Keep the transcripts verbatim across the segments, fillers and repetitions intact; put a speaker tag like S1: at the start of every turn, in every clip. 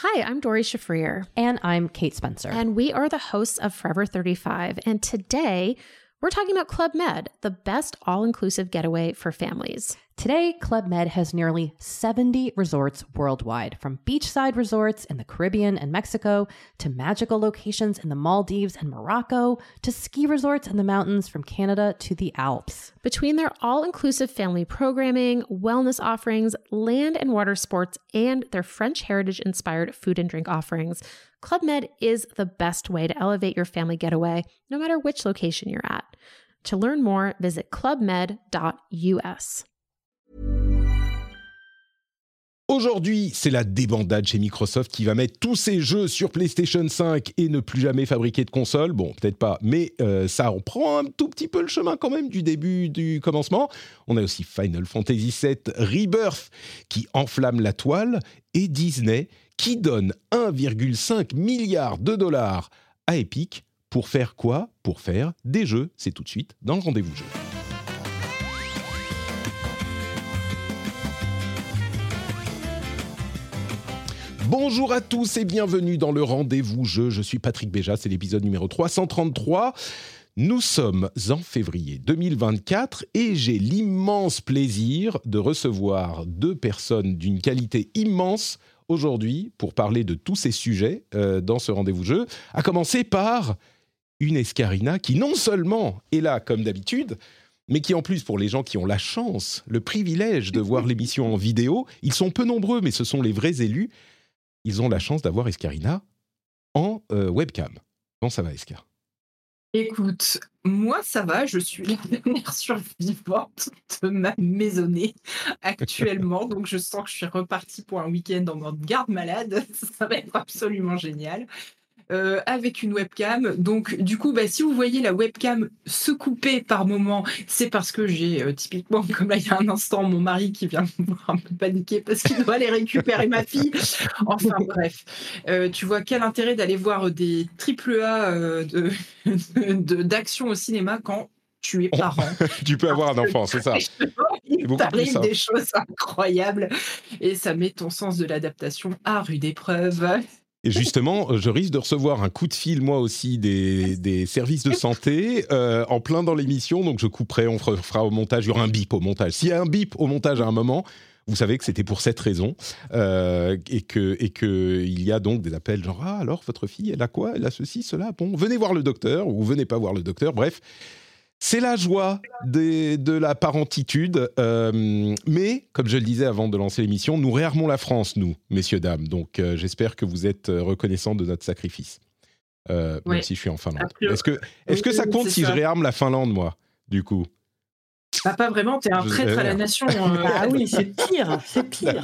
S1: Hi, I'm Dory Shafrir.
S2: And I'm Kate Spencer.
S1: And we are the hosts of Forever thirty-five. And today, we're talking about Club Med, the best all-inclusive getaway for families.
S2: Today, Club Med has nearly seventy resorts worldwide, from beachside resorts in the Caribbean and Mexico, to magical locations in the Maldives and Morocco, to ski resorts in the mountains from Canada to the Alps.
S1: Between their all-inclusive family programming, wellness offerings, land and water sports, and their French heritage-inspired food and drink offerings, Club Med is the best way to elevate your family getaway, no matter which location you're at. To learn more, visit club med dot u s.
S3: Aujourd'hui, c'est la débandade chez Microsoft qui va mettre tous ses jeux sur PlayStation cinq et ne plus jamais fabriquer de console. Bon, peut-être pas, mais euh, ça on prend un tout petit peu le chemin quand même du début, du commencement. On a aussi Final Fantasy sept Rebirth qui enflamme la toile et Disney qui donne un virgule cinq milliard de dollars à Epic pour faire quoi ? Pour faire des jeux. C'est tout de suite dans le Rendez-vous Jeu. Bonjour à tous et bienvenue dans le Rendez-vous Jeu. Je suis Patrick Béja, c'est l'épisode numéro trois cent trente-trois. Nous sommes en février deux mille vingt-quatre et j'ai l'immense plaisir de recevoir deux personnes d'une qualité immense aujourd'hui pour parler de tous ces sujets euh, dans ce Rendez-vous Jeu, à commencer par une Escarina qui non seulement est là comme d'habitude, mais qui en plus, pour les gens qui ont la chance, le privilège de voir l'émission en vidéo, ils sont peu nombreux, mais ce sont les vrais élus, ils ont la chance d'avoir Escarina en euh, webcam. Comment ça va, Escar ?
S4: Écoute, moi ça va, je suis la dernière survivante de ma maisonnée actuellement, donc je sens que je suis repartie pour un week-end en mode garde malade, ça va être absolument génial. Euh, avec une webcam. Donc, du coup, bah, si vous voyez la webcam se couper par moment, c'est parce que j'ai euh, typiquement, comme là il y a un instant, mon mari qui vient me voir un peu paniquer parce qu'il doit aller récupérer ma fille. Enfin bref, euh, tu vois quel intérêt d'aller voir des triple A euh, de, de, d'action au cinéma quand tu es parent.
S3: Tu peux avoir un enfant, c'est ça.
S4: Il t'arrive des choses incroyables et ça met ton sens de l'adaptation à rude épreuve.
S3: Et justement, je risque de recevoir un coup de fil, moi aussi, des, des services de santé, euh, en plein dans l'émission, donc je couperai, on fera au montage, il y aura un bip au montage. S'il y a un bip au montage à un moment, vous savez que c'était pour cette raison, euh, et que et que il y a donc des appels genre « Ah, alors, votre fille, elle a quoi ? Elle a ceci, cela ? Bon, venez voir le docteur, ou venez pas voir le docteur, bref. » C'est la joie des, de la parentitude, euh, mais, comme je le disais avant de lancer l'émission, nous réarmons la France, nous, messieurs, dames. Donc, euh, j'espère que vous êtes reconnaissants de notre sacrifice, euh, ouais. Même si je suis en Finlande. Est-ce que, est-ce que ça compte si ça. Je réarme la Finlande, moi, du coup ?
S4: Bah, pas vraiment, t'es un traître à la nation. Euh...
S2: Ah oui, c'est pire, c'est pire.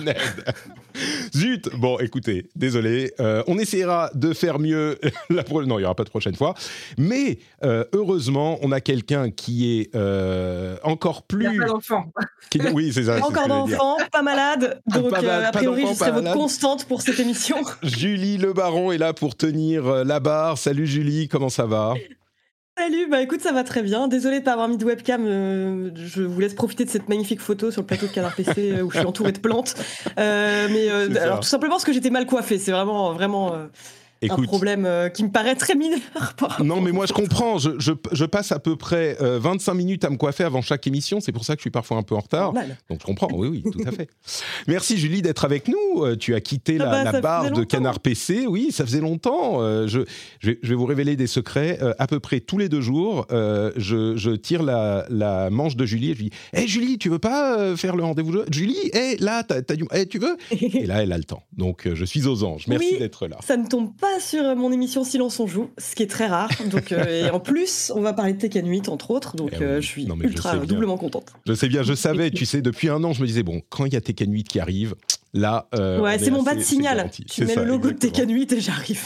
S3: Zut. Bon, écoutez, désolé. Euh, on essaiera de faire mieux. La pro... Non, il n'y aura pas de prochaine fois. Mais euh, heureusement, on a quelqu'un qui est euh, encore plus...
S4: Il n'y a pas d'enfant.
S3: Qui... Oui, c'est ça.
S5: C'est encore d'enfant, pas malade. Donc, pas mal, euh, a priori, je serai votre constante pour cette émission.
S3: Julie Le Baron est là pour tenir la barre. Salut Julie, comment ça va ?
S5: Salut, bah écoute, ça va très bien. Désolée de ne pas avoir mis de webcam. Euh, je vous laisse profiter de cette magnifique photo sur le plateau de Canard P C euh, où je suis entourée de plantes. Euh, mais euh, alors tout simplement parce que j'étais mal coiffée. C'est vraiment, vraiment. Euh... Écoute, un problème euh, qui me paraît très mineur.
S3: Non, mais moi je comprends. Je, je, je passe à peu près euh, vingt-cinq minutes à me coiffer avant chaque émission. C'est pour ça que je suis parfois un peu en retard. Normal. Donc je comprends. Oui, oui, tout à fait. Merci Julie d'être avec nous. Euh, tu as quitté la, ah bah, la barre de Canard P C. Oui, ça faisait longtemps. Euh, je, je, je vais vous révéler des secrets. Euh, à peu près tous les deux jours, euh, je, je tire la, la manche de Julie et je lui dis « Hé hey, Julie, tu veux pas euh, faire le rendez-vous jeu ? Julie, hé, hey, là, t'as, t'as du... hey, tu veux ?» Et là, elle a le temps. Donc euh, je suis aux anges. Merci
S5: oui,
S3: d'être là.
S5: Ça ne tombe pas sur mon émission Silence on joue, ce qui est très rare. Donc, euh, et en plus, on va parler de Tekken huit, entre autres. Donc, eh oui. euh, je suis non, ultra je doublement contente.
S3: Je sais bien, je savais, tu sais, depuis un an, je me disais, bon, quand il y a Tekken huit qui arrive, là... Euh,
S5: ouais, c'est mon bas de signal. Tu c'est mets ça, le logo exactement. De Tekken huit et j'arrive.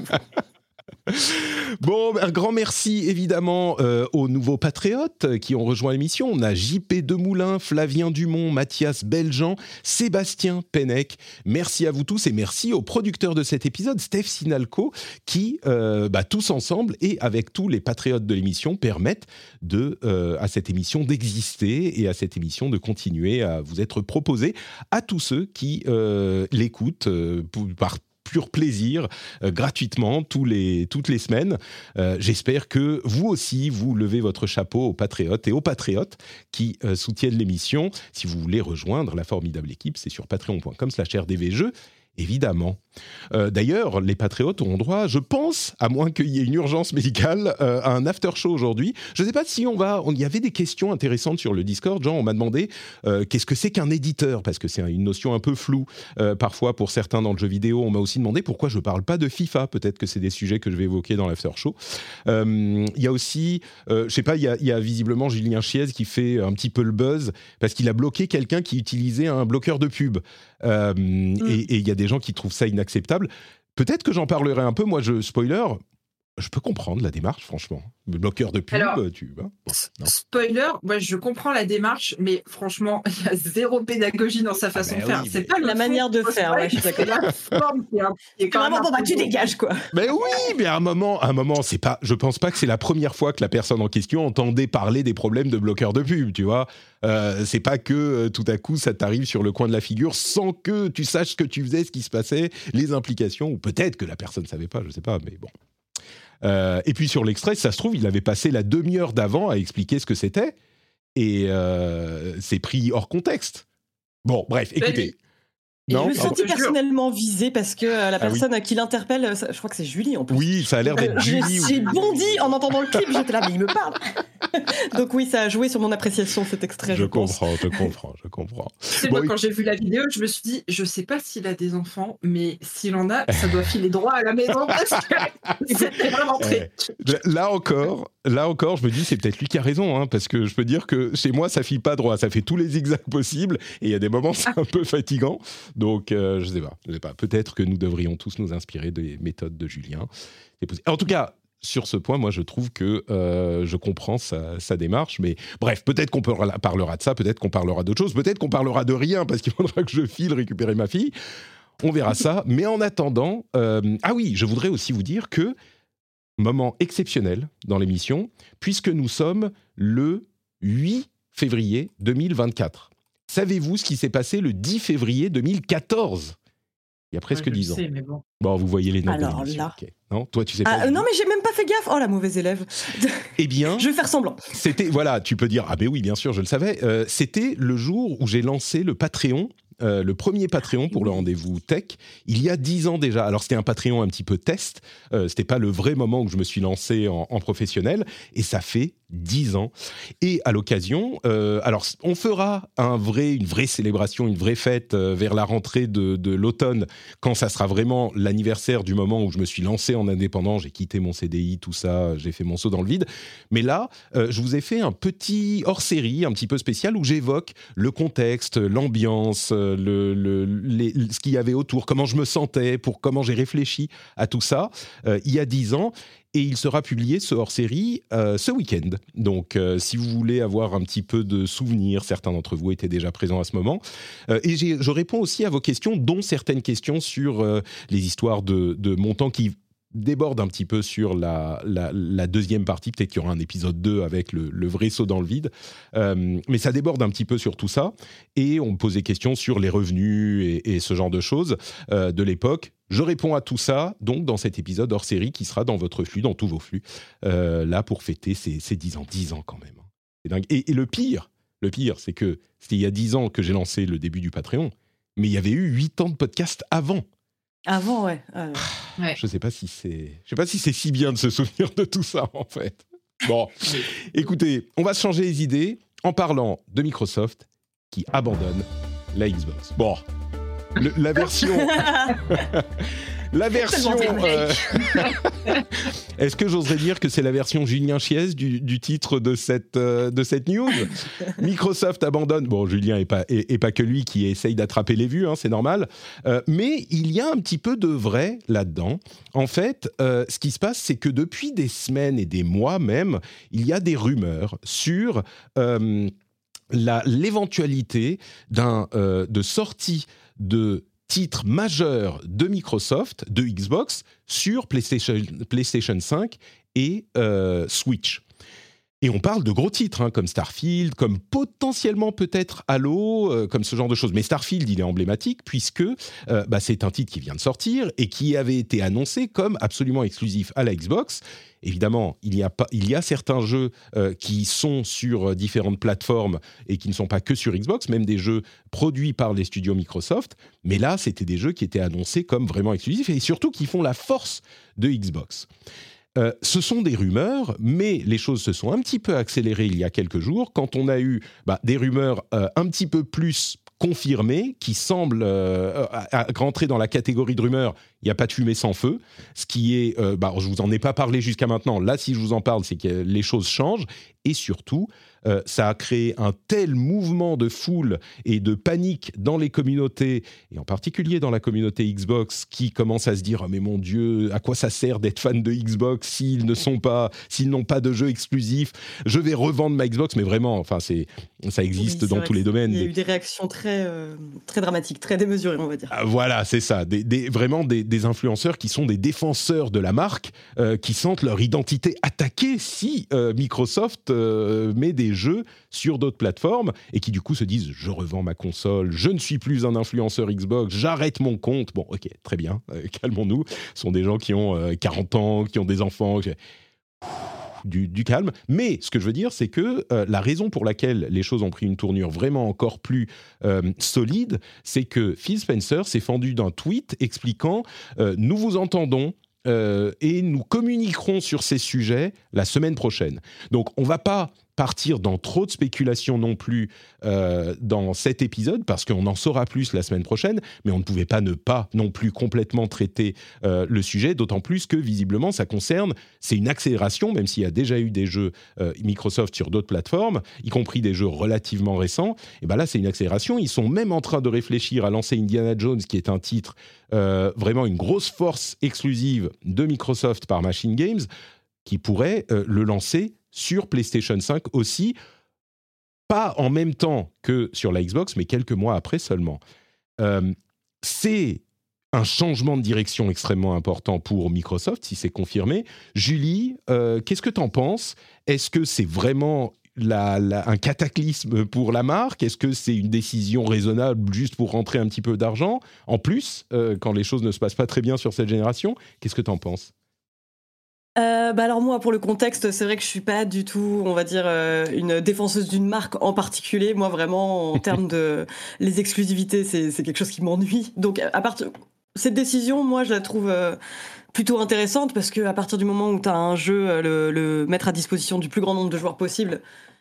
S3: Bon, un grand merci évidemment euh, aux nouveaux patriotes qui ont rejoint l'émission. On a J P Demoulin, Flavien Dumont, Mathias Beljean, Sébastien Pennec. Merci à vous tous et merci aux producteurs de cet épisode, Steph Sinalco, qui, euh, bah, tous ensemble et avec tous les patriotes de l'émission, permettent de, euh, à cette émission d'exister et à cette émission de continuer à vous être proposée à tous ceux qui euh, l'écoutent euh, par pur plaisir, euh, gratuitement, tous les, toutes les semaines. Euh, j'espère que vous aussi, vous levez votre chapeau aux patriotes et aux patriotes qui euh, soutiennent l'émission. Si vous voulez rejoindre la formidable équipe, c'est sur patreon point com slash r d v jeux. Évidemment. Euh, d'ailleurs, les patriotes auront droit, je pense, à moins qu'il y ait une urgence médicale, euh, à un after-show aujourd'hui. Je ne sais pas si on va... Il y avait des questions intéressantes sur le Discord. Genre, on m'a demandé euh, qu'est-ce que c'est qu'un éditeur, parce que c'est une notion un peu floue, euh, parfois, pour certains dans le jeu vidéo. On m'a aussi demandé pourquoi je ne parle pas de FIFA. Peut-être que c'est des sujets que je vais évoquer dans l'after-show. Euh, il y a aussi... Euh, je ne sais pas, il y a, il y a visiblement Julien Chiez qui fait un petit peu le buzz, parce qu'il a bloqué quelqu'un qui utilisait un bloqueur de pub. Euh, mm. Et il y a des gens qui trouvent ça inacceptable. Peut-être que j'en parlerai un peu. Moi, je spoiler, je peux comprendre la démarche, franchement. Le bloqueur de pub,
S4: Alors,
S3: tu vois. Bon,
S4: spoiler, ouais, je comprends la démarche, mais franchement, il y a zéro pédagogie dans sa façon
S3: ah ben
S4: de faire.
S3: oui,
S4: c'est
S3: mais...
S4: pas
S5: la manière de faire, ouais, je suis d'accord.
S4: C'est la forme qui est, un, qui est quand
S5: vraiment,
S4: même
S5: bon, bah, tu dégages, quoi.
S3: Mais oui, mais à un moment, à un moment, c'est pas. Je pense pas que c'est la première fois que la personne en question entendait parler des problèmes de bloqueur de pub, tu vois. Euh, c'est pas que euh, tout à coup ça t'arrive sur le coin de la figure sans que tu saches ce que tu faisais, ce qui se passait, les implications, ou peut-être que la personne ne savait pas, je sais pas, mais bon. Euh, et puis sur l'extrait, ça se trouve, il avait passé la demi-heure d'avant à expliquer ce que c'était, et euh, c'est pris hors contexte. Bon, bref, écoutez.
S5: Et
S3: Non,
S5: je me
S3: pardon.
S5: sentis personnellement visée parce que euh, la personne
S3: ah oui.
S5: qui l'interpelle, ça, je crois que c'est Julie en plus.
S3: Oui, ça a l'air d'être
S5: Euh,
S3: Julie.
S5: J'ai bondi en entendant le clip, j'étais là, mais il me parle. Donc oui, ça a joué sur mon appréciation cet extrait, je,
S3: Je
S5: pense.
S3: comprends, je comprends, je comprends.
S4: C'est
S3: Bon,
S4: moi, quand j'ai vu la vidéo, je me suis dit, je sais pas s'il a des enfants, mais s'il en a, ça doit filer droit à la maison parce que c'était vraiment très...
S3: Là encore, là encore, je me dis c'est peut-être lui qui a raison, hein, parce que je peux dire que chez moi ça file pas droit, ça fait tous les zigzags possibles et il y a des moments c'est un peu fatigant. Donc euh, je sais pas, je sais pas. Peut-être que nous devrions tous nous inspirer des méthodes de Julien. En tout cas, sur ce point, moi je trouve que euh, je comprends sa, sa démarche, mais bref, peut-être qu'on parlera de ça, peut-être qu'on parlera d'autre chose, peut-être qu'on parlera de rien parce qu'il faudra que je file récupérer ma fille. On verra ça. Mais en attendant, euh, ah oui, je voudrais aussi vous dire que moment exceptionnel dans l'émission, puisque nous sommes le huit février deux mille vingt-quatre. Savez-vous ce qui s'est passé le dix février deux mille quatorze ? Il y a presque
S4: Ouais,
S3: dix ans.
S4: Sais, mais bon.
S3: Bon, vous voyez les notes
S5: Alors
S3: de l'émission.
S5: là.
S3: Okay. Non, toi, tu sais pas.
S5: Ah, euh, non, mais j'ai même pas fait gaffe. Oh, la mauvaise élève.
S3: Eh bien,
S5: je vais faire semblant.
S3: C'était, voilà, tu peux dire, ah ben oui, bien sûr, je le savais. Euh, c'était le jour où j'ai lancé le Patreon. Euh, le premier Patreon pour le rendez-vous tech, il y a dix ans déjà. Alors c'était un Patreon un petit peu test, euh, c'était pas le vrai moment où je me suis lancé en, en professionnel, et ça fait dix ans. Et à l'occasion, euh, alors on fera un vrai, une vraie célébration, une vraie fête euh, vers la rentrée de, de l'automne, quand ça sera vraiment l'anniversaire du moment où je me suis lancé en indépendant, j'ai quitté mon C D I, tout ça, j'ai fait mon saut dans le vide. Mais là, euh, je vous ai fait un petit hors-série, un petit peu spécial, où j'évoque le contexte, l'ambiance, Le, le, les, ce qu'il y avait autour, comment je me sentais, pour comment j'ai réfléchi à tout ça euh, il y a dix ans. Et il sera publié, ce hors-série, euh, ce week-end. Donc, euh, si vous voulez avoir un petit peu de souvenirs, certains d'entre vous étaient déjà présents à ce moment. Euh, et j'ai, je réponds aussi à vos questions, dont certaines questions sur euh, les histoires de, de montants qui déborde un petit peu sur la, la, la deuxième partie. Peut-être qu'il y aura un épisode deux avec le, le vrai saut dans le vide. Euh, mais ça déborde un petit peu sur tout ça. Et on me pose des questions sur les revenus et, et ce genre de choses euh, de l'époque. Je réponds à tout ça, donc, dans cet épisode hors-série qui sera dans votre flux, dans tous vos flux, euh, là, pour fêter ces, ces dix ans. dix ans, quand même. C'est dingue. Et, et le pire, le pire, c'est que c'était il y a dix ans que j'ai lancé le début du Patreon, mais il y avait eu huit ans de podcast avant.
S5: Avant, ouais. Euh...
S4: ouais.
S3: Je sais pas si c'est, je sais pas si c'est si bien de se souvenir de tout ça en fait. Bon, écoutez, on va se changer les idées en parlant de Microsoft qui abandonne la Xbox. Bon, le, la version, la version. Euh... Est-ce que j'oserais dire que c'est la version Julien Chiez du, du titre de cette euh, de cette news ? Microsoft abandonne. Bon, Julien est pas est, est pas que lui qui essaye d'attraper les vues, hein, c'est normal. Euh, mais il y a un petit peu de vrai là-dedans. En fait, euh, ce qui se passe, c'est que depuis des semaines et des mois même, il y a des rumeurs sur euh, la l'éventualité d'un euh, de sortie de titre majeur de Microsoft, de Xbox, sur PlayStation, PlayStation cinq et euh, Switch. et on parle de gros titres, hein, comme Starfield, comme potentiellement peut-être Halo, euh, comme ce genre de choses. Mais Starfield, il est emblématique puisque euh, bah, c'est un titre qui vient de sortir et qui avait été annoncé comme absolument exclusif à la Xbox. Évidemment, il y a, pas, il y a certains jeux euh, qui sont sur différentes plateformes et qui ne sont pas que sur Xbox, même des jeux produits par les studios Microsoft. Mais là, c'était des jeux qui étaient annoncés comme vraiment exclusifs et surtout qui font la force de Xbox. Euh, ce sont des rumeurs, mais les choses se sont un petit peu accélérées il y a quelques jours quand on a eu bah, des rumeurs euh, un petit peu plus confirmées qui semblent euh, à, à rentrer dans la catégorie de rumeurs. Il n'y a pas de fumée sans feu, ce qui est, euh, bah, je vous en ai pas parlé jusqu'à maintenant. Là, si je vous en parle, c'est que les choses changent et surtout, euh, ça a créé un tel mouvement de foule et de panique dans les communautés et en particulier dans la communauté Xbox qui commence à se dire oh, mais mon Dieu, à quoi ça sert d'être fan de Xbox s'ils ne sont pas, s'ils n'ont pas de jeux exclusifs. Je vais revendre ma Xbox, mais vraiment, enfin c'est, ça existe oui, dans tous les domaines.
S5: Il y a eu des réactions très, euh, très dramatiques, très démesurées, on va dire.
S3: Ah, voilà, c'est ça, des, des, vraiment des, des influenceurs qui sont des défenseurs de la marque, euh, qui sentent leur identité attaquée si euh, Microsoft euh, met des jeux sur d'autres plateformes et qui du coup se disent je revends ma console, je ne suis plus un influenceur Xbox, j'arrête mon compte. Bon, ok, très bien, euh, calmons-nous. Ce sont des gens qui ont euh, quarante ans, qui ont des enfants. Qui... Du, du calme. Mais ce que je veux dire, c'est que euh, la raison pour laquelle les choses ont pris une tournure vraiment encore plus euh, solide, c'est que Phil Spencer s'est fendu d'un tweet expliquant euh, « Nous vous entendons euh, et nous communiquerons sur ces sujets la semaine prochaine ». Donc, on ne va pas partir dans trop de spéculations non plus euh, dans cet épisode, parce qu'on en saura plus la semaine prochaine, mais on ne pouvait pas ne pas non plus complètement traiter euh, le sujet, d'autant plus que visiblement ça concerne, c'est une accélération, même s'il y a déjà eu des jeux euh, Microsoft sur d'autres plateformes, y compris des jeux relativement récents, et ben là c'est une accélération, ils sont même en train de réfléchir à lancer Indiana Jones, qui est un titre, euh, vraiment une grosse force exclusive de Microsoft par Machine Games, qui pourrait euh, le lancer sur PlayStation cinq aussi, pas en même temps que sur la Xbox, mais quelques mois après seulement. Euh, c'est un changement de direction extrêmement important pour Microsoft, si c'est confirmé. Julie, euh, qu'est-ce que tu en penses ? Est-ce que c'est vraiment la, la, un cataclysme pour la marque ? Est-ce que c'est une décision raisonnable juste pour rentrer un petit peu d'argent ? En plus, euh, quand les choses ne se passent pas très bien sur cette génération, qu'est-ce que tu en penses ?
S5: Euh, bah alors moi, pour le contexte, c'est vrai que je suis pas du tout, on va dire, euh, une défenseuse d'une marque en particulier. Moi, vraiment, en termes de les exclusivités, c'est, c'est quelque chose qui m'ennuie. Donc, à partir cette décision, moi, je la trouve euh, plutôt intéressante parce que à partir du moment où tu as un jeu, le, le mettre à disposition du plus grand nombre de joueurs possible.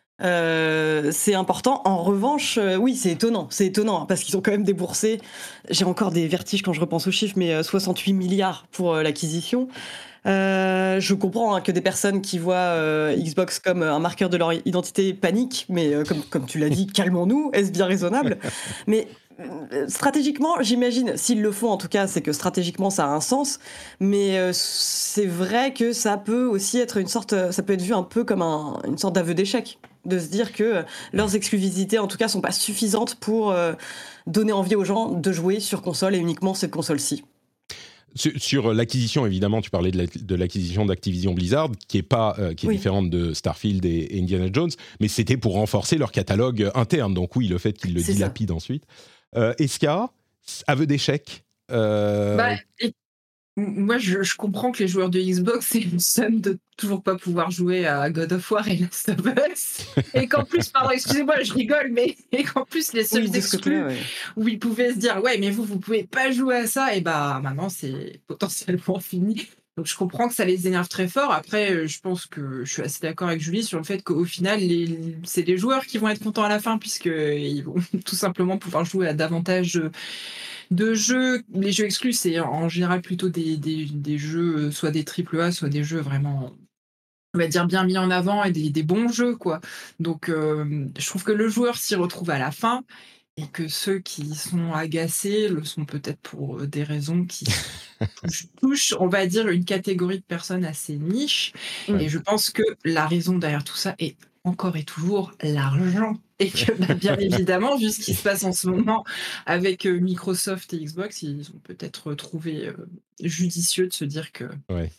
S5: Euh, c'est important. En revanche, euh, oui, c'est étonnant. C'est étonnant parce qu'ils ont quand même déboursé. J'ai encore des vertiges quand je repense aux chiffres, mais euh, soixante-huit milliards pour euh, l'acquisition. Euh, je comprends hein, que des personnes qui voient euh, Xbox comme un marqueur de leur identité paniquent, mais euh, comme, comme tu l'as dit, calmons-nous, est-ce bien raisonnable ? Mais euh, stratégiquement, j'imagine, s'ils le font en tout cas, c'est que stratégiquement ça a un sens, mais euh, c'est vrai que ça peut aussi être une sorte, ça peut être vu un peu comme un, une sorte d'aveu d'échec, de se dire que leurs exclusivités en tout cas sont pas suffisantes pour euh, donner envie aux gens de jouer sur console et uniquement cette console-ci.
S3: Sur, sur l'acquisition, évidemment, tu parlais de, la, de l'acquisition d'Activision Blizzard, qui est, pas, euh, qui est oui. différente de Starfield et, et Indiana Jones, mais c'était pour renforcer leur catalogue interne. Donc oui, le fait qu'ils le C'est dilapident ça. ensuite. Euh, Eska, aveu d'échec euh...
S4: bah, et... Moi, je, je comprends que les joueurs de Xbox aient une somme de toujours pas pouvoir jouer à God of War et Last of Us. Et qu'en plus, pardon, excusez-moi, je rigole, mais et qu'en plus, les seuls oui, exclus ouais. où ils pouvaient se dire « Ouais, mais vous, vous pouvez pas jouer à ça », et bah maintenant, c'est potentiellement fini. Donc, je comprends que ça les énerve très fort. Après, je pense que je suis assez d'accord avec Julie sur le fait qu'au final, les, c'est les joueurs qui vont être contents à la fin, puisqu'ils vont tout simplement pouvoir jouer à davantage de jeux. Les jeux exclus, c'est en général plutôt des, des, des jeux, soit des triple A, soit des jeux vraiment, on va dire, bien mis en avant et des, des bons jeux, quoi. Donc, euh, je trouve que le joueur s'y retrouve à la fin et que ceux qui sont agacés le sont peut-être pour des raisons qui touchent, touchent, on va dire, une catégorie de personnes assez niche. Mmh. Et je pense que la raison derrière tout ça est encore et toujours l'argent. Et que, bah, bien évidemment, vu ce qui se passe en ce moment avec euh, Microsoft et Xbox, ils ont peut-être trouvé euh, judicieux de se dire que
S3: ouais.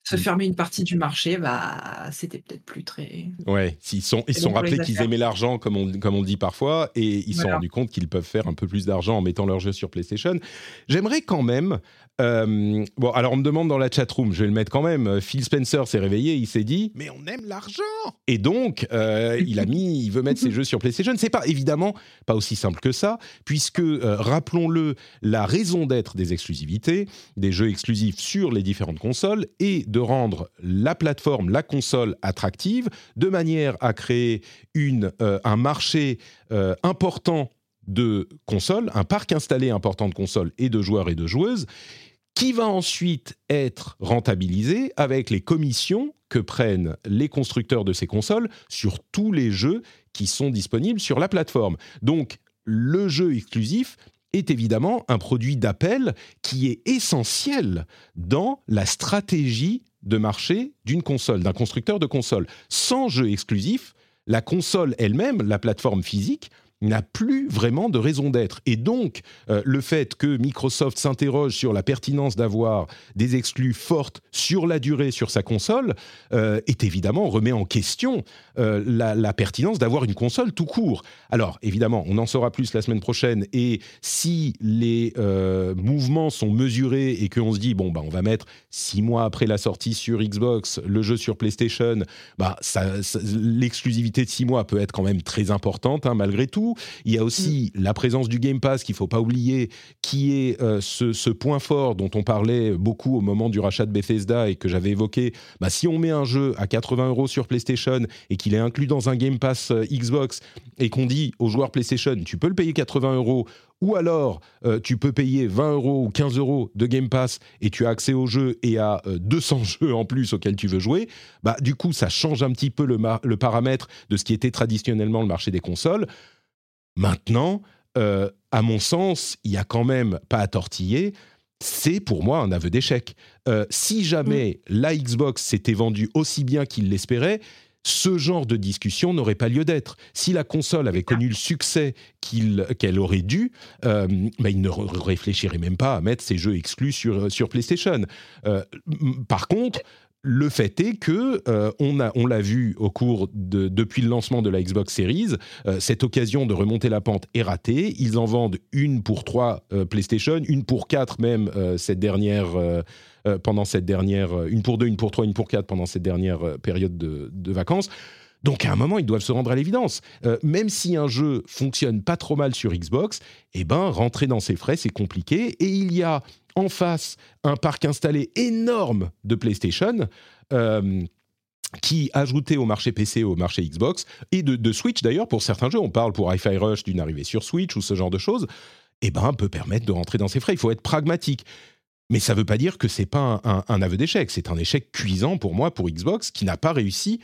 S4: se fermer une partie du marché, bah, c'était peut-être plus très...
S3: Ouais, ils sont, ils
S4: C'est
S3: sont
S4: bon pour
S3: rappelés
S4: les
S3: qu'ils
S4: affaires.
S3: aimaient l'argent, comme on, comme on le dit parfois, et ils se sont
S4: Voilà.
S3: rendus compte qu'ils peuvent faire un peu plus d'argent en mettant leurs jeux sur PlayStation. J'aimerais quand même... euh, bon, alors on me demande dans la chatroom, je vais le mettre quand même, Phil Spencer s'est réveillé, il s'est dit « Mais on aime l'argent !» Et donc, euh, il a mis, il veut mettre ses jeux sur PlayStation. C'est pas, évidemment, pas aussi simple que ça, puisque, euh, rappelons-le, la raison d'être des exclusivités, des jeux exclusifs sur les différentes consoles, est de rendre la plateforme, la console attractive, de manière à créer une, euh, un marché euh, important de consoles, un parc installé important de consoles et de joueurs et de joueuses, qui va ensuite être rentabilisé avec les commissions que prennent les constructeurs de ces consoles sur tous les jeux qui sont disponibles sur la plateforme. Donc, le jeu exclusif est évidemment un produit d'appel qui est essentiel dans la stratégie de marché d'une console, d'un constructeur de console. Sans jeu exclusif, la console elle-même, la plateforme physique, n'a plus vraiment de raison d'être. Et donc, euh, le fait que Microsoft s'interroge sur la pertinence d'avoir des exclus fortes sur la durée sur sa console, euh, est évidemment, remet en question euh, la, la pertinence d'avoir une console tout court. Alors, évidemment, on en saura plus la semaine prochaine, et si les euh, mouvements sont mesurés et qu'on se dit, bon, bah, on va mettre six mois après la sortie sur Xbox, le jeu sur PlayStation, bah, ça, ça, l'exclusivité de six mois peut être quand même très importante, hein, malgré tout. Il y a aussi mmh. la présence du Game Pass qu'il ne faut pas oublier, qui est euh, ce, ce point fort dont on parlait beaucoup au moment du rachat de Bethesda et que j'avais évoqué. Bah, si on met un jeu à quatre-vingts euros sur PlayStation et qu'il est inclus dans un Game Pass euh, Xbox et qu'on dit aux joueurs PlayStation, tu peux le payer quatre-vingts euros, ou alors euh, tu peux payer vingt euros ou quinze euros de Game Pass et tu as accès au jeu et à euh, deux cents jeux en plus auxquels tu veux jouer, bah, du coup ça change un petit peu le, ma- le paramètre de ce qui était traditionnellement le marché des consoles. Maintenant, euh, à mon sens, il n'y a quand même pas à tortiller. C'est pour moi un aveu d'échec. Euh, si jamais mmh. la Xbox s'était vendue aussi bien qu'il l'espérait, ce genre de discussion n'aurait pas lieu d'être. Si la console avait connu le succès qu'il, qu'elle aurait dû, euh, bah, il ne réfléchirait même pas à mettre ses jeux exclus sur, sur PlayStation. Euh, par contre... Le fait est que euh, on a, on l'a vu au cours de depuis le lancement de la Xbox Series, euh, cette occasion de remonter la pente est ratée. Ils en vendent une pour trois euh, PlayStation, une pour quatre même euh, cette dernière euh, euh, pendant cette dernière, une pour deux, une pour trois, une pour quatre pendant cette dernière euh, période de, de vacances. Donc à un moment, ils doivent se rendre à l'évidence. Euh, même si un jeu fonctionne pas trop mal sur Xbox, eh ben rentrer dans ses frais c'est compliqué. Et il y a en face un parc installé énorme de PlayStation, euh, qui, ajouté au marché P C, au marché Xbox, et de, de Switch d'ailleurs, pour certains jeux, on parle pour Hi-Fi Rush d'une arrivée sur Switch ou ce genre de choses, eh ben, peut permettre de rentrer dans ses frais. Il faut être pragmatique. Mais ça ne veut pas dire que ce n'est pas un, un, un aveu d'échec. C'est un échec cuisant pour moi, pour Xbox, qui n'a pas réussi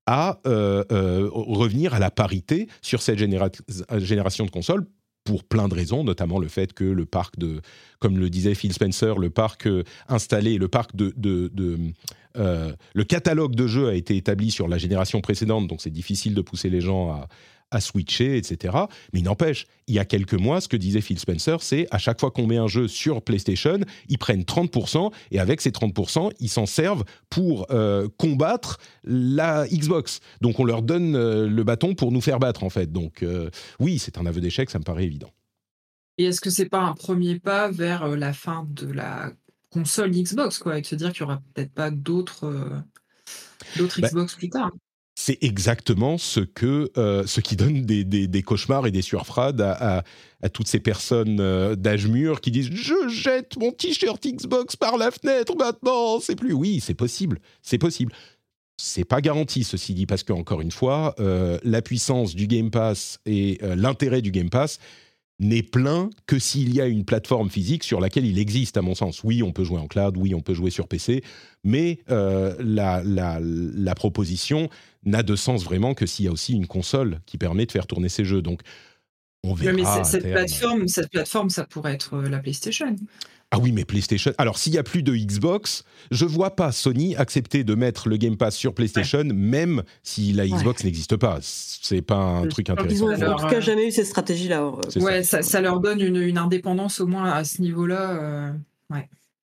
S3: à euh, euh, revenir à la parité sur cette généra- génération de consoles, pour plein de raisons, notamment le fait que le parc de, comme le disait Phil Spencer, le parc euh, installé, le parc de, de, de euh, le catalogue de jeux a été établi sur la génération précédente, donc c'est difficile de pousser les gens à, à switcher, et cetera. Mais il n'empêche, il y a quelques mois, ce que disait Phil Spencer, c'est à chaque fois qu'on met un jeu sur PlayStation, ils prennent trente pour cent, et avec ces trente pour cent, ils s'en servent pour euh, combattre la Xbox. Donc on leur donne euh, le bâton pour nous faire battre, en fait. Donc euh, oui, c'est un aveu d'échec, ça me paraît évident.
S4: Et est-ce que c'est pas un premier pas vers euh, la fin de la console Xbox, quoi, et de se dire qu'il y aura peut-être pas d'autres, euh, d'autres bah, Xbox plus tard?
S3: C'est exactement ce, que, euh, ce qui donne des, des, des cauchemars et des surfrades à, à, à toutes ces personnes euh, d'âge mûr qui disent « Je jette mon t-shirt Xbox par la fenêtre maintenant, c'est plus... » Oui, c'est possible, c'est possible. C'est pas garanti, ceci dit, parce qu'encore une fois, euh, la puissance du Game Pass et euh, l'intérêt du Game Pass n'est plein que s'il y a une plateforme physique sur laquelle il existe, à mon sens. Oui, on peut jouer en cloud, oui, on peut jouer sur P C, mais euh, la, la, la proposition n'a de sens vraiment que s'il y a aussi une console qui permet de faire tourner ces jeux. Donc, on verra.
S4: Mais c'est, cette,
S3: terme.
S4: plateforme, cette plateforme, ça pourrait être la PlayStation.
S3: Ah oui, mais PlayStation... Alors, s'il n'y a plus de Xbox, je ne vois pas Sony accepter de mettre le Game Pass sur PlayStation, ouais. même si la Xbox ouais. n'existe pas. C'est pas un truc intéressant.
S5: Ils n'ont en tout cas jamais eu cette stratégie-là.
S4: Ouais, ça. Ça, ça leur donne une, une indépendance au moins à ce niveau-là. Euh... Ouais.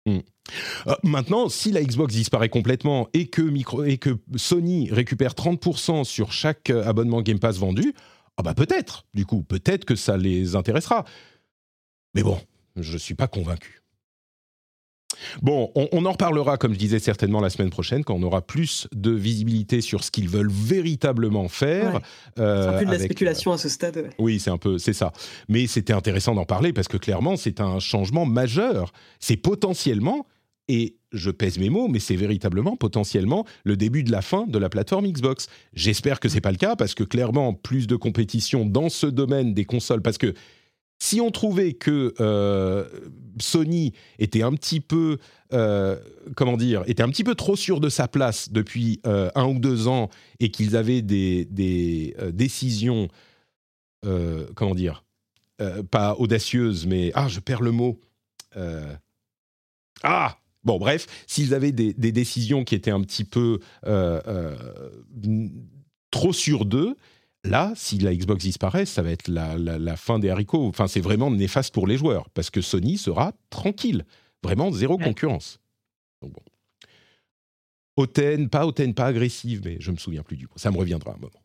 S3: Mmh. Euh, maintenant, si la Xbox disparaît complètement et que, micro, et que Sony récupère trente pour cent sur chaque abonnement Game Pass vendu, ah bah peut-être, du coup, peut-être que ça les intéressera. Mais bon, je ne suis pas convaincu. Bon, on, on en reparlera, comme je disais, certainement la semaine prochaine, quand on aura plus de visibilité sur ce qu'ils veulent véritablement faire.
S5: Ouais.
S3: Euh,
S5: c'est un peu de la
S3: avec,
S5: spéculation à ce stade. Ouais.
S3: Oui, c'est un peu, c'est ça. Mais c'était intéressant d'en parler parce que clairement, c'est un changement majeur. C'est potentiellement, et je pèse mes mots, mais c'est véritablement, potentiellement, le début de la fin de la plateforme Xbox. J'espère que c'est pas le cas parce que clairement, plus de compétition dans ce domaine des consoles, parce que si on trouvait que euh, Sony était un petit peu, euh, comment dire, était un petit peu trop sûr de sa place depuis euh, un ou deux ans et qu'ils avaient des, des euh, décisions, euh, comment dire, euh, pas audacieuses, mais ah, je perds le mot. Euh, ah, bon, bref, s'ils avaient des, des décisions qui étaient un petit peu euh, euh, trop sûres d'eux. Là, si la Xbox disparaît, ça va être la, la, la fin des haricots. Enfin, c'est vraiment néfaste pour les joueurs, parce que Sony sera tranquille. Vraiment, zéro ouais. concurrence. Donc bon. Hautaine, pas hautaine, pas agressive, mais je ne me souviens plus du coup. Ça me reviendra un moment.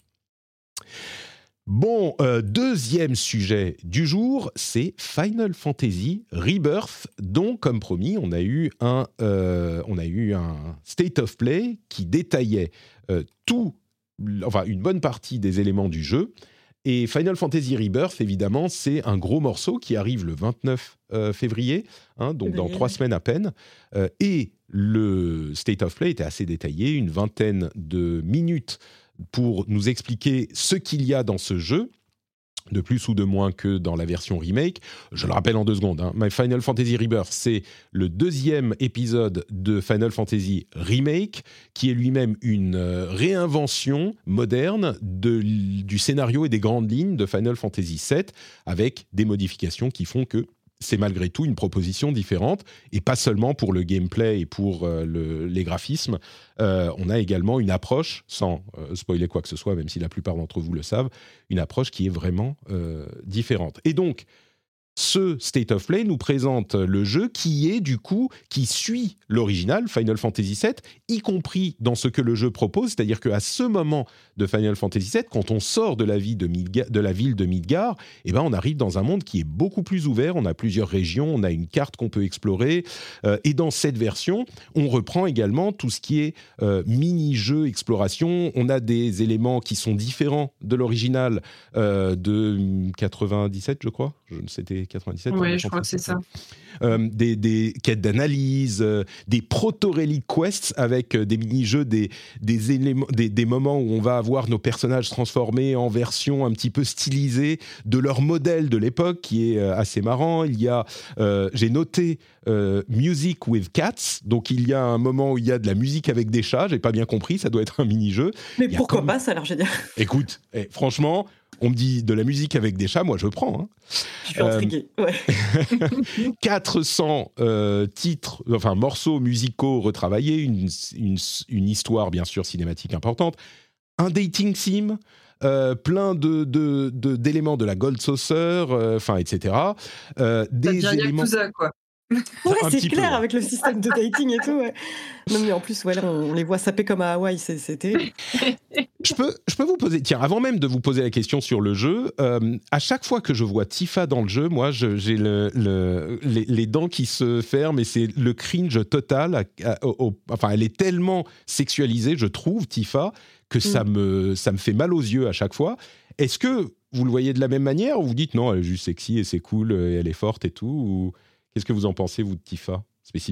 S3: Bon, euh, deuxième sujet du jour, c'est Final Fantasy Rebirth, dont, comme promis, on a eu un, euh, on a eu un State of Play qui détaillait euh, tout enfin une bonne partie des éléments du jeu. Et Final Fantasy Rebirth, évidemment, c'est un gros morceau qui arrive le vingt-neuf euh, février, hein, donc dans trois semaines à peine. Euh, et le State of Play était assez détaillé, une vingtaine de minutes pour nous expliquer ce qu'il y a dans ce jeu, de plus ou de moins que dans la version remake. Je le rappelle en deux secondes, hein. My Final Fantasy Rebirth, c'est le deuxième épisode de Final Fantasy Remake, qui est lui-même une euh, réinvention moderne de, du scénario et des grandes lignes de Final Fantasy sept, avec des modifications qui font que c'est malgré tout une proposition différente, et pas seulement pour le gameplay et pour euh, le, les graphismes. Euh, on a également une approche, sans euh, spoiler quoi que ce soit, même si la plupart d'entre vous le savent, une approche qui est vraiment euh, différente. Et donc, ce State of Play nous présente le jeu qui est du coup, qui suit l'original Final Fantasy sept, y compris dans ce que le jeu propose, c'est-à-dire qu'à ce moment de Final Fantasy sept, quand on sort de la, vie de, Midgar, de la ville de Midgar, eh ben on arrive dans un monde qui est beaucoup plus ouvert, on a plusieurs régions, on a une carte qu'on peut explorer, euh, et dans cette version, on reprend également tout ce qui est euh, mini-jeu, exploration, on a des éléments qui sont différents de l'original euh, de quatre-vingt-dix-sept, je crois, je ne sais quatre-vingt-dix-sept.
S4: Oui, je crois que c'est ça.
S3: Euh, des, des quêtes d'analyse, euh, des proto-relic quests avec euh, des mini-jeux, des, des, éléments, des, des moments où on va avoir nos personnages transformés en version un petit peu stylisée de leur modèle de l'époque, qui est euh, assez marrant. Il y a, euh, j'ai noté euh, Music with Cats, donc il y a un moment où il y a de la musique avec des chats, j'ai pas bien compris, ça doit être un mini-jeu.
S5: Mais pourquoi comme... pas, ça a l'air génial.
S3: Écoute, eh, franchement... On me dit de la musique avec des chats, moi je prends. Hein.
S5: Je suis intrigué, euh, ouais.
S3: quatre cents euh, titres, enfin morceaux musicaux retravaillés, une, une, une histoire bien sûr cinématique importante, un dating sim, euh, plein de, de, de, d'éléments de la Gold Saucer, enfin euh, et cetera. Euh, des
S4: Ça
S3: éléments.
S4: Yakuza, quoi.
S5: Ouais, c'est clair, peu, avec le système de dating et tout. Ouais. Non, mais en plus, ouais, là, on les voit saper comme à Hawaï, c'est, c'était.
S3: Je peux, je peux vous poser, tiens, avant même de vous poser la question sur le jeu, euh, à chaque fois que je vois Tifa dans le jeu, moi, je, j'ai le, le, les, les dents qui se ferment et c'est le cringe total. À, à, au, enfin, elle est tellement sexualisée, je trouve, Tifa, que mm. ça, me, ça me fait mal aux yeux à chaque fois. Est-ce que vous le voyez de la même manière ou vous dites non, elle est juste sexy et c'est cool et elle est forte et tout ou... Qu'est-ce que vous en pensez, vous, de Tifa, spécifiquement ?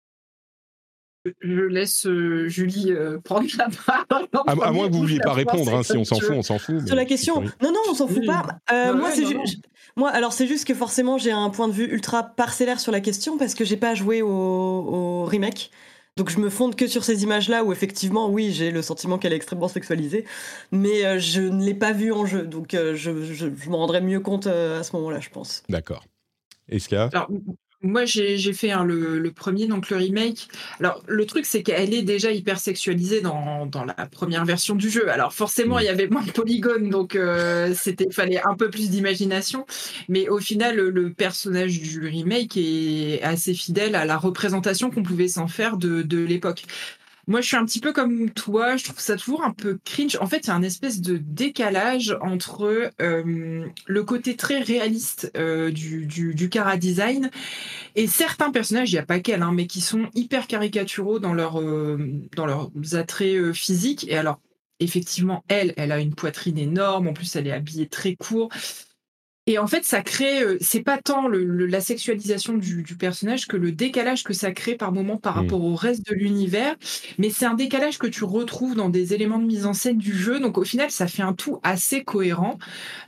S4: Je laisse euh, Julie euh, prendre la parole.
S3: À, à moins que vous ne vouliez pas répondre, hein, si on s'en fout, on s'en fout.
S5: Sur la question, non, non, on s'en fout pas. Euh, ouais, moi, ouais, c'est ju- moi, alors c'est juste que forcément, j'ai un point de vue ultra parcellaire sur la question parce que j'ai pas joué au, au remake. Donc je me fonde que sur ces images-là où effectivement, oui, j'ai le sentiment qu'elle est extrêmement sexualisée, mais euh, je ne l'ai pas vue en jeu, donc euh, je, je, je m'en rendrai mieux compte euh, à ce moment-là, je pense.
S3: D'accord. Est-ce qu'il y a...
S4: Alors, Moi, j'ai, j'ai fait hein, le, le premier, donc le remake. Alors, le truc, c'est qu'elle est déjà hyper sexualisée dans, dans la première version du jeu. Alors, forcément,
S3: Mm.
S4: il y avait moins de polygones, donc euh, c'était fallait un peu plus d'imagination. Mais au final, le, le personnage du remake est assez fidèle à la représentation qu'on pouvait s'en faire de, de l'époque. Moi, je suis un petit peu comme toi, je trouve ça toujours un peu cringe. En fait, il y a un espèce de décalage entre euh, le côté très réaliste euh, du, du, du chara-design et certains personnages, il n'y a pas qu'elle, hein, mais qui sont hyper caricaturaux dans, leur, euh, dans leurs attraits euh, physiques. Et alors, effectivement, elle, elle a une poitrine énorme, en plus, elle est habillée très court. Et en fait, ça crée, euh, c'est pas tant le, le- la sexualisation du, du personnage que le décalage que ça crée par moment par
S3: Mm.
S4: rapport au reste de l'univers. Mais c'est un décalage que tu retrouves dans des éléments de mise en scène du jeu. Donc au final, ça fait un tout assez cohérent.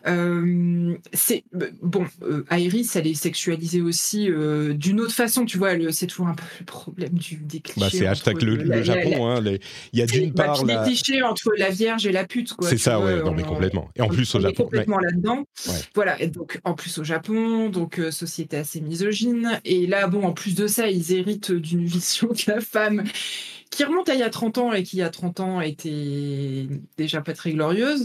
S4: Euh, c'est bon, euh, Iris, elle est sexualisée aussi euh, d'une autre façon. Tu vois, le- c'est toujours un peu le problème du, des clichés.
S3: Bah, c'est
S4: entre
S3: hashtag le,
S4: la-
S3: le
S4: la-
S3: Japon.
S4: la-
S3: Hein, les- Il y a d'une
S4: bah,
S3: part
S4: puis les
S3: la...
S4: clichés entre la Vierge et la pute, quoi.
S3: C'est
S4: tu
S3: ça,
S4: vois,
S3: ouais, non mais
S4: on-
S3: complètement. Et en
S4: on-
S3: plus au
S4: on est
S3: Japon... mais-
S4: complètement là-dedans.
S3: Ouais.
S4: Voilà, et donc en plus au Japon, donc euh, société assez misogyne. Et là, bon, en plus de ça, ils héritent d'une vision de la femme qui remonte à il y a trente ans et qui, il y a trente ans, était déjà pas très glorieuse.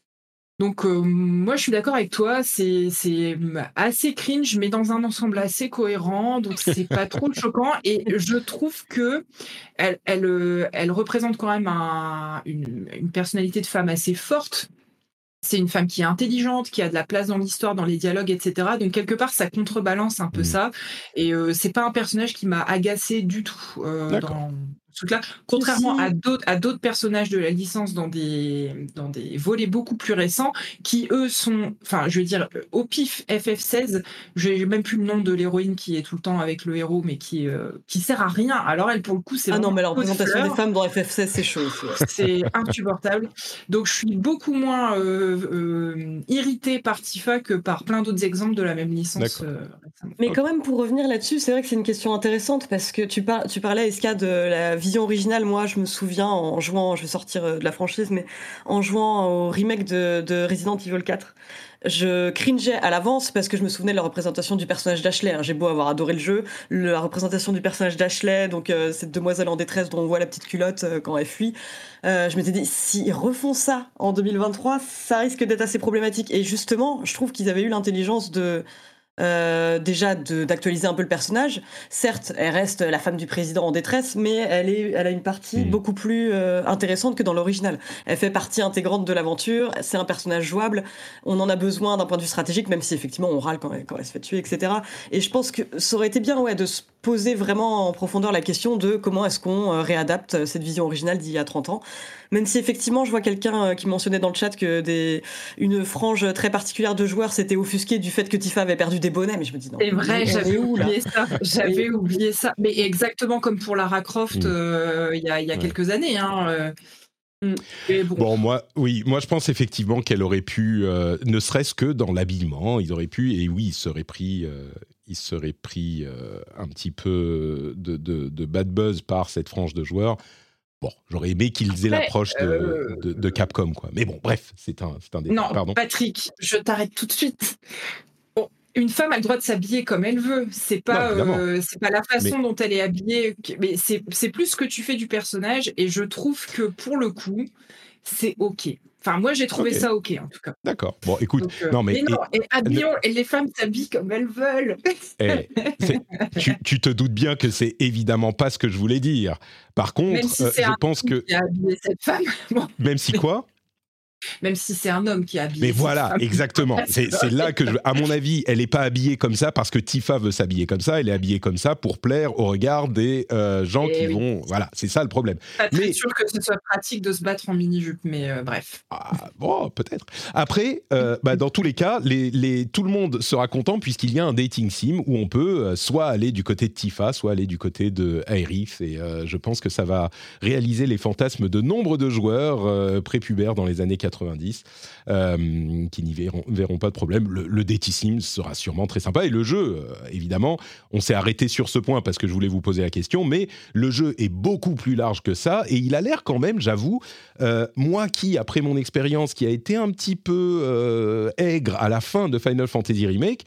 S4: Donc euh, moi, je suis d'accord avec toi, c'est, c'est assez cringe, mais dans un ensemble assez cohérent, donc c'est pas trop choquant. Et je trouve que elle, elle, euh, elle représente quand même un- une, une personnalité de femme assez forte. C'est une femme qui est intelligente, qui a de la place dans l'histoire, dans les dialogues, et cetera. Donc quelque part, ça contrebalance un peu
S3: Mm.
S4: ça. Et euh, c'est pas un personnage qui m'a agacé du tout euh,
S3: D'accord.
S4: dans ce truc-là. Contrairement
S5: Si.
S4: à d'autres à d'autres personnages de la licence dans des dans des volets beaucoup plus récents, qui eux sont, enfin, je veux dire, au pif F F seize, j'ai même plus le nom de l'héroïne qui est tout le temps avec le héros, mais qui euh, qui sert à rien. Alors elle, pour le coup, c'est
S5: Ah non,
S4: vraiment
S5: mais la
S4: un pot de
S5: représentation
S4: fleurs.
S5: des femmes dans F F seize, c'est chaud aussi. Ouais.
S4: C'est insupportable. Donc je suis beaucoup moins euh, euh, irritée par Tifa que par plein d'autres exemples de la même licence.
S3: D'accord.
S4: euh, récemment.
S5: Mais quand même, pour revenir là-dessus, c'est vrai que c'est une question intéressante parce que tu, par- tu parlais, Eska, de la vision originale. Moi, je me souviens en jouant, je vais sortir euh, de la franchise, mais en jouant au remake de, de Resident Evil quatre, je cringeais à l'avance parce que je me souvenais de la représentation du personnage d'Ashley. Hein. J'ai beau avoir adoré le jeu, le- la représentation du personnage d'Ashley, donc euh, cette demoiselle en détresse dont on voit la petite culotte euh, quand elle fuit. Euh, je m'étais dit, s'ils refont ça en deux mille vingt-trois, ça risque d'être assez problématique. Et justement, je trouve qu'ils avaient eu l'intelligence de euh, déjà de, d'actualiser un peu le personnage. Certes, elle reste la femme du président en détresse, mais elle, est, elle a une partie
S3: Mmh.
S5: beaucoup plus euh, intéressante que dans l'original. Elle fait partie intégrante de l'aventure, c'est un personnage jouable, on en a besoin d'un point de vue stratégique, même si effectivement on râle quand elle, quand elle se fait tuer, et cetera. Et je pense que ça aurait été bien ouais, de se poser vraiment en profondeur la question de comment est-ce qu'on euh, réadapte cette vision originale d'il y a trente ans. Même si effectivement je vois quelqu'un euh, qui mentionnait dans le chat que des, une frange très particulière de joueurs s'était offusquée du fait que Tifa avait perdu des bonnets, mais je me dis non.
S4: C'est vrai,
S5: on
S4: j'avais
S5: est où, là
S4: oublié ça. J'avais oublié ça. Mais exactement comme pour Lara Croft
S3: Mm.
S4: euh, il y a, il y a
S3: Ouais.
S4: quelques années. Hein, euh. Mm. Et bon.
S3: Bon, moi, oui, moi je pense effectivement qu'elle aurait pu, euh, ne serait-ce que dans l'habillement, ils auraient pu, et oui, ils seraient pris, euh, ils seraient pris euh, un petit peu de, de, de bad buzz par cette frange de joueurs. Bon, j'aurais aimé qu'ils aient
S4: Après,
S3: l'approche de,
S4: euh,
S3: de, de Capcom, quoi. Mais bon, bref, c'est un, c'est un détail.
S4: Non,
S3: Pardon.
S4: Patrick, je t'arrête tout de suite. Bon, une femme a le droit de s'habiller comme elle veut. C'est pas,
S3: Non, évidemment.
S4: euh, c'est pas la façon dont elle est habillée. qui- Mais c'est, c'est plus ce que tu fais du personnage. Et je trouve que pour le coup, c'est ok. Enfin, moi, j'ai trouvé
S3: Ok.
S4: ça ok en tout cas.
S3: D'accord. Bon, écoute,
S4: Donc, euh,
S3: non mais,
S4: mais non, et habillons, et les femmes s'habillent comme elles veulent.
S3: eh, c'est- tu, tu te doutes bien que c'est évidemment pas ce que je voulais dire. Par contre,
S4: Même si
S3: euh,
S4: c'est
S3: je
S4: un
S3: pense
S4: homme
S3: que
S4: qui a habillé cette femme. Bon,
S3: même si quoi.
S4: même si c'est un homme qui a habillé
S3: Mais
S4: cette
S3: voilà,
S4: femme.
S3: exactement. C'est, c'est là que, je, à mon avis, elle n'est pas habillée comme ça parce que Tifa veut s'habiller comme ça. Elle est habillée comme ça pour plaire au regard des euh, gens
S4: Eh
S3: qui
S4: oui.
S3: vont. Voilà, c'est ça le problème.
S4: Pas très
S3: Mais-
S4: sûr que ce soit pratique de se battre en mini-jupe, mais euh, bref.
S3: Ah, bon, peut-être. Après, euh, bah, dans tous les cas, les, les, tout le monde sera content puisqu'il y a un dating sim où on peut euh, soit aller du côté de Tifa, soit aller du côté de Aerith. Et euh, je pense que ça va réaliser les fantasmes de nombre de joueurs euh, prépubères dans les années quatre-vingt-dix. Euh, qui n'y verront, verront pas de problème. Le, le dating sim sera sûrement très sympa. Et le jeu, euh, évidemment, on s'est arrêté sur ce point parce que je voulais vous poser la question, mais le jeu est beaucoup plus large que ça et il a l'air quand même, j'avoue, euh, moi qui, après mon expérience qui a été un petit peu euh, aigre à la fin de Final Fantasy Remake,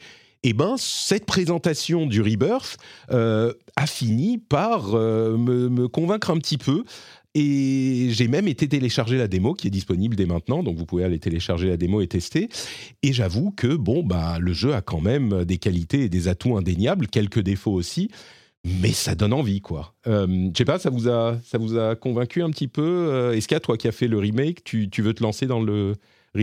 S3: Et ben cette présentation du Rebirth euh, a fini par euh, me, me convaincre un petit peu. Et j'ai même été télécharger la démo qui est disponible dès maintenant, donc vous pouvez aller télécharger la démo et tester. Et j'avoue que bon, bah, le jeu a quand même des qualités et des atouts indéniables, quelques défauts aussi, mais ça donne envie, quoi. Euh, je sais pas, ça vous a, ça vous a convaincu un petit peu ? Est-ce qu'à toi qui as fait le remake, tu, tu veux te lancer dans le Rebirth ?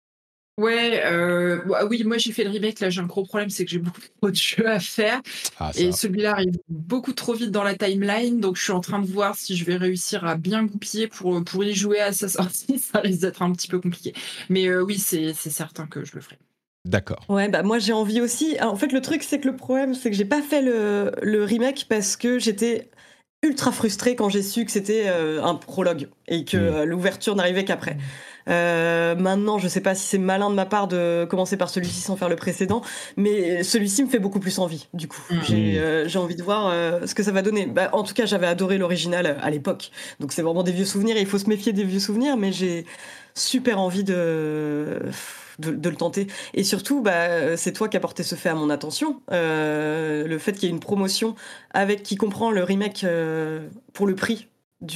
S4: Ouais, euh, bah oui, moi j'ai fait le remake, là j'ai un gros problème, c'est que j'ai beaucoup trop de jeux à faire.
S3: Ah, ça.
S4: Et celui-là arrive beaucoup trop vite dans la timeline, donc je suis en train de voir si je vais réussir à bien goupiller pour, pour y jouer à sa sortie. Ça risque d'être un petit peu compliqué. Mais euh, oui, c'est, c'est certain que je le ferai.
S3: D'accord.
S5: Ouais, bah moi j'ai envie aussi. En fait, le truc, c'est que le problème, c'est que j'ai pas fait le, le remake parce que j'étais ultra frustrée quand j'ai su que c'était euh, un prologue et que
S3: Mmh.
S5: euh, l'ouverture n'arrivait qu'après. Euh, maintenant, je sais pas si c'est malin de ma part de commencer par celui-ci sans faire le précédent, mais celui-ci me fait beaucoup plus envie, du coup.
S4: Mmh.
S5: J'ai, euh, j'ai envie de voir euh, ce que ça va donner. Bah, en tout cas, j'avais adoré l'original à l'époque, donc c'est vraiment des vieux souvenirs, et il faut se méfier des vieux souvenirs, mais j'ai super envie de... De, de le tenter. Et surtout, bah, c'est toi qui as porté ce fait à mon attention. Euh, le fait qu'il y ait une promotion avec qui comprend le remake euh, pour le prix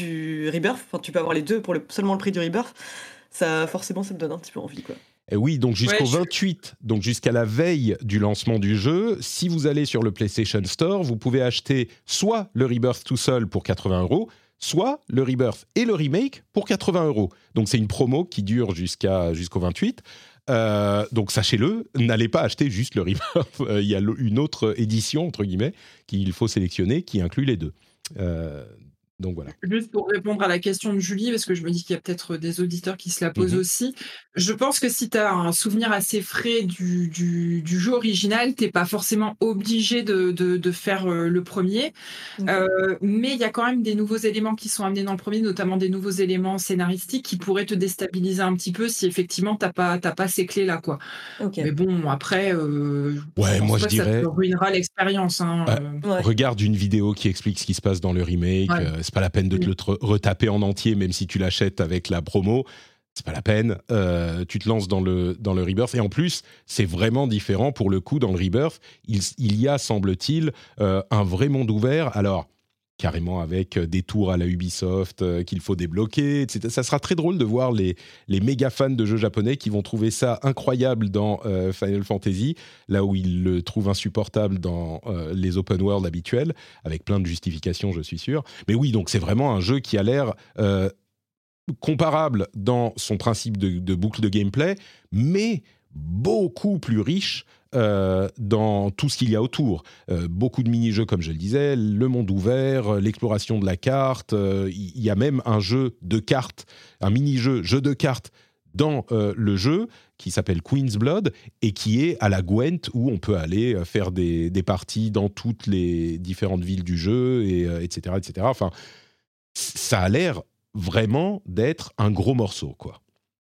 S5: du Rebirth. Enfin, tu peux avoir les deux pour le, seulement le prix du Rebirth. Ça, forcément, ça me donne un petit peu envie, quoi.
S3: Et oui, donc jusqu'au
S4: Ouais, je-
S3: vingt-huit, donc jusqu'à la veille du lancement du jeu, si vous allez sur le PlayStation Store, vous pouvez acheter soit le Rebirth tout seul pour quatre-vingts euros, soit le Rebirth et le remake pour quatre-vingts euros. Donc c'est une promo qui dure jusqu'à, jusqu'au vingt-huit. Euh, donc sachez-le, n'allez pas acheter juste le Rebirth. Il y a une autre édition, entre guillemets, qu'il faut sélectionner, qui inclut les deux. Euh, donc voilà.
S4: Juste pour répondre à la question de Julie, parce que je me dis qu'il y a peut-être des auditeurs qui se la posent
S3: Mhm.
S4: aussi, je pense que si tu as un souvenir assez frais du, du, du jeu original, tu n'es pas forcément obligé de, de, de faire euh, le premier.
S5: Ok.
S4: Euh, mais il y a quand même des nouveaux éléments qui sont amenés dans le premier, notamment des nouveaux éléments scénaristiques qui pourraient te déstabiliser un petit peu si effectivement tu n'as pas, t'as pas ces clés-là, quoi.
S5: Ok.
S4: Mais bon, après, euh,
S3: Ouais,
S4: je pense
S3: moi,
S4: pas
S3: je
S4: que ça
S3: dirais-
S4: te ruinera l'expérience. Hein,
S3: Ah,
S4: euh.
S5: Ouais.
S3: Regarde une vidéo qui explique ce qui se passe dans le remake.
S4: Ouais.
S3: Euh, c'est pas la peine de te
S4: Oui.
S3: le tr- retaper en entier, même si tu l'achètes avec la promo. C'est pas la peine. Euh, tu te lances dans le, dans le Rebirth. Et en plus, c'est vraiment différent. Pour le coup, dans le Rebirth, il, il y a, semble-t-il, euh, un vrai monde ouvert. Alors, carrément avec des tours à la Ubisoft euh, qu'il faut débloquer, et cetera. Ça sera très drôle de voir les, les méga fans de jeux japonais qui vont trouver ça incroyable dans euh, Final Fantasy, là où ils le trouvent insupportable dans euh, les open world habituels, avec plein de justifications, je suis sûr. Mais oui, donc c'est vraiment un jeu qui a l'air euh, comparable dans son principe de, de boucle de gameplay, mais beaucoup plus riche euh, dans tout ce qu'il y a autour. Euh, beaucoup de mini-jeux, comme je le disais, le monde ouvert, euh, l'exploration de la carte. Euh, il y a même un jeu de cartes, un mini-jeu, jeu de cartes dans euh, le jeu qui s'appelle Queen's Blood et qui est à la Gwent où on peut aller euh, faire des, des parties dans toutes les différentes villes du jeu, et, euh, et cetera, et cetera. Enfin, ça a l'air vraiment d'être un gros morceau, quoi.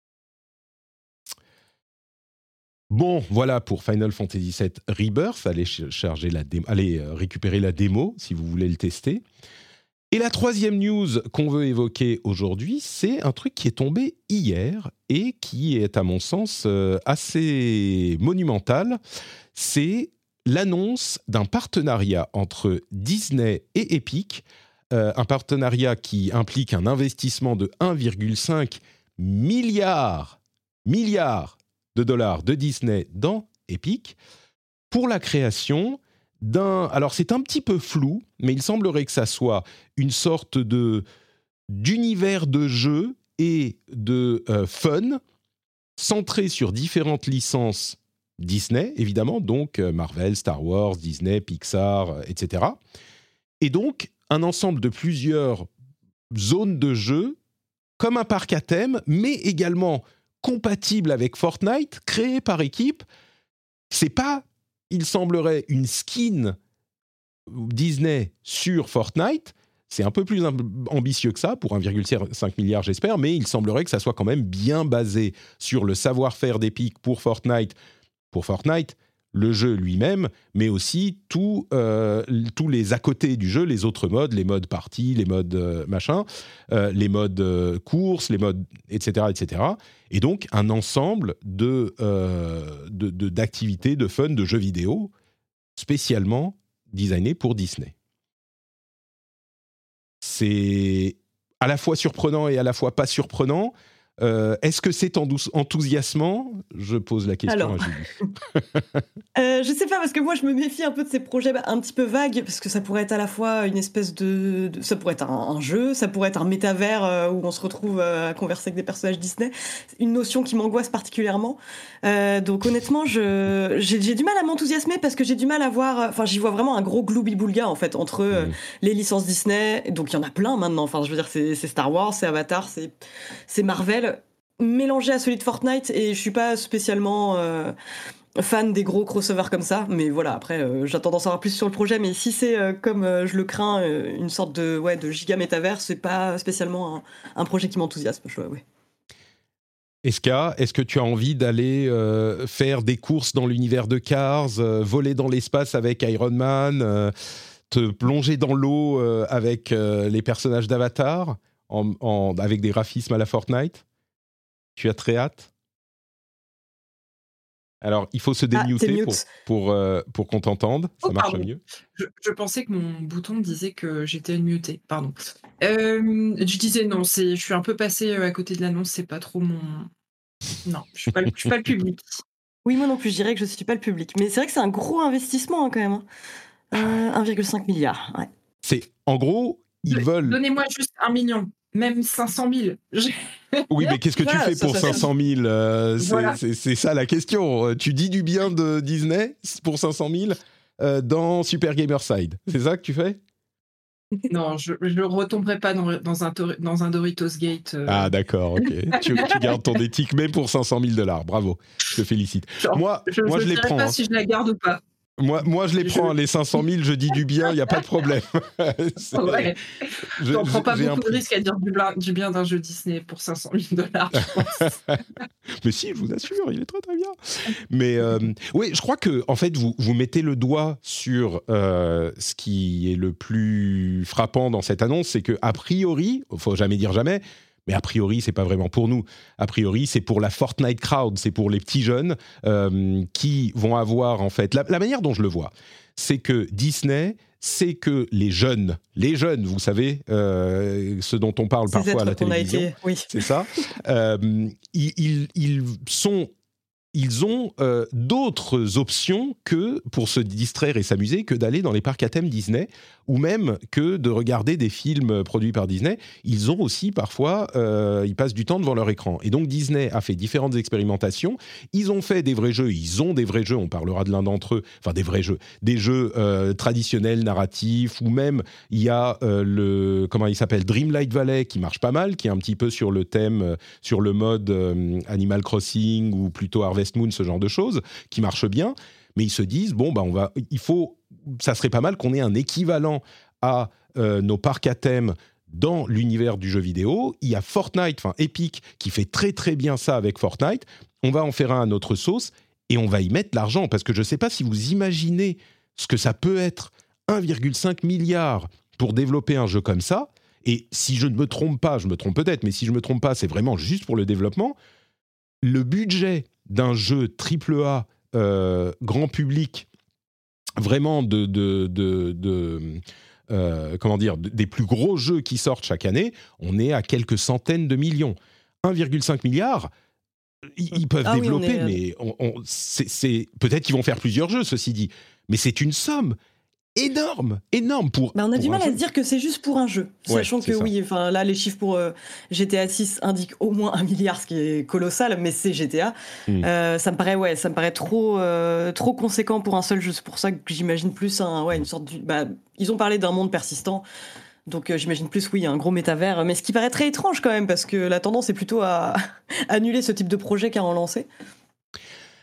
S3: Bon, voilà pour Final Fantasy sept Rebirth. Allez, ch- charger la dé- Allez euh, récupérer la démo si vous voulez le tester. Et la troisième news qu'on veut évoquer aujourd'hui, c'est un truc qui est tombé hier et qui est, à mon sens, euh, assez monumental. C'est l'annonce d'un partenariat entre Disney et Epic, euh, un partenariat qui implique un investissement de un virgule cinq milliard, milliard de dollars de Disney dans Epic pour la création d'un... Alors, c'est un petit peu flou, mais il semblerait que ça soit une sorte de, d'univers de jeu et de euh, fun centré sur différentes licences Disney, évidemment, donc euh, Marvel, Star Wars, Disney, Pixar, euh, et cetera. Et donc, un ensemble de plusieurs zones de jeu, comme un parc à thème, mais également compatible avec Fortnite, créé par équipe. C'est pas, il semblerait, une skin Disney sur Fortnite. C'est un peu plus ambitieux que ça, pour un virgule cinq milliard, j'espère, mais il semblerait que ça soit quand même bien basé sur le savoir-faire d'Epic pour Fortnite. Pour Fortnite, le jeu lui-même, mais aussi tout, euh, tous les à côté du jeu, les autres modes, les modes partie, les modes euh, machin, euh, les modes euh, course, les modes, et cetera, et cetera. Et donc, un ensemble de, euh, de, de, d'activités, de fun, de jeux vidéo, spécialement designés pour Disney. C'est à la fois surprenant et à la fois pas surprenant. Euh, est-ce que c'est endou- enthousiasmant ? Je pose la question
S5: Alors,
S3: à Julie.
S5: euh, je sais pas, parce que moi je me méfie un peu de ces projets bah, un petit peu vagues, parce que ça pourrait être à la fois une espèce de... de ça pourrait être un, un jeu, ça pourrait être un métavers euh, où on se retrouve euh, à converser avec des personnages Disney, une notion qui m'angoisse particulièrement. Euh, donc honnêtement, je, j'ai, j'ai du mal à m'enthousiasmer, parce que j'ai du mal à voir... Enfin, j'y vois vraiment un gros gloubi-boulga, en fait, entre euh, mmh. les licences Disney, donc il y en a plein maintenant, enfin je veux dire, c'est, c'est Star Wars, c'est Avatar, c'est, c'est Marvel... mélangé à celui de Fortnite, et je suis pas spécialement euh, fan des gros crossovers comme ça, mais voilà, après euh, j'ai tendance à avoir plus sur le projet, mais si c'est euh, comme euh, je le crains, euh, une sorte de, ouais, de giga métavers, c'est pas spécialement un, un projet qui m'enthousiasme. Je, ouais.
S3: Eska, est-ce que tu as envie d'aller euh, faire des courses dans l'univers de Cars, euh, voler dans l'espace avec Iron Man, euh, te plonger dans l'eau euh, avec euh, les personnages d'Avatar, en, en, avec des graphismes à la Fortnite ? Tu as très hâte ? Alors, il faut se démuter ah, pour, pour, euh, pour qu'on t'entende. Ça
S4: oh,
S3: marche
S4: pardon.
S3: mieux.
S4: Je, je pensais que mon bouton disait que j'étais mutée. Pardon. Euh, je disais non, c'est, je suis un peu passée à côté de l'annonce. C'est pas trop mon... Non, je suis pas, je suis pas le public.
S5: Oui, moi non plus, je dirais que je suis pas le public. Mais c'est vrai que c'est un gros investissement hein, quand même. Euh, un virgule cinq milliard. Ouais.
S3: C'est, en gros, ils
S4: de,
S3: veulent...
S4: Donnez-moi juste un million. Même cinq cent mille.
S3: Oui, mais qu'est-ce que voilà, tu fais ça, pour ça, cinq cent mille euh, c'est, voilà. c'est, c'est ça la question. Tu dis du bien de Disney pour cinq cent mille euh, dans Super Gamerside. C'est ça que tu fais ?
S4: Non, je ne retomberai pas dans, dans, un, dans un Doritos Gate. Euh...
S3: Ah, d'accord, ok. tu, tu gardes ton éthique même pour cinq cent mille dollars. Bravo, je te félicite.
S4: Genre,
S3: moi,
S4: je,
S3: moi,
S4: je,
S3: je les prends.
S4: Je ne sais pas
S3: hein.
S4: si je la garde ou pas.
S3: Moi, moi, je les prends, je... les cinq cent mille, je dis du bien, il n'y a pas de problème.
S4: ouais. Je ne prends pas beaucoup de risques à dire du, bla... du bien d'un jeu Disney pour cinq cent mille dollars, je pense.
S3: Mais si, je vous assure, il est très très bien. Mais euh, oui, je crois que en fait, vous, vous mettez le doigt sur euh, ce qui est le plus frappant dans cette annonce, c'est qu'a priori, il ne faut jamais dire jamais, mais a priori, c'est pas vraiment pour nous. A priori, c'est pour la Fortnite crowd, c'est pour les petits jeunes euh, qui vont avoir, en fait... La, la manière dont je le vois, c'est que Disney, c'est que les jeunes, les jeunes, vous savez, euh, ce dont on parle
S5: Ces
S3: parfois à la télévision,
S5: été, oui.
S3: c'est ça, euh, ils, ils, ils sont... Ils ont euh, d'autres options que pour se distraire et s'amuser que d'aller dans les parcs à thème Disney ou même que de regarder des films produits par Disney. Ils ont aussi parfois, euh, ils passent du temps devant leur écran. Et donc Disney a fait différentes expérimentations. Ils ont fait des vrais jeux, ils ont des vrais jeux, on parlera de l'un d'entre eux, enfin des vrais jeux, des jeux euh, traditionnels, narratifs, ou même il y a euh, le, comment il s'appelle, Dreamlight Valley qui marche pas mal, qui est un petit peu sur le thème, euh, sur le mode euh, Animal Crossing ou plutôt Harvest Moon, ce genre de choses, qui marchent bien, mais ils se disent, bon, bah, on va, il faut, ça serait pas mal qu'on ait un équivalent à euh, nos parcs à thème dans l'univers du jeu vidéo. Il y a Fortnite, enfin Epic, qui fait très très bien ça avec Fortnite. On va en faire un à notre sauce et on va y mettre l'argent, parce que je ne sais pas si vous imaginez ce que ça peut être, un virgule cinq milliard pour développer un jeu comme ça. Et si je ne me trompe pas, je me trompe peut-être, mais si je ne me trompe pas, c'est vraiment juste pour le développement. Le budget d'un jeu triple A euh, grand public, vraiment de, de, de, de euh, comment dire, de, des plus gros jeux qui sortent chaque année, on est à quelques centaines de millions. un virgule cinq milliard, ils, ils peuvent ah développer, oui, on est... mais on, on, c'est, c'est, peut-être qu'ils vont faire plusieurs jeux, ceci dit. Mais c'est une somme énorme, énorme pour.
S5: Bah on a
S3: pour
S5: du mal
S3: jeu.
S5: à se dire que c'est juste pour un jeu,
S3: ouais,
S5: sachant que ça. oui, enfin là les chiffres pour euh, G T A six indiquent au moins un milliard, ce qui est colossal, mais c'est G T A. Mm. Euh, ça me paraît ouais, ça me paraît trop euh, trop conséquent pour un seul jeu. C'est pour ça que j'imagine plus un ouais une sorte de, bah ils ont parlé d'un monde persistant. Donc euh, j'imagine plus, oui, un gros métavers, mais ce qui paraît très étrange quand même, parce que la tendance est plutôt à annuler ce type de projet qu'à en lancer.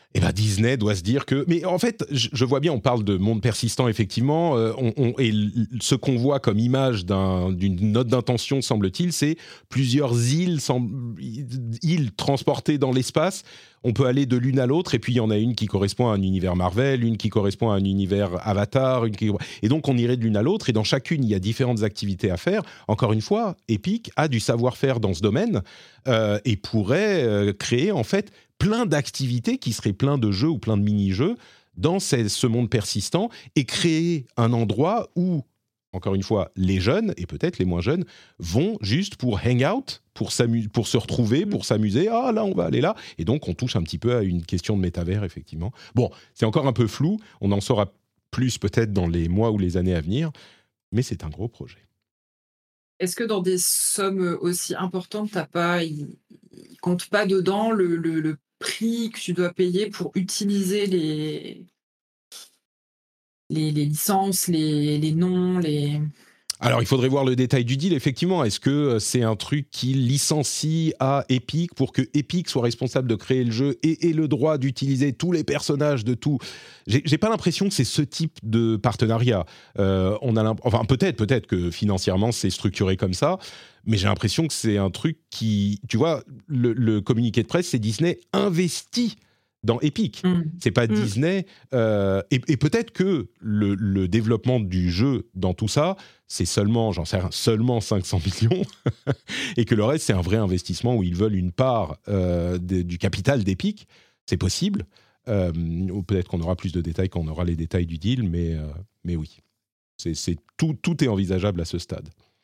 S3: Eh ben Disney doit se dire que... Mais en fait, je, je vois bien, on parle de monde persistant, effectivement, euh, on, on, et l- ce qu'on voit comme image d'un, d'une note d'intention, semble-t-il, c'est plusieurs îles, semble, îles transportées dans l'espace. On peut aller de l'une à l'autre, et puis il y en a une qui correspond à un univers Marvel, une qui correspond à un univers Avatar, une qui... et donc on irait de l'une à l'autre, et dans chacune, il y a différentes activités à faire. Encore une fois, Epic a du savoir-faire dans ce domaine, euh, et pourrait euh, créer, en fait, plein d'activités qui seraient plein de jeux ou plein de mini-jeux dans ce, ce monde persistant et créer un endroit où, encore une fois, les jeunes, et peut-être les moins jeunes, vont juste pour hang out, pour, s'amu- pour se retrouver, pour s'amuser. Ah, là, on va aller là. Et donc, on touche un petit peu à une question de métavers, effectivement. Bon, c'est encore un peu flou. On en saura plus peut-être dans les mois ou les années à venir. Mais c'est un gros projet.
S4: Est-ce que dans des sommes aussi importantes, t'as pas, il ne compte pas dedans le, le, le prix que tu dois payer pour utiliser les, les, les licences, les, les noms, les...
S3: Alors, il faudrait voir le détail du deal, effectivement. Est-ce que c'est un truc qui licencie à Epic pour que Epic soit responsable de créer le jeu et ait le droit d'utiliser tous les personnages de tout ? J'ai, j'ai pas l'impression que c'est ce type de partenariat. Euh, on a enfin, peut-être, peut-être que financièrement, c'est structuré comme ça, mais j'ai l'impression que c'est un truc qui... Tu vois, le, le communiqué de presse, c'est Disney investit dans Epic.
S4: Mmh.
S3: C'est pas
S4: Mmh.
S3: Disney... Euh, et, et peut-être que le, le développement du jeu dans tout ça, c'est seulement, j'en sais rien, seulement cinq cents millions, et que le reste, c'est un vrai investissement où ils veulent une part euh, de, du capital d'Epic. C'est possible. Euh, ou peut-être qu'on aura plus de détails quand on aura les détails du deal, mais, euh, mais oui. C'est, c'est, tout, tout est envisageable à ce stade.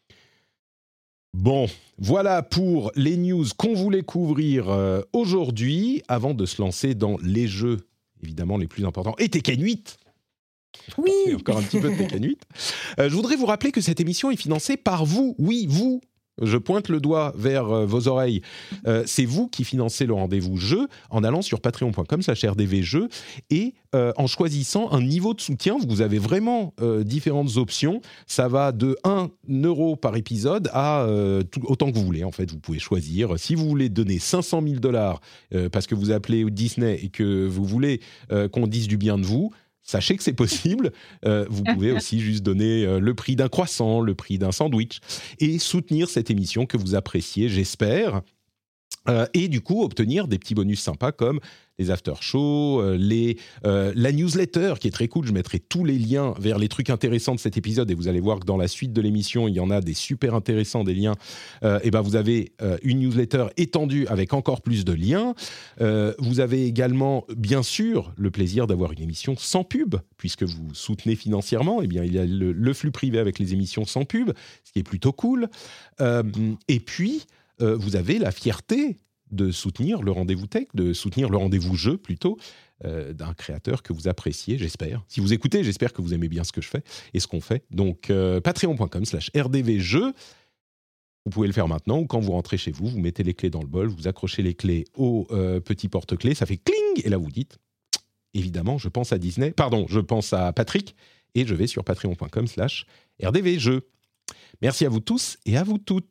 S3: Bon, voilà pour les news qu'on voulait couvrir euh, aujourd'hui, avant de se lancer dans les jeux, évidemment, les plus importants. Et Tekken huit.
S5: Oui.
S3: Encore un petit peu de Tekken huit. Euh, je voudrais vous rappeler que cette émission est financée par vous. Oui, vous. Je pointe le doigt vers euh, vos oreilles. Euh, c'est vous qui financez le rendez-vous jeu en allant sur patreon point com slash R D V jeux et euh, en choisissant un niveau de soutien. Vous avez vraiment euh, différentes options. Ça va de un euro par épisode à euh, tout, autant que vous voulez. En fait, vous pouvez choisir. Si vous voulez donner cinq cent mille dollars euh, parce que vous appelez Disney et que vous voulez euh, qu'on dise du bien de vous, sachez que c'est possible. Euh, vous pouvez aussi juste donner euh, le prix d'un croissant, le prix d'un sandwich et soutenir cette émission que vous appréciez, j'espère. Euh, et du coup, obtenir des petits bonus sympas comme les after-shows, euh, les, euh, la newsletter qui est très cool. Je mettrai tous les liens vers les trucs intéressants de cet épisode et vous allez voir que dans la suite de l'émission, il y en a des super intéressants, des liens. Euh, et ben vous avez euh, une newsletter étendue avec encore plus de liens. Euh, vous avez également, bien sûr, le plaisir d'avoir une émission sans pub, puisque vous soutenez financièrement. Eh bien, il y a le, le flux privé avec les émissions sans pub, ce qui est plutôt cool. Euh, et puis, euh, vous avez la fierté de soutenir le rendez-vous tech, de soutenir le rendez-vous jeu plutôt, euh, d'un créateur que vous appréciez, j'espère. Si vous écoutez, j'espère que vous aimez bien ce que je fais et ce qu'on fait. Donc, euh, patreon point com slash R D V jeux. Vous pouvez le faire maintenant ou quand vous rentrez chez vous, vous mettez les clés dans le bol, vous accrochez les clés au euh, petit porte-clés, ça fait cling, et là vous dites, évidemment, je pense à Disney, pardon, je pense à Patrick, et je vais sur patreon point com slash R D V jeux. Merci à vous tous et à vous toutes.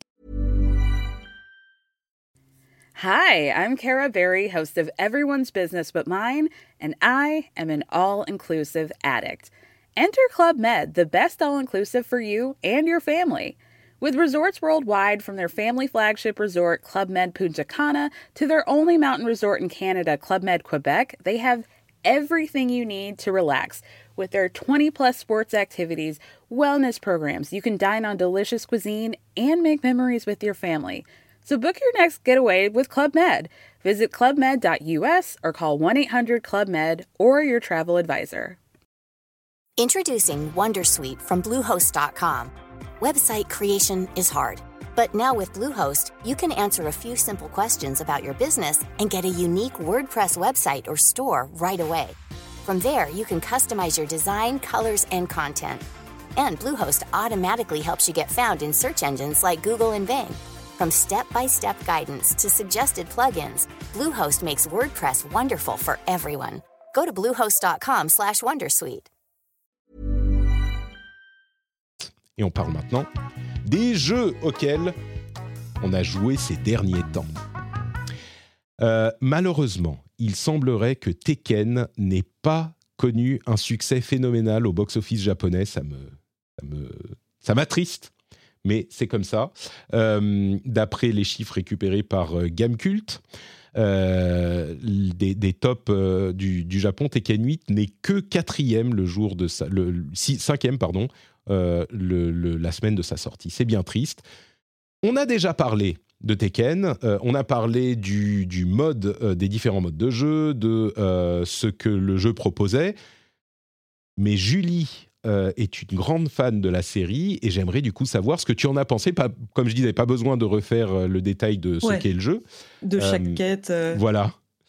S6: Hi, I'm Cara Berry, host of Everyone's Business But Mine, and I am an all-inclusive addict. Enter Club Med, the best all-inclusive for you and your family. With resorts worldwide, from their family flagship resort, Club Med Punta Cana, to their only mountain resort in Canada, Club Med Quebec, they have everything you need to relax. With their twenty-plus sports activities, wellness programs, you can dine on delicious cuisine and make memories with your family. So book your next getaway with Club Med. Visit club med dot U S or call one eight hundred club med or your travel advisor.
S7: Introducing Wondersuite from Bluehost dot com. Website creation is hard, but now with Bluehost, you can answer a few simple questions about your business and get a unique WordPress website or store right away. From there, you can customize your design, colors, and content. And Bluehost automatically helps you get found in search engines like Google and Bing. From step-by-step guidance to suggested plugins, Bluehost makes WordPress wonderful for everyone. Go to bluehost dot com slash wondersuite.
S3: Et on parle maintenant des jeux auxquels on a joué ces derniers temps. Euh, malheureusement, il semblerait que Tekken n'ait pas connu un succès phénoménal au box-office japonais. Ça me, ça me, ça m'attriste, mais c'est comme ça. Euh, d'après les chiffres récupérés par euh, Gamecult, euh, des, des tops euh, du, du Japon, Tekken huit n'est que quatrième le jour de sa, le, le six, cinquième pardon, euh, le, le, la semaine de sa sortie. C'est bien triste. On a déjà parlé de Tekken, euh, on a parlé du, du mode, euh, des différents modes de jeu, de euh, ce que le jeu proposait. Mais Julie euh, est une grande fan de la série et j'aimerais du coup savoir ce que tu en as pensé. Pas, comme je disais, pas besoin de refaire le détail de ce
S5: Ouais.
S3: qu'est le jeu.
S5: De chaque
S3: Euh,
S5: quête. euh.
S3: Voilà.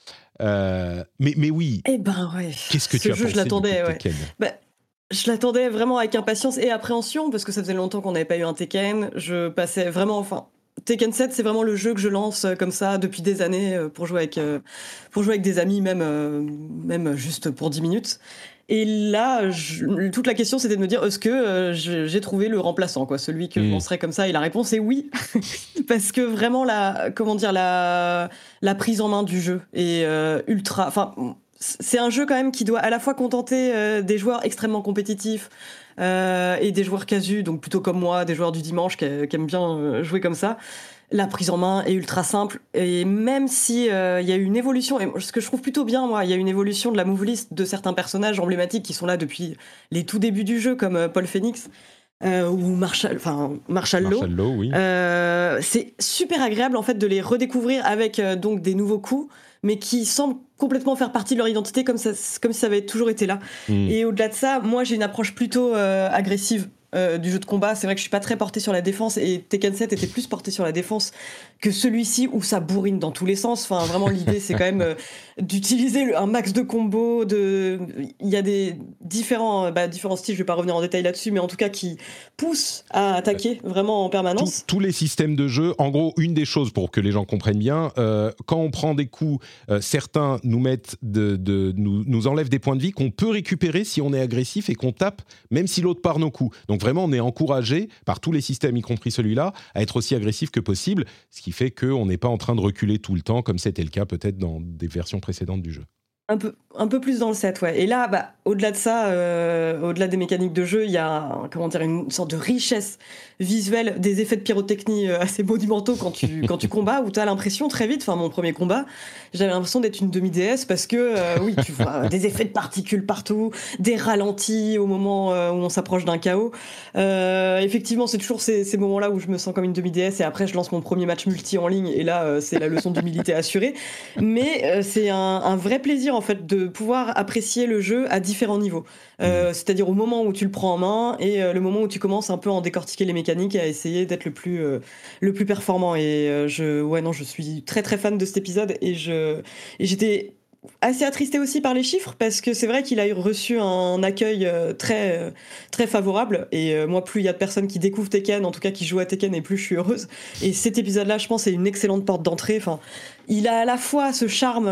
S3: Euh, mais, mais oui,
S5: Eh ben ouais.
S3: qu'est-ce que
S5: Ce
S3: tu as
S5: jeu,
S3: pensé
S5: je l'attendais,
S3: du coup de
S5: ouais.
S3: Tekken ?
S5: Bah, je l'attendais vraiment avec impatience et appréhension parce que ça faisait longtemps qu'on n'avait pas eu un Tekken. Je passais vraiment, enfin, Tekken sept, c'est vraiment le jeu que je lance euh, comme ça depuis des années euh, pour jouer avec, euh, pour jouer avec des amis, même, euh, même juste pour dix minutes. Et là, je- toute la question, c'était de me dire, est-ce que euh, je- j'ai trouvé le remplaçant, quoi, celui que je
S3: Mm.
S5: lancerais comme ça? Et la réponse est oui, parce que vraiment la, comment dire, la, la prise en main du jeu est euh, ultra. Enfin, c'est un jeu quand même qui doit à la fois contenter euh, des joueurs extrêmement compétitifs euh, et des joueurs casus, donc plutôt comme moi, des joueurs du dimanche qui, qui aiment bien euh, jouer comme ça. La prise en main est ultra simple et même si euh, il y a eu une évolution, et ce que je trouve plutôt bien, moi, il y a une évolution de la move list de certains personnages emblématiques qui sont là depuis les tout débuts du jeu, comme euh, Paul Phoenix euh, ou Marshall, enfin Marshall Law.
S3: Marshall Law, oui.
S5: Euh, c'est super agréable en fait de les redécouvrir avec euh, donc des nouveaux coups, mais qui semblent complètement faire partie de leur identité comme ça, comme si ça avait toujours été là.
S3: Mm.
S5: Et au-delà de ça, moi j'ai une approche plutôt euh, agressive euh, du jeu de combat. C'est vrai que je suis pas très portée sur la défense et Tekken sept était plus porté sur la défense que celui-ci où ça bourrine dans tous les sens. Enfin vraiment l'idée c'est quand même euh, d'utiliser le- un max de combos. De... Il y a des différents, bah, différents styles, je vais pas revenir en détail là-dessus, mais en tout cas qui poussent à attaquer vraiment en
S3: Tous-
S5: permanence.
S3: tous les systèmes de jeu, en gros, une des choses pour que les gens comprennent bien, euh, quand on prend des coups, euh, certains nous mettent de, de nous, nous enlèvent des points de vie qu'on peut récupérer si on est agressif et qu'on tape, même si l'autre part nos coups. Donc vraiment, on est encouragé par tous les systèmes, y compris celui-là, à être aussi agressif que possible, ce qui fait qu'on n'est pas en train de reculer tout le temps, comme c'était le cas peut-être dans des versions précédentes du jeu.
S5: Un peu, un peu plus dans le set, ouais. Et là, bah, au-delà de ça, euh, au-delà des mécaniques de jeu, il y a un- comment dire, une sorte de richesse visuelle, des effets de pyrotechnie euh, assez monumentaux quand tu, quand tu combats, où tu as l'impression très vite, enfin mon premier combat, j'avais l'impression d'être une demi-déesse parce que, euh, oui, tu vois des effets de particules partout, des ralentis au moment euh, où on s'approche d'un chaos. Euh, effectivement, c'est toujours ces, ces moments-là où je me sens comme une demi-déesse et après je lance mon premier match multi en ligne et là, euh, c'est la leçon d'humilité assurée. Mais euh, c'est un, un vrai plaisir en fait de pouvoir apprécier le jeu à différents niveaux. Euh, c'est-à-dire au moment où tu le prends en main et euh, le moment où tu commences un peu à en décortiquer les mécaniques et à essayer d'être le plus euh, le plus performant. Et euh, je ouais non, je suis très très fan de cet épisode et je et j'étais assez attristée aussi par les chiffres parce que c'est vrai qu'il a eu reçu un accueil euh, très euh, très favorable et euh, moi plus il y a de personnes qui découvrent Tekken, en tout cas qui jouent à Tekken, et plus je suis heureuse. Et cet épisode-là, je pense, est une excellente porte d'entrée. Enfin, il a à la fois ce charme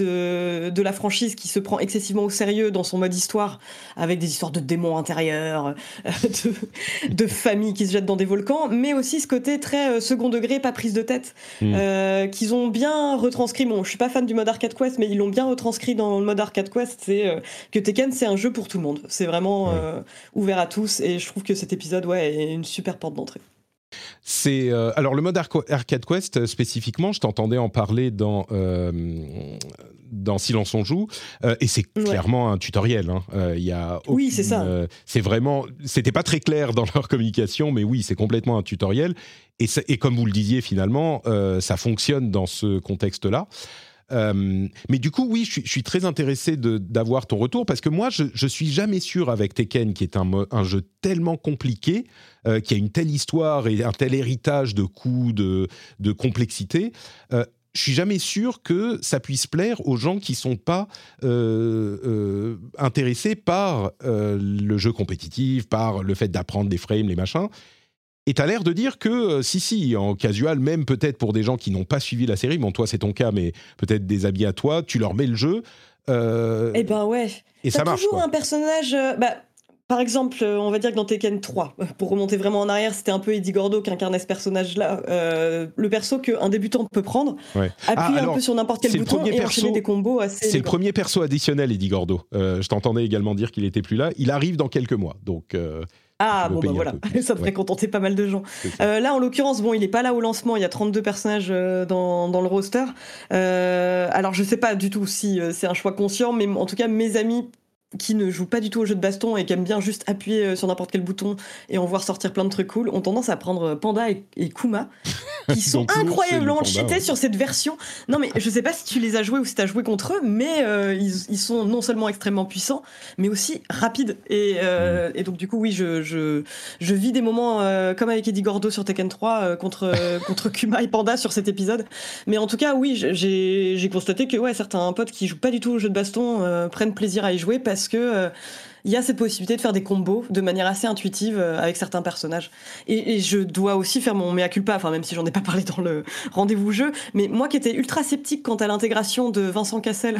S5: de de la franchise qui se prend excessivement au sérieux dans son mode histoire, avec des histoires de démons intérieurs, euh, de de familles qui se jettent dans des volcans, mais aussi ce côté très euh, second degré, pas prise de tête,
S3: Mm.
S5: euh, qu'ils ont bien retranscrit. Bon, je suis pas fan du mode Arcade Quest, mais ils l'ont bien retranscrit dans le mode Arcade Quest. C'est euh, que Tekken, c'est un jeu pour tout le monde. C'est vraiment
S3: Ouais.
S5: euh, ouvert à tous, et je trouve que cet épisode, ouais, est une super porte d'entrée.
S3: C'est euh, alors le mode Arco- Arcade Quest euh, spécifiquement, je t'entendais en parler dans euh, dans Silence on joue, euh, et c'est
S5: Ouais.
S3: clairement un tutoriel. hein. Euh, Il y a
S5: Oui,
S3: aucune,
S5: c'est ça.
S3: euh, c'est vraiment, c'était pas très clair dans leur communication, mais oui, c'est complètement un tutoriel. Et, ça- et comme vous le disiez finalement, euh, ça fonctionne dans ce contexte-là. Euh, mais du coup, oui, je suis, je suis très intéressé de, d'avoir ton retour parce que moi, je, je suis jamais sûr avec Tekken, qui est un, mo- un jeu tellement compliqué, euh, qui a une telle histoire et un tel héritage de coups, de, de complexité. Euh, je suis jamais sûr que ça puisse plaire aux gens qui sont pas euh, euh, intéressés par euh, le jeu compétitif, par le fait d'apprendre des frames, les machins. Et t'as l'air de dire que, euh, si, si, en casual, même peut-être pour des gens qui n'ont pas suivi la série, bon, toi c'est ton cas, mais peut-être des amis à toi, tu leur mets le jeu, euh,
S5: Eh ben ouais.
S3: et
S5: T'as
S3: ça marche,
S5: toujours
S3: quoi.
S5: un personnage. euh, bah, par exemple, on va dire que dans Tekken trois, pour remonter vraiment en arrière, c'était un peu Eddie Gordo qui incarnait ce personnage-là. Euh, le perso qu'un débutant peut prendre,
S3: ouais.
S5: appuyer
S3: ah, alors,
S5: un peu sur n'importe quel bouton et
S3: perso,
S5: enchaîner des combos assez
S3: C'est
S5: élégants.
S3: le premier perso additionnel, Eddie Gordo. Euh, je t'entendais également dire qu'il n'était plus là. Il arrive dans quelques mois, donc... Euh...
S5: Ah bon bah voilà, ça devrait ouais. contenter pas mal de gens. Euh, là en l'occurrence, bon, il est pas là au lancement, il y a trente-deux personnages euh, dans, dans le roster. Euh, alors je sais pas du tout si euh, c'est un choix conscient, mais en tout cas mes amis qui ne jouent pas du tout au jeu de baston et qui aiment bien juste appuyer sur n'importe quel bouton et en voir sortir plein de trucs cool, ont tendance à prendre Panda et, et Kuma, qui sont incroyablement cheatés ouais. sur cette version. Non mais je sais pas si tu les as joués ou si tu as joué contre eux, mais euh, ils, ils sont non seulement extrêmement puissants, mais aussi rapides. Et, euh, mmh. et donc du coup, oui, je, je, je vis des moments euh, comme avec Eddie Gordo sur Tekken trois euh, contre, euh, contre Kuma et Panda sur cet épisode. Mais en tout cas, oui, j'ai, j'ai constaté que ouais, certains potes qui jouent pas du tout au jeu de baston euh, prennent plaisir à y jouer parce que euh, il y a cette possibilité de faire des combos de manière assez intuitive euh, avec certains personnages. Et, et je dois aussi faire mon mea culpa, enfin même si j'en ai pas parlé dans le rendez-vous jeu, mais moi qui étais ultra sceptique quant à l'intégration de Vincent Cassel,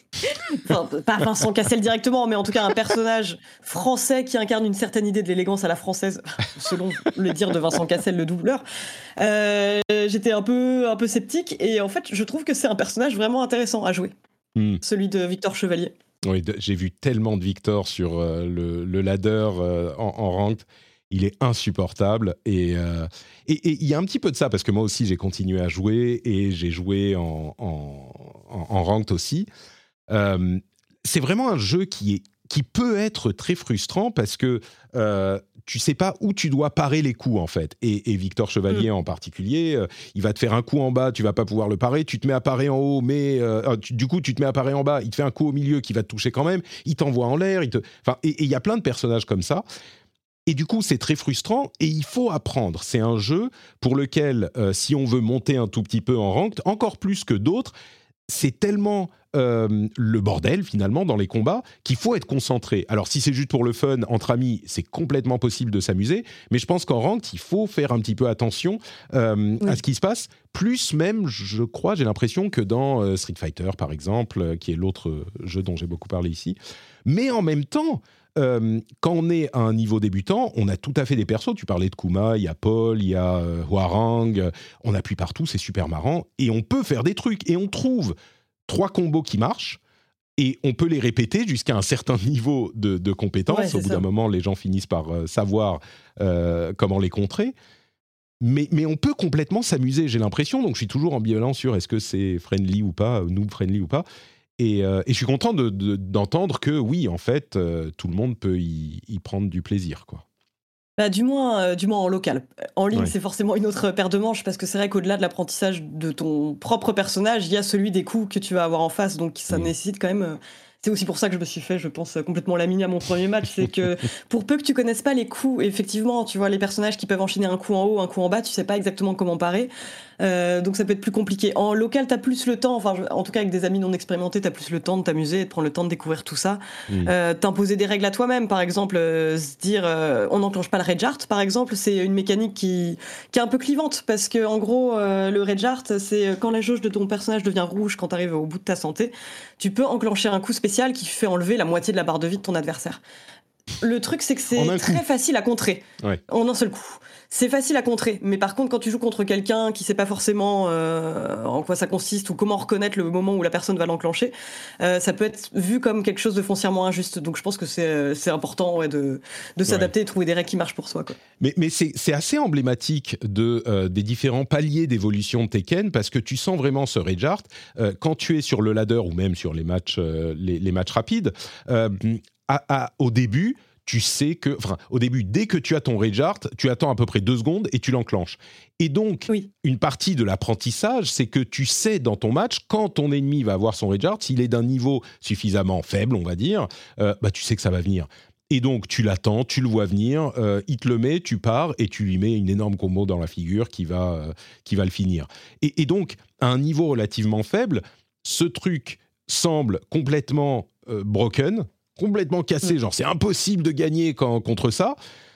S5: enfin pas Vincent Cassel directement, mais en tout cas un personnage français qui incarne une certaine idée de l'élégance à la française, selon le dire de Vincent Cassel, le doubleur. Euh, j'étais un peu, un peu sceptique et en fait je trouve que c'est un personnage vraiment intéressant à jouer, mmh. celui de Victor Chevalier.
S3: Oui, j'ai vu tellement de Victor sur euh, le, le ladder euh, en, en ranked. Il est insupportable. Et euh, il y a un petit peu de ça, parce que moi aussi, j'ai continué à jouer et j'ai joué en, en, en, en ranked aussi. Euh, c'est vraiment un jeu qui, est, qui peut être très frustrant parce que euh, tu sais pas où tu dois parer les coups, en fait. Et, et Victor Chevalier, mmh. en particulier, euh, il va te faire un coup en bas, tu vas pas pouvoir le parer, tu te mets à parer en haut, mais euh, tu, du coup, tu te mets à parer en bas, il te fait un coup au milieu qui va te toucher quand même, il t'envoie en l'air, il te... Enfin, et il y a plein de personnages comme ça. Et du coup, c'est très frustrant et il faut apprendre. C'est un jeu pour lequel, euh, si on veut monter un tout petit peu en ranked, encore plus que d'autres, c'est tellement euh, le bordel, finalement, dans les combats, qu'il faut être concentré. Alors, si c'est juste pour le fun, entre amis, c'est complètement possible de s'amuser, mais je pense qu'en ranked, il faut faire un petit peu attention euh, oui. à ce qui se passe, plus même, je crois, j'ai l'impression que dans euh, Street Fighter, par exemple, euh, qui est l'autre jeu dont j'ai beaucoup parlé ici. Mais en même temps, euh, quand on est à un niveau débutant, on a tout à fait des persos. Tu parlais de Kuma, il y a Paul, il y a euh, Hwoarang, euh, on appuie partout, c'est super marrant, et on peut faire des trucs, et on trouve trois combos qui marchent, et on peut les répéter jusqu'à un certain niveau de, de compétence. Ouais, Au bout ça. d'un moment, les gens finissent par euh, savoir euh, comment les contrer. Mais, mais on peut complètement s'amuser, j'ai l'impression. Donc, je suis toujours ambivalent sur est-ce que c'est friendly ou pas, noob friendly ou pas. Et, euh, et je suis content de, de, d'entendre que, oui, en fait, euh, tout le monde peut y, y prendre du plaisir, quoi.
S5: Bah, du moins, euh, du moins en local. En ligne, ouais. c'est forcément une autre paire de manches parce que c'est vrai qu'au-delà de l'apprentissage de ton propre personnage, il y a celui des coups que tu vas avoir en face, donc ça mmh. nécessite quand même... Euh, c'est aussi pour ça que je me suis fait, je pense, complètement la mine à mon premier match. C'est que pour peu que tu connaisses pas les coups, effectivement, tu vois, les personnages qui peuvent enchaîner un coup en haut, un coup en bas, tu sais pas exactement comment parer. Euh, donc ça peut être plus compliqué. En local, t'as plus le temps, enfin, en tout cas avec des amis non expérimentés, t'as plus le temps de t'amuser, de prendre le temps de découvrir tout ça. Mmh. Euh, t'imposer des règles à toi-même, par exemple, euh, se dire, euh, on n'enclenche pas le rage art, par exemple, c'est une mécanique qui, qui est un peu clivante, parce que en gros, euh, le rage art, c'est quand la jauge de ton personnage devient rouge quand t'arrives au bout de ta santé, tu peux enclencher un coup spécial qui fait enlever la moitié de la barre de vie de ton adversaire. Le truc, c'est que c'est très coup. facile à contrer, ouais. en un seul coup. C'est facile à contrer, mais par contre, quand tu joues contre quelqu'un qui sait pas forcément euh, en quoi ça consiste ou comment reconnaître le moment où la personne va l'enclencher, euh, ça peut être vu comme quelque chose de foncièrement injuste. Donc je pense que c'est, c'est important ouais, de, de s'adapter ouais. et trouver des règles qui marchent pour soi, quoi. Mais,
S3: mais c'est, c'est assez emblématique de, euh, des différents paliers d'évolution de Tekken, parce que tu sens vraiment ce rage art. Euh, quand tu es sur le ladder ou même sur les matchs, euh, les, les matchs rapides, euh, à, à, au début... tu sais que, enfin, au début, dès que tu as ton rage art, tu attends à peu près deux secondes et tu l'enclenches. Et donc, oui. une partie de l'apprentissage, c'est que tu sais dans ton match, quand ton ennemi va avoir son rage art, s'il est d'un niveau suffisamment faible, on va dire, euh, bah, tu sais que ça va venir. Et donc, tu l'attends, tu le vois venir, euh, il te le met, tu pars et tu lui mets une énorme combo dans la figure qui va, euh, qui va le finir. Et, et donc, à un niveau relativement faible, ce truc semble complètement euh, broken, complètement cassé, genre c'est impossible de gagner quand, contre ça.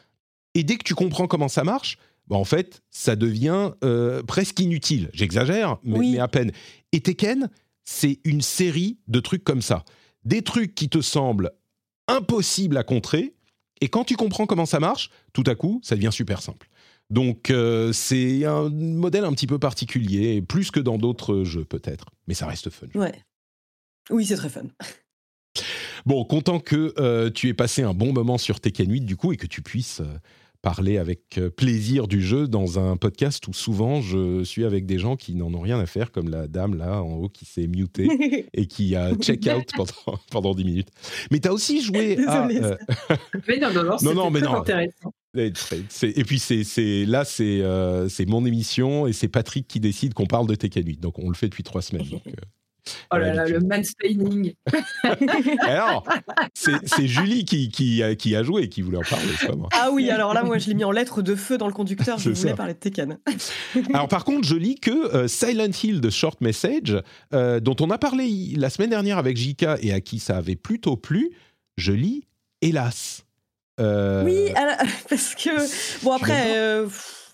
S3: Et dès que tu comprends comment ça marche, bah en fait, ça devient euh, presque inutile. J'exagère, mais, oui. mais à peine. Et Tekken, c'est une série de trucs comme ça. Des trucs qui te semblent impossibles à contrer, Et quand tu comprends comment ça marche, tout à coup, ça devient super simple. Donc, euh, c'est un modèle un petit peu particulier, plus que dans d'autres jeux peut-être, mais ça reste fun.
S5: Ouais. Oui, c'est très fun.
S3: Bon, content que euh, tu aies passé un bon moment sur Tekken huit, du coup, et que tu puisses euh, parler avec euh, plaisir du jeu dans un podcast où souvent je suis avec des gens qui n'en ont rien à faire, comme la dame là en haut qui s'est mutée et qui a check-out pendant, pendant dix minutes. Mais tu as aussi joué à...
S5: Désolée,
S3: Euh...
S4: Mais non, non, non,
S3: non, non, mais
S4: très
S3: non.
S4: intéressant.
S3: Et, c'est, et puis c'est, c'est, là, c'est, euh, c'est mon émission et c'est Patrick qui décide qu'on parle de Tekken huit. Donc on le fait depuis trois semaines. Donc, euh,
S4: oh là là, le mansplaining.
S3: Alors, c'est, c'est Julie qui, qui, a, qui a joué et qui voulait en parler, c'est pas moi.
S5: Ah oui, alors là, moi, je l'ai mis en lettres de feu dans le conducteur. Je
S3: C'est
S5: voulais
S3: ça.
S5: parler de Tekken.
S3: Alors par contre, je lis que euh, Silent Hill de Short Message, euh, dont on a parlé la semaine dernière avec J K et à qui ça avait plutôt plu, je lis hélas. Euh...
S5: Oui, alors, parce que bon après, euh,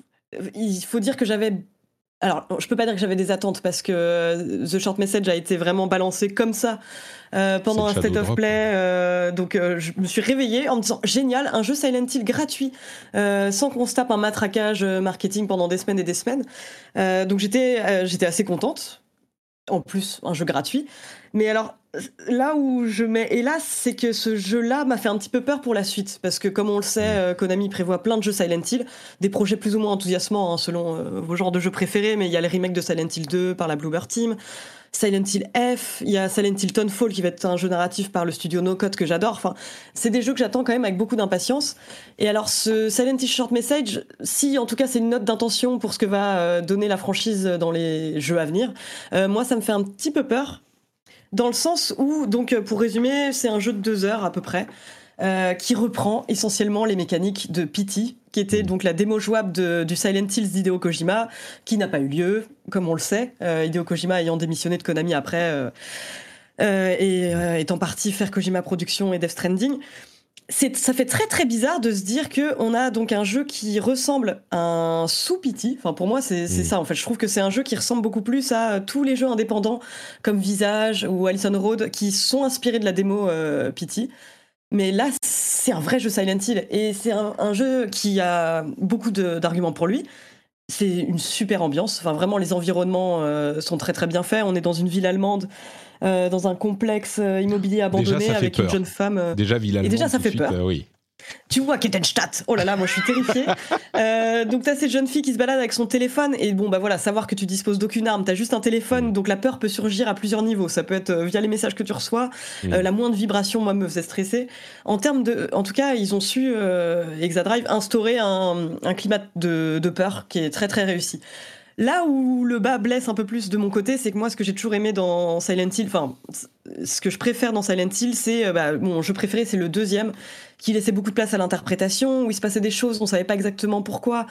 S5: il faut dire que j'avais. Alors, je peux pas dire que j'avais des attentes parce que The Short Message a été vraiment balancé comme ça euh, pendant un State of Play. Euh, donc, euh, je me suis réveillée en me disant génial, un jeu Silent Hill gratuit, euh, sans qu'on se tape un matraquage marketing pendant des semaines et des semaines. Euh, donc, j'étais, euh, j'étais assez contente. En plus, un jeu gratuit. Mais alors, là où je mets hélas, c'est que ce jeu-là m'a fait un petit peu peur pour la suite. Parce que, comme on le sait, euh, Konami prévoit plein de jeux Silent Hill, des projets plus ou moins enthousiasmants, hein, selon euh, vos genres de jeux préférés, mais il y a les remakes de Silent Hill deux par la Bloober Team, Silent Hill F, il y a Silent Hill Townfall qui va être un jeu narratif par le studio No Code que j'adore. Enfin, c'est des jeux que j'attends quand même avec beaucoup d'impatience. Et alors, ce Silent Hill Short Message, si en tout cas c'est une note d'intention pour ce que va euh, donner la franchise dans les jeux à venir, euh, moi ça me fait un petit peu peur. Dans le sens où, donc pour résumer, c'est un jeu de deux heures à peu près, euh, qui reprend essentiellement les mécaniques de P T, qui était donc la démo jouable de, du Silent Hills d'Hideo Kojima, qui n'a pas eu lieu, comme on le sait, euh, Hideo Kojima ayant démissionné de Konami après, euh, euh, et euh, étant parti faire Kojima Productions et Death Stranding. C'est, ça fait très très bizarre de se dire qu'on a donc un jeu qui ressemble à un sous-P T. Enfin, pour moi, c'est, c'est mmh. ça en fait. Je trouve que c'est un jeu qui ressemble beaucoup plus à tous les jeux indépendants comme Visage ou Allison Road qui sont inspirés de la démo euh, P T. Mais là, c'est un vrai jeu Silent Hill et c'est un, un jeu qui a beaucoup de, d'arguments pour lui. C'est une super ambiance. Enfin, vraiment, les environnements euh, sont très très bien faits. On est dans une ville allemande. Euh, dans un complexe euh, immobilier abandonné
S3: déjà,
S5: avec
S3: peur.
S5: une jeune femme. Euh...
S3: Déjà, ville allemande,
S5: et déjà, ça fait
S3: suite,
S5: peur.
S3: Euh, oui.
S5: Tu vois, Kettenstadt. Oh là là, moi je suis terrifiée. euh, donc t'as cette jeune fille qui se balade avec son téléphone et bon bah voilà, savoir que tu disposes d'aucune arme, t'as juste un téléphone, mmh. donc la peur peut surgir à plusieurs niveaux. Ça peut être euh, via les messages que tu reçois, mmh. euh, la moindre vibration moi me faisait stresser. En termes de, en tout cas, ils ont su euh, Exadrive instaurer un, un climat de, de peur qui est très très réussi. Là où le bas blesse un peu plus de mon côté, c'est que moi, ce que j'ai toujours aimé dans Silent Hill, enfin, ce que je préfère dans Silent Hill, c'est, bah, mon jeu préféré, c'est le deuxième, qui laissait beaucoup de place à l'interprétation, où il se passait des choses, on savait pas exactement pourquoi.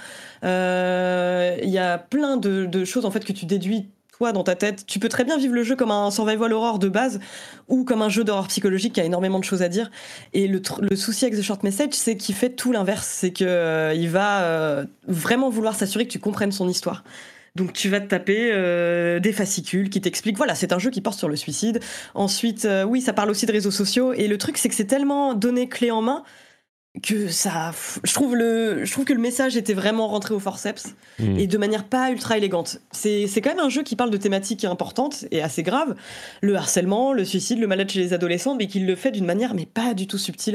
S5: Euh, il y a plein de, de choses, en fait, que tu déduis, toi, dans ta tête. Tu peux très bien vivre le jeu comme un survival horror de base, ou comme un jeu d'horreur psychologique qui a énormément de choses à dire. Et le, tr- le souci avec The Short Message, c'est qu'il fait tout l'inverse. C'est qu'il euh, va euh, vraiment vouloir s'assurer que tu comprennes son histoire. Donc tu vas te taper euh, des fascicules qui t'expliquent, voilà, c'est un jeu qui porte sur le suicide. Ensuite, euh, oui, ça parle aussi de réseaux sociaux. Et le truc, c'est que c'est tellement donné clé en main que ça, je trouve le, je trouve que le message était vraiment rentré au forceps mmh. et de manière pas ultra élégante. C'est, c'est quand même un jeu qui parle de thématiques importantes et assez graves, le harcèlement, le suicide, le mal-être chez les adolescents, mais qu'il le fait d'une manière mais pas du tout subtile.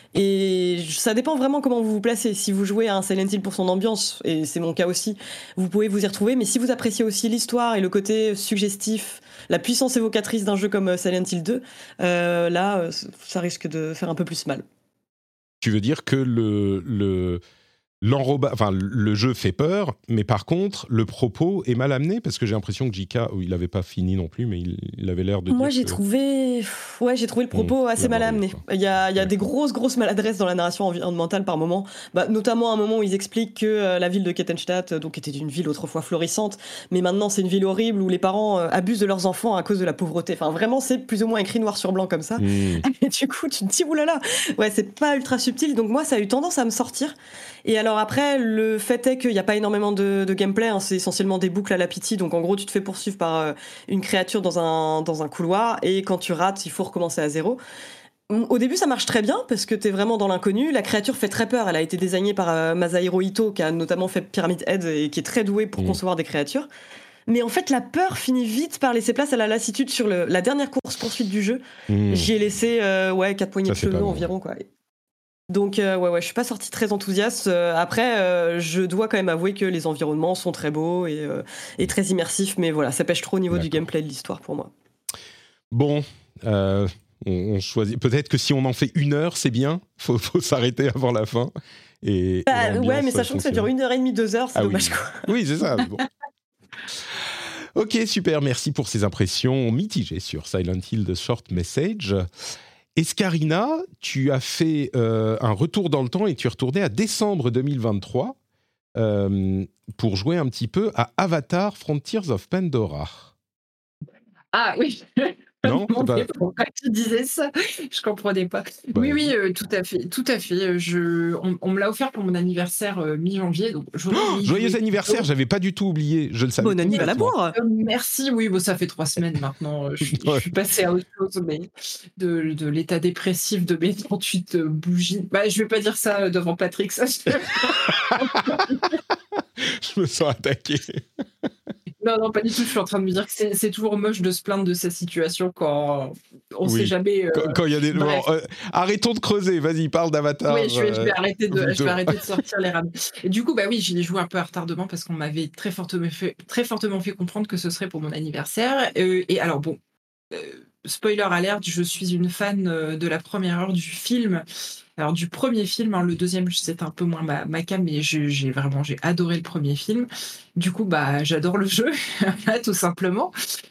S5: Et ça dépend vraiment comment vous vous placez. Si vous jouez à un Silent Hill pour son ambiance, et c'est mon cas aussi, vous pouvez vous y retrouver. Mais si vous appréciez aussi l'histoire et le côté suggestif, la puissance évocatrice d'un jeu comme Silent Hill deux, euh, là, ça risque de faire un peu plus mal.
S3: Tu veux dire que le, le, l'enroba, enfin, le jeu fait peur, mais par contre, le propos est mal amené, parce que j'ai l'impression que J K, il n'avait pas fini non plus, mais il, il avait l'air de
S5: Moi,
S3: dire
S5: j'ai
S3: que...
S5: trouvé... Ouais, j'ai trouvé le propos mmh, assez mal amené. Il y a, il y a des grosses, grosses maladresses dans la narration environnementale par moment, bah, notamment à un moment où ils expliquent que euh, la ville de Kettenstadt donc, était une ville autrefois florissante, mais maintenant c'est une ville horrible où les parents euh, abusent de leurs enfants à cause de la pauvreté. Enfin, vraiment, c'est plus ou moins écrit noir sur blanc comme ça. Mmh. Et du coup, tu te dis, oulala, ouais, c'est pas ultra subtil, donc moi, ça a eu tendance à me sortir. Et alors après, le fait est qu'il n'y a pas énormément de, de gameplay, hein, c'est essentiellement des boucles à la pitié, donc en gros, tu te fais poursuivre par euh, une créature dans un, dans un couloir, et quand tu rates, il faut recommencer à zéro. Au début, ça marche très bien parce que t'es vraiment dans l'inconnu. La créature fait très peur. Elle a été designée par euh, Masahiro Ito, qui a notamment fait Pyramid Head et qui est très doué pour mmh. concevoir des créatures. Mais en fait, la peur finit vite par laisser place à la lassitude sur le, la dernière course-poursuite du jeu. Mmh. J'y ai laissé euh, ouais, quatre poignées ça, de cheveux environ, quoi. Donc, euh, ouais, ouais, je suis pas sortie très enthousiaste. Euh, après, euh, je dois quand même avouer que les environnements sont très beaux et, euh, et très immersifs. Mais voilà, ça pêche trop au niveau D'accord. du gameplay de l'histoire pour moi.
S3: Bon... Euh... On, on choisit. Peut-être que si on en fait une heure, c'est bien. Faut, faut s'arrêter avant la fin. Et,
S5: bah,
S3: et
S5: ouais, mais sachant que ça dure une heure et demie, deux heures, c'est ah dommage
S3: oui.
S5: quoi.
S3: Oui, c'est ça. Bon. Ok, super. Merci pour ces impressions mitigées sur Silent Hill The Short Message. Escarina, tu as fait euh, un retour dans le temps et tu es retourné à décembre deux mille vingt-trois euh, pour jouer un petit peu à Avatar Frontiers of Pandora.
S4: Ah oui.
S3: Non,
S4: non
S3: bah...
S4: pourquoi tu disais ça? Je comprenais pas. Bah, oui, oui, euh, tout à fait, tout à fait. Je, on, on me l'a offert pour mon anniversaire euh, mi-janvier, donc
S3: oh, joyeux anniversaire. J'avais pas du tout oublié. Je le savais.
S5: Bon anniversaire à la boire.
S4: Euh, merci. Oui, bon, ça fait trois semaines maintenant. Je, ouais. je suis passée à autre chose, mais de, de l'état dépressif de mes trente-huit bougies. Bah, je vais pas dire ça devant Patrick. Ça. Je,
S3: je me sens attaqué.
S4: Non, non, pas du tout. Je suis en train de me dire que c'est, c'est toujours moche de se plaindre de sa situation quand on ne oui. sait jamais. Euh...
S3: Quand il y a des. Bon, euh, arrêtons de creuser. Vas-y, parle d'Avatar.
S4: Oui, je vais, je vais, arrêter, de, je vais arrêter de sortir les rames. Et du coup, bah oui, j'y ai joué un peu à retardement parce qu'on m'avait très fortement fait, très fortement fait comprendre que ce serait pour mon anniversaire. Euh, et alors, bon, euh, spoiler alert, je suis une fan de la première heure du film. Alors du premier film, hein, le deuxième c'est un peu moins ma, ma cam, mais j'ai, j'ai vraiment j'ai adoré le premier film. Du coup, bah j'adore le jeu, là, tout simplement.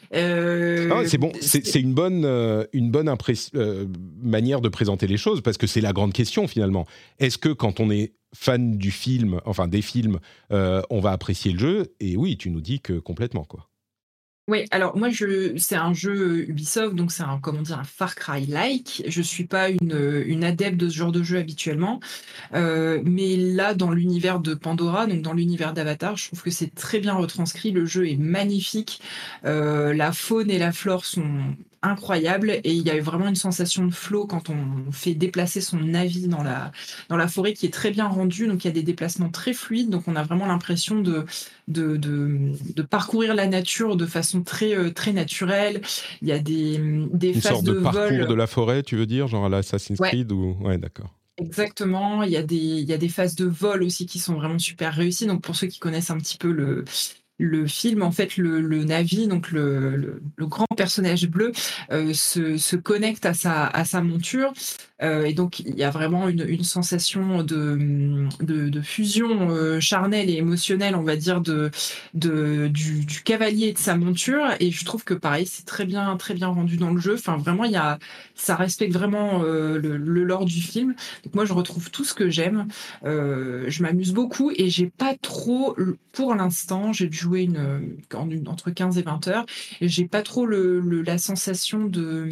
S4: Euh,
S3: ah ouais, c'est bon, c'est, c'est une bonne, euh, une bonne impress- euh, manière de présenter les choses parce que c'est la grande question finalement. Est-ce que quand on est fan du film, enfin des films, euh, on va apprécier le jeu? Et oui, tu nous dis que complètement quoi.
S4: Oui, alors moi, je, c'est un jeu Ubisoft, donc c'est un, comment dire, un Far Cry-like. Je suis pas une, une adepte de ce genre de jeu habituellement, euh, mais là, dans l'univers de Pandora, donc dans l'univers d'Avatar, je trouve que c'est très bien retranscrit. Le jeu est magnifique, euh, la faune et la flore sont incroyables et il y a vraiment une sensation de flow quand on fait déplacer son navire dans la dans la forêt qui est très bien rendue. Donc il y a des déplacements très fluides, donc on a vraiment l'impression de de de, de parcourir la nature de façon très très naturelle. Il y a des des
S3: une
S4: phases
S3: sorte de,
S4: de
S3: parcours
S4: vol.
S3: de la forêt, tu veux dire, genre à l'Assassin's
S4: ouais.
S3: Creed ou ouais, d'accord.
S4: Exactement, il y a des il y a des phases de vol aussi qui sont vraiment super réussies. Donc pour ceux qui connaissent un petit peu le le film, en fait, le, le Navi, donc le, le, le grand personnage bleu, euh, se, se connecte à sa, à sa monture. Euh, et donc, il y a vraiment une, une sensation de, de, de fusion euh, charnelle et émotionnelle, on va dire, de, de, du, du cavalier et de sa monture. Et je trouve que, pareil, c'est très bien, très bien rendu dans le jeu. Enfin, vraiment, il y a, ça respecte vraiment euh, le, le lore du film. Donc, moi, je retrouve tout ce que j'aime. Euh, je m'amuse beaucoup et j'ai pas trop, pour l'instant, j'ai dû jouer une, une, entre quinze et vingt heures et j'ai pas trop le, le, la sensation de,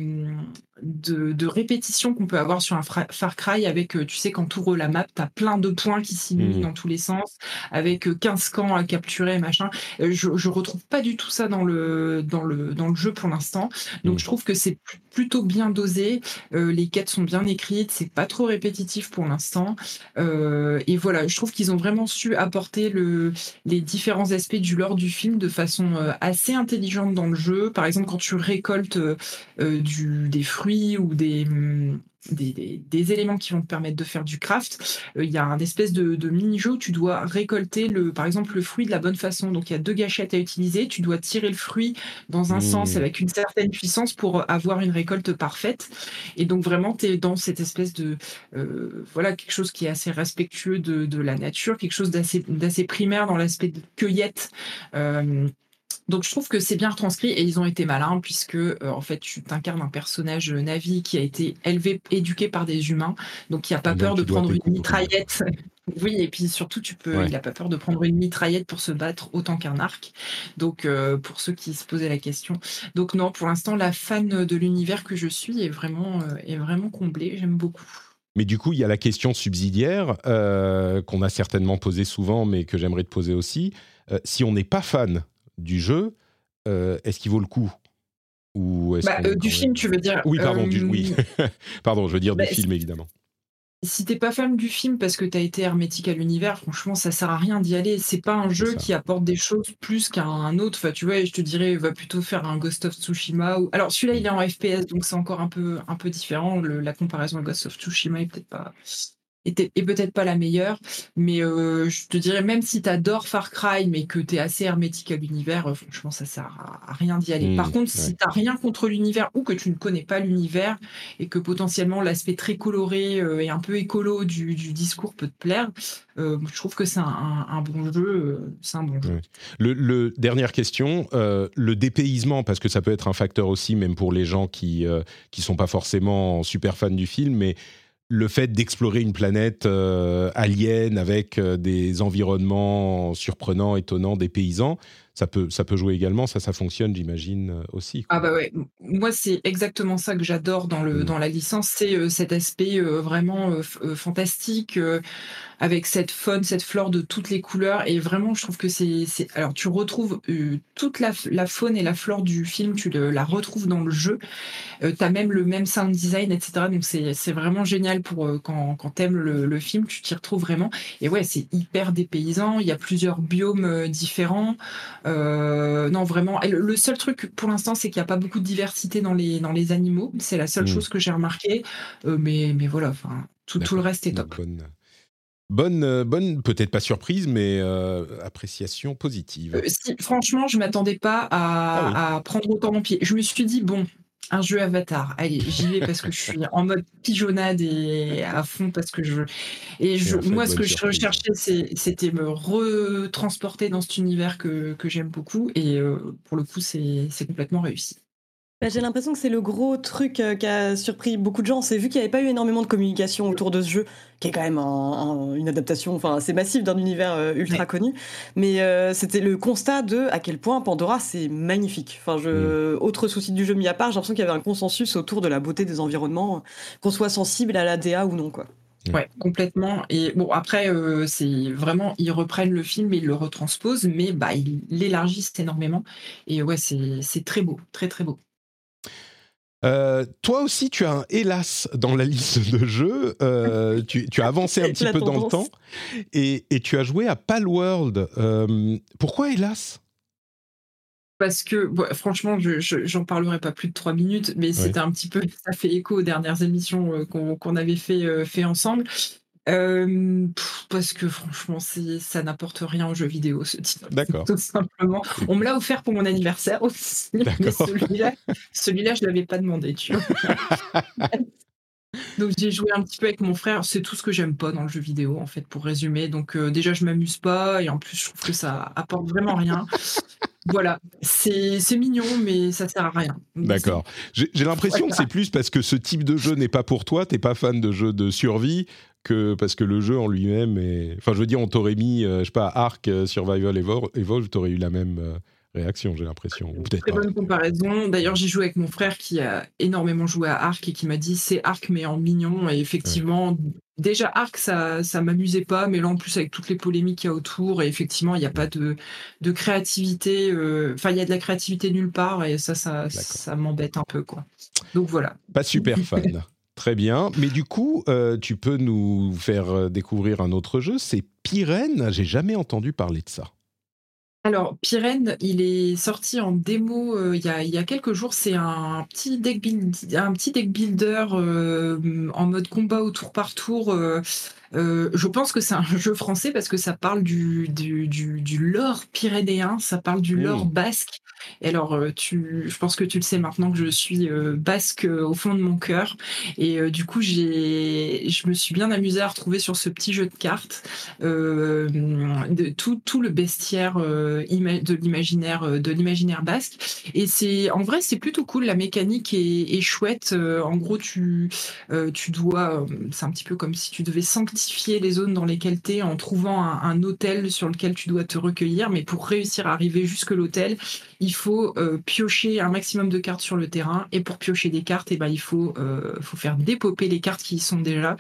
S4: de, de répétition qu'on peut avoir sur un Far Cry avec, tu sais, quand tu ouvres la map, t'as plein de points qui s'illuminent mmh. dans tous les sens, avec quinze camps à capturer, machin. Je, je retrouve pas du tout ça dans le, dans le, dans le jeu pour l'instant. Donc mmh. je trouve que c'est plutôt bien dosé. Euh, les quêtes sont bien écrites, c'est pas trop répétitif pour l'instant. Euh, et voilà, je trouve qu'ils ont vraiment su apporter le, les différents aspects du lore du film de façon euh, assez intelligente dans le jeu. Par exemple, quand tu récoltes euh, du, des fruits ou des, des, des, des éléments qui vont te permettre de faire du craft, il euh, y a un espèce de, de mini-jeu où tu dois récolter, le, par exemple, le fruit de la bonne façon. Donc, il y a deux gâchettes à utiliser. Tu dois tirer le fruit dans un mmh. sens avec une certaine puissance pour avoir une récolte parfaite. Et donc, vraiment, tu es dans cette espèce de... Euh, voilà, quelque chose qui est assez respectueux de, de la nature, quelque chose d'assez, d'assez primaire dans l'aspect de cueillette. Euh, Donc je trouve que c'est bien retranscrit et ils ont été malins puisque euh, en fait tu t'incarnes un personnage Navi qui a été élevé, éduqué par des humains, donc il n'a pas peur de prendre une mitraillette. Oui, et puis surtout tu peux, ouais. il n'a pas peur de prendre une mitraillette pour se battre autant qu'un arc. Donc euh, pour ceux qui se posaient la question. Donc non, pour l'instant la fan de l'univers que je suis est vraiment euh, est vraiment comblée. J'aime beaucoup.
S3: Mais du coup, il y a la question subsidiaire euh, qu'on a certainement posée souvent, mais que j'aimerais te poser aussi. Euh, si on n'est pas fan du jeu, euh, est-ce qu'il vaut le coup ? Ou est-ce
S4: Bah,
S3: qu'on est
S4: euh, du
S3: quand
S4: film,
S3: même...
S4: tu veux dire.
S3: Oui, pardon,
S4: euh,
S3: du... oui. Pardon, je veux dire
S4: bah,
S3: du film, évidemment.
S4: Si t'es pas fan du film parce que t'as été hermétique à l'univers, franchement, ça sert à rien d'y aller. C'est pas un
S3: C'est
S4: jeu
S3: ça.
S4: qui apporte des choses plus qu'un autre. Enfin, tu vois, et je te dirais, va plutôt faire un Ghost of Tsushima. Ou... Alors, celui-là, il est en F P S, donc c'est encore un peu, un peu différent. Le- la comparaison à Ghost of Tsushima est peut-être pas, était, est peut-être pas la meilleure. Mais euh, je te dirais, même si t'adores Far Cry, mais que t'es assez hermétique à l'univers, euh, franchement, ça sert à, à rien d'y aller.
S3: Mmh,
S4: Par contre, si
S3: ouais.
S4: t'as rien contre l'univers ou que tu ne connais pas l'univers, et que potentiellement l'aspect très coloré euh, et un peu écolo du, du discours peut te plaire, euh, je trouve que c'est un, un- un bon jeu. euh, c'est un bon jeu.
S3: Ouais. Le, le- dernière question, euh, le dépaysement, parce que ça peut être un facteur aussi, même pour les gens qui ne sont pas forcément super fans du film, mais le fait d'explorer une planète euh, alien avec euh, des environnements surprenants, étonnants, dépaysants, ça peut, ça peut jouer également, ça, ça fonctionne, j'imagine, euh, aussi.
S4: Ah bah ouais, M- moi c'est exactement ça que j'adore dans le
S3: Mm.
S4: dans la licence, c'est euh, cet aspect euh, vraiment euh, f- euh, fantastique, euh, avec cette faune, cette flore de toutes les couleurs, et vraiment je trouve que c'est c'est alors tu retrouves euh, toute la, f- la faune et la flore du film, tu le- la retrouves dans le jeu. Euh, t'as même le même sound design, et cetera. Donc c'est c'est vraiment génial pour euh, quand quand t'aimes le, le film, tu t'y retrouves vraiment. Et ouais, c'est hyper dépaysant. Il y a plusieurs biomes euh, différents. Euh, non, vraiment. Et le, le seul truc pour l'instant, c'est qu'il n'y a pas beaucoup de diversité dans les dans les animaux. C'est la seule
S3: Mm.
S4: chose que j'ai remarqué. Euh, mais mais voilà. Enfin, tout tout le
S3: D'accord.
S4: reste est
S3: Donc,
S4: top.
S3: bonne, bonne, euh, bonne peut-être pas surprise, mais euh, appréciation positive.
S4: Euh, si, franchement, je m'attendais pas
S3: Ah oui.
S4: à, à prendre autant mon pied. Je me suis dit, bon, un jeu Avatar, allez, j'y vais parce que je suis en mode pigeonnade et à fond parce que je. Et je,
S3: Et en fait,
S4: moi, ce
S3: bonne
S4: que je
S3: surprise.
S4: recherchais, c'est- c'était me retransporter dans cet univers que, que j'aime beaucoup. Et euh, pour le coup, c'est c'est complètement réussi.
S5: Bah, j'ai l'impression que c'est le gros truc euh, qui a surpris beaucoup de gens. C'est vu qu'il n'y avait pas eu énormément de communication autour de ce jeu, qui est quand même un- un- une adaptation enfin, assez massive d'un univers euh, ultra
S4: Ouais.
S5: connu. Mais euh, c'était le constat de à quel point Pandora, c'est magnifique. Enfin, je... Autre souci du jeu mis à part, j'ai l'impression qu'il y avait un consensus autour de la beauté des environnements, qu'on soit sensible à la D A ou non, quoi.
S4: Ouais, complètement. Et bon, après, euh, c'est vraiment, ils reprennent le film et ils le retransposent, mais bah, ils l'élargissent énormément. Et ouais, c'est c'est très beau, très très beau.
S3: Euh, toi aussi, tu as un hélas dans la liste de jeux. Euh, tu, tu as avancé un petit
S5: La
S3: peu dans le
S5: tendance.
S3: temps et, et tu as joué à Palworld. Euh, pourquoi hélas ?
S4: Parce que, bon, franchement, je, je- j'en parlerai pas plus de trois minutes, mais c'était un petit peu, ça fait écho aux dernières émissions euh, qu'on qu'on avait fait, euh, fait ensemble. Euh, pff, parce que franchement, c'est, ça n'apporte rien aux jeux vidéo, ce titre.
S3: D'accord.
S4: Tout simplement. On me l'a offert pour mon anniversaire aussi, mais
S3: D'accord.
S4: celui-là, celui-là, je l'avais pas demandé, tu vois. Donc j'ai joué un petit peu avec mon frère. C'est tout ce que j'aime pas dans le jeu vidéo, en fait, pour résumer. Donc euh, déjà, je m'amuse pas, et en plus, je trouve que ça apporte vraiment rien. Voilà, c'est c'est mignon, mais ça sert à rien. Donc,
S3: D'accord. J'ai, j'ai l'impression que c'est plus parce que ce type de jeu n'est pas pour toi, t'es pas fan de jeux de survie, que parce que le jeu en lui-même est... Enfin, je veux dire, on t'aurait mis, euh, je sais pas, Ark, euh, Survival Evolve, Evolve, t'aurais eu la même euh, réaction, j'ai l'impression. Ou peut-être
S4: Très
S3: pas.
S4: bonne comparaison. D'ailleurs, j'ai joué avec mon frère qui a énormément joué à Ark et qui m'a dit c'est Ark mais en mignon. Et effectivement, déjà Ark ça ça m'amusait pas, mais là en plus avec toutes les polémiques qu'il y a autour, et effectivement il n'y a pas de de créativité. euh, Enfin, il y a de la créativité nulle part, et ça ça ça m'embête un peu, quoi. Donc voilà.
S3: Pas super fan. Très bien. Mais du coup, euh, tu peux nous faire euh, découvrir un autre jeu, c'est Pyrène. J'ai jamais entendu parler de ça.
S4: Alors, Pyrène, il est sorti en démo euh, il y a, il y a quelques jours. C'est un petit deck, build, un petit deck builder euh, en mode combat au tour par tour. euh, euh, je pense que c'est un jeu français parce que ça parle du, du, du, du lore pyrénéen, ça parle du lore
S3: Mmh.
S4: basque. Et alors, euh, tu, je pense que tu le sais maintenant que je suis euh, basque euh, au fond de mon cœur. Et euh, du coup, j'ai, je me suis bien amusée à retrouver sur ce petit jeu de cartes euh, de, tout, tout le bestiaire euh, ima- de l'imaginaire euh, de l'imaginaire basque. Et c'est, en vrai, c'est plutôt cool. La mécanique est, est chouette. Euh, en gros, tu, euh, tu dois, euh, c'est un petit peu comme si tu devais sanctifier les zones dans lesquelles tu es en trouvant un, un hôtel sur lequel tu dois te recueillir. Mais pour réussir à arriver jusque l'hôtel, il faut euh, piocher un maximum de cartes sur le terrain. Et pour piocher des cartes, eh ben, il faut, euh, faut faire dépoper les cartes qui y sont déjà.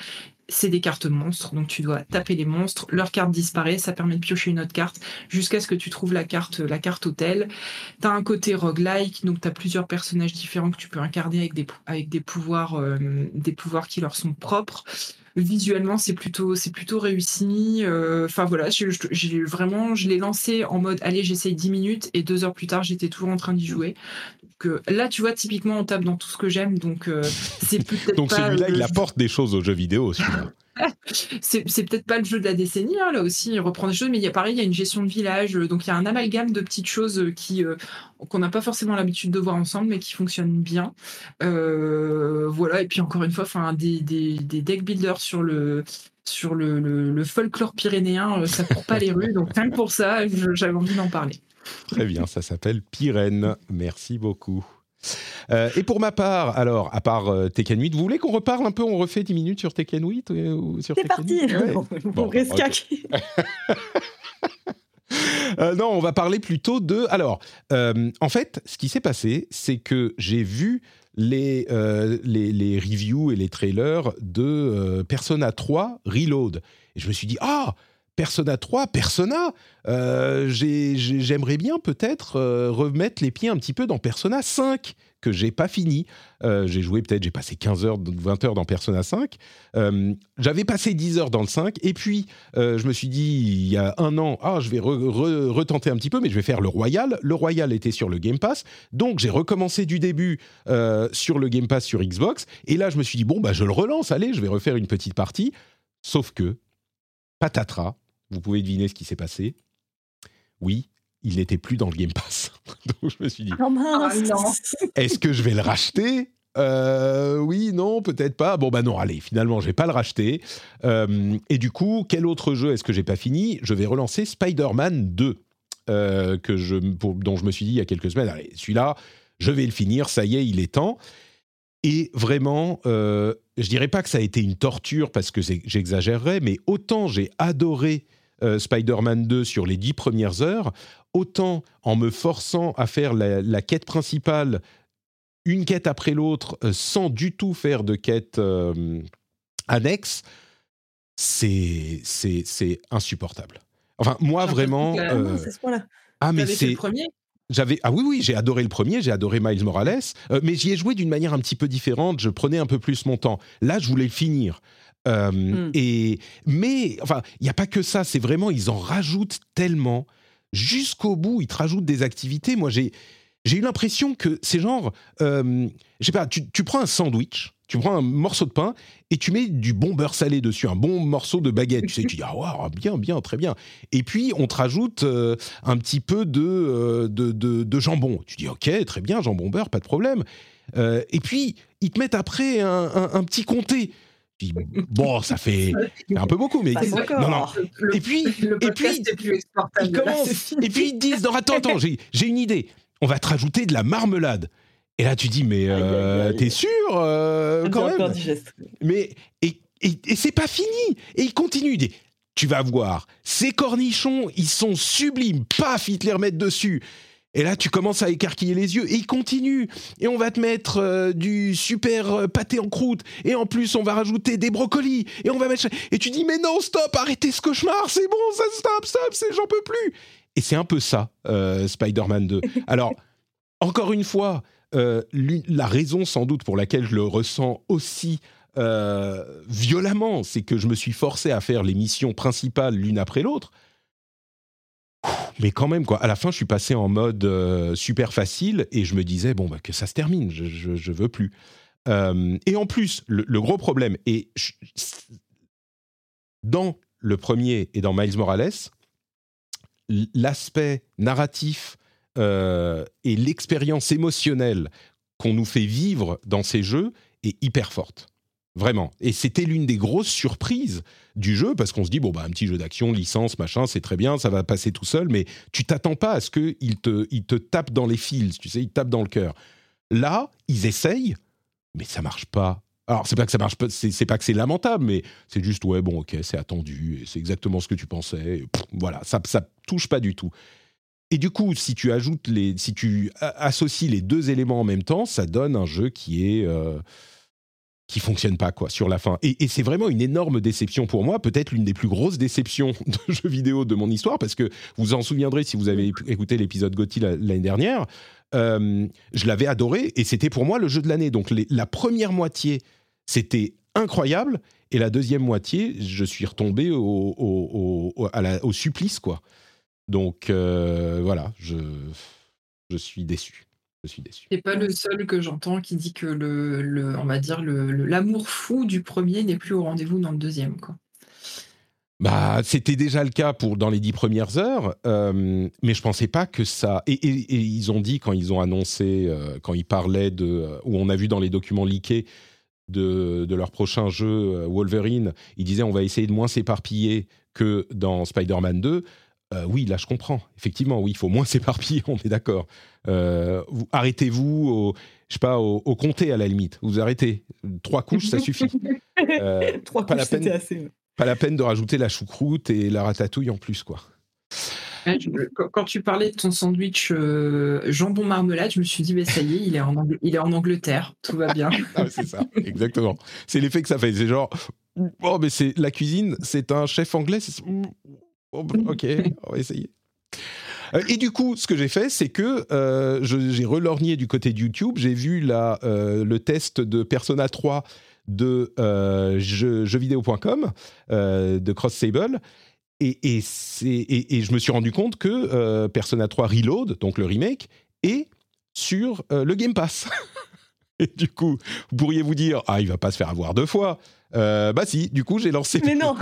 S4: c'est des cartes monstres, donc tu dois taper les monstres, leur carte disparaît, ça permet de piocher une autre carte jusqu'à ce que tu trouves la carte, la carte hôtel. Tu as un côté roguelike, donc tu as plusieurs personnages différents que tu peux incarner avec des, avec des, pouvoirs, euh, des pouvoirs qui leur sont propres. Visuellement, c'est plutôt, c'est plutôt réussi. Enfin euh, voilà, j'ai, j'ai vraiment, je l'ai lancé en mode allez, j'essaye dix minutes et deux heures plus tard, j'étais toujours en train d'y jouer. Donc euh, là, tu vois, typiquement, on tape dans tout ce que j'aime, donc euh, c'est peut-être
S3: donc
S4: pas.
S3: celui-là,
S4: euh,
S3: il apporte des choses aux jeux vidéo, celui-là.
S4: c'est, c'est peut-être pas le jeu de la décennie, hein, là aussi, il reprend des choses, mais il y a pareil, il y a une gestion de village, euh, donc il y a un amalgame de petites choses qui, euh, qu'on n'a pas forcément l'habitude de voir ensemble, mais qui fonctionnent bien. Euh, voilà, et puis encore une fois, enfin, des, des, des deck builders sur le sur le, le, le folklore pyrénéen, euh, ça court pas les rues, donc rien que pour ça, je, j'avais envie d'en parler.
S3: Très bien, ça s'appelle Pyrène. Merci beaucoup. Euh, et pour ma part, alors, à part euh, Tekken huit, vous voulez qu'on reparle un peu, on refait dix minutes sur Tekken huit euh, ou sur
S5: C'est
S3: Tekken
S5: parti.
S3: huit ouais.
S5: Bon, reste okay.
S3: euh, Non, on va parler plutôt de... Alors, euh, en fait, ce qui s'est passé, c'est que j'ai vu les, euh, les, les reviews et les trailers de euh, Persona trois Reload. Et je me suis dit, ah, Persona trois, Persona, euh, j'ai, j'ai, j'aimerais bien peut-être euh, remettre les pieds un petit peu dans Persona cinq, que j'ai pas fini. Euh, j'ai joué peut-être, j'ai passé quinze heures, vingt heures dans Persona cinq. Euh, j'avais passé dix heures dans le cinq, et puis euh, je me suis dit, il y a un an, ah, je vais re, re, retenter un petit peu, mais je vais faire le Royal. Le Royal était sur le Game Pass, donc j'ai recommencé du début euh, sur le Game Pass sur Xbox, et là je me suis dit, bon, bah, je le relance, allez, je vais refaire une petite partie. Sauf que, patatras, vous pouvez deviner ce qui s'est passé. Oui, il n'était plus dans le Game Pass. Donc je me suis dit,
S5: oh mince,
S4: non.
S3: Est-ce que je vais le racheter ? euh, Oui, non, peut-être pas. Bon, bah non, allez, finalement, je vais pas le racheter. Euh, et du coup, quel autre jeu est-ce que j'ai pas fini ? Je vais relancer Spider-Man deux, euh, que je, pour, dont je me suis dit il y a quelques semaines, allez, celui-là, je vais le finir, ça y est, il est temps. Et vraiment, euh, je dirais pas que ça a été une torture, parce que c'est, j'exagérerais, mais autant j'ai adoré euh, Spider-Man deux sur les dix premières heures, autant en me forçant à faire la, la quête principale, une quête après l'autre, euh, sans du tout faire de quête euh, annexe, c'est, c'est, c'est insupportable. Enfin, moi, vraiment...
S5: Euh, c'est ce point-là.
S3: Ah, mais
S4: T'avais
S3: c'est...
S4: fait le premier ?
S3: J'avais, ah oui, oui, j'ai adoré le premier, j'ai adoré Miles Morales, euh, mais j'y ai joué d'une manière un petit peu différente, je prenais un peu plus mon temps. Là, je voulais le finir. Euh, mm. et, mais, enfin, il n'y a pas que ça, c'est vraiment, ils en rajoutent tellement. Jusqu'au bout, ils te rajoutent des activités. Moi, j'ai, j'ai eu l'impression que c'est genre, euh, je sais pas, tu, tu prends un sandwich, tu prends un morceau de pain et tu mets du bon beurre salé dessus, un bon morceau de baguette. Tu sais, tu dis, ah wow, bien, bien, très bien. Et puis, on te rajoute euh, un petit peu de, euh, de, de, de jambon. Tu dis, ok, très bien, jambon beurre, pas de problème. Euh, et puis, ils te mettent après un, un, un petit comté. Tu dis, bon, ça fait un peu beaucoup, mais... Non, non.
S4: Le,
S3: et puis,
S4: le
S3: et puis
S4: plus
S3: ils commencent, et puis ils te disent, non, attends, attends, j'ai, j'ai une idée. On va te rajouter de la marmelade. Et là, tu dis, mais euh, aïe, aïe, aïe. T'es sûr euh, quand même mais, et, et, et c'est pas fini. Et il continue, il dit, tu vas voir, ces cornichons, ils sont sublimes. Paf, ils te les remettent dessus. Et là, tu commences à écarquiller les yeux. Et il continue. Et on va te mettre euh, du super euh, pâté en croûte. Et en plus, on va rajouter des brocolis. Et on va mettre... Et tu dis, mais non, stop, arrêtez ce cauchemar. C'est bon, ça, stop, stop, c'est, j'en peux plus. Et c'est un peu ça, euh, Spider-Man deux. Alors, encore une fois... Euh, la raison sans doute pour laquelle je le ressens aussi euh, violemment, c'est que je me suis forcé à faire les missions principales l'une après l'autre. Mais quand même, quoi. À la fin, je suis passé en mode euh, super facile et je me disais, bon, bah, que ça se termine, je, je, je veux plus. Euh, et en plus, le, le gros problème, et je, dans le premier et dans Miles Morales, l'aspect narratif Euh, et l'expérience émotionnelle qu'on nous fait vivre dans ces jeux est hyper forte. Vraiment. Et c'était l'une des grosses surprises du jeu, parce qu'on se dit, bon, bah, un petit jeu d'action, licence, machin, c'est très bien, ça va passer tout seul, mais tu t'attends pas à ce qu'il te, il te tape dans les fils, tu sais, il te tape dans le cœur. Là, ils essayent, mais ça marche pas. Alors, c'est pas que ça marche pas, c'est, c'est pas que c'est lamentable, mais c'est juste, ouais, bon, ok, c'est attendu, et c'est exactement ce que tu pensais. Et pff, voilà, ça, ça touche pas du tout. Et du coup, si tu ajoutes les, si tu associes les deux éléments en même temps, ça donne un jeu qui est, euh, qui fonctionne pas quoi sur la fin. Et, et c'est vraiment une énorme déception pour moi, peut-être l'une des plus grosses déceptions de jeux vidéo de mon histoire, parce que vous vous en souviendrez si vous avez écouté l'épisode G O T Y l'année dernière, euh, je l'avais adoré et c'était pour moi le jeu de l'année. Donc les, la première moitié, c'était incroyable, et la deuxième moitié, je suis retombé au, au, au, à la, au supplice quoi. Donc euh, voilà, je, je suis déçu. Je suis déçu.
S4: C'est pas le seul que j'entends qui dit que le, le on va dire le, le, l'amour fou du premier n'est plus au rendez-vous dans le deuxième, quoi.
S3: Bah, c'était déjà le cas pour dans les dix premières heures, euh, mais je pensais pas que ça. Et, et, et ils ont dit quand ils ont annoncé, euh, quand ils parlaient de, euh, où on a vu dans les documents leakés de, de leur prochain jeu euh, Wolverine, ils disaient on va essayer de moins s'éparpiller que dans Spider-Man deux. Euh, oui, là je comprends. Effectivement, oui, il faut moins s'éparpiller, on est d'accord. Euh, vous, arrêtez-vous au, je sais pas, au, au comté à la limite. Vous arrêtez. Trois couches, ça suffit. Euh,
S5: Trois
S3: pas
S5: couches,
S3: la peine,
S5: c'était assez.
S3: Pas la peine de rajouter la choucroute et la ratatouille en plus, quoi.
S4: Ouais, je, quand tu parlais de ton sandwich euh, jambon marmelade, je me suis dit, mais ça y est, il est en, Angl- il est en Angleterre, tout va bien.
S3: Ah, c'est ça, exactement. C'est l'effet que ça fait. C'est genre, oh, mais c'est la cuisine, c'est un chef anglais. C'est... Oh, ok, on va essayer. Et du coup, ce que j'ai fait, c'est que euh, je, j'ai relorgné du côté de YouTube. J'ai vu la, euh, le test de Persona trois de euh, jeux, jeuxvideo point com, euh, de Cross Sable. Et, et, c'est, et, et je me suis rendu compte que euh, Persona trois Reload, donc le remake, est sur euh, le Game Pass. Et du coup, vous pourriez vous dire, ah, il va pas se faire avoir deux fois. Euh, bah si, du coup, j'ai lancé...
S5: Mais non.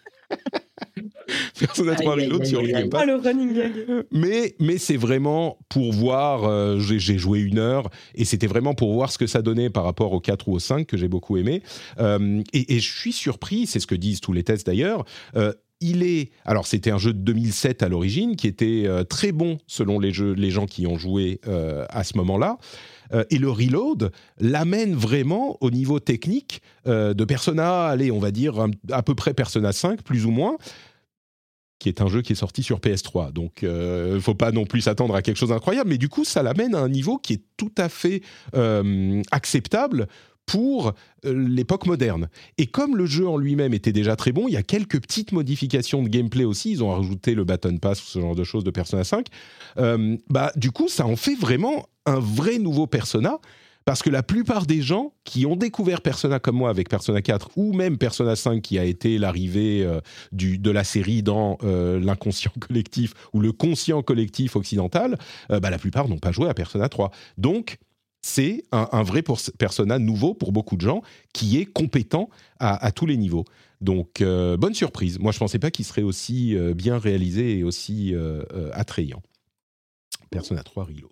S3: Persona trois Reload sur le Game Pass.
S5: Ah, le running gag.
S3: Mais, mais c'est vraiment pour voir, euh, j'ai, j'ai joué une heure, et c'était vraiment pour voir ce que ça donnait par rapport au quatre ou au cinq, que j'ai beaucoup aimé. Euh, et, et je suis surpris, c'est ce que disent tous les tests d'ailleurs, euh, il est... Alors, c'était un jeu de deux mille sept à l'origine, qui était euh, très bon selon les, jeux, les gens qui ont joué euh, à ce moment-là. Euh, et le Reload l'amène vraiment au niveau technique euh, de Persona, allez, on va dire un, à peu près Persona cinq, plus ou moins, qui est un jeu qui est sorti sur P S trois. Donc, il euh, ne faut pas non plus s'attendre à quelque chose d'incroyable. Mais du coup, ça l'amène à un niveau qui est tout à fait euh, acceptable pour euh, l'époque moderne. Et comme le jeu en lui-même était déjà très bon, il y a quelques petites modifications de gameplay aussi. Ils ont rajouté le Baton Pass ou ce genre de choses de Persona cinq. Euh, bah, du coup, ça en fait vraiment un vrai nouveau Persona. Parce que la plupart des gens qui ont découvert Persona comme moi avec Persona quatre ou même Persona cinq qui a été l'arrivée euh, du, de la série dans euh, l'inconscient collectif ou le conscient collectif occidental, euh, bah, la plupart n'ont pas joué à Persona trois. Donc, c'est un, un vrai pour, Persona nouveau pour beaucoup de gens qui est compétent à, à tous les niveaux. Donc, euh, bonne surprise. Moi, je ne pensais pas qu'il serait aussi euh, bien réalisé et aussi euh, euh, attrayant. Persona trois Reload.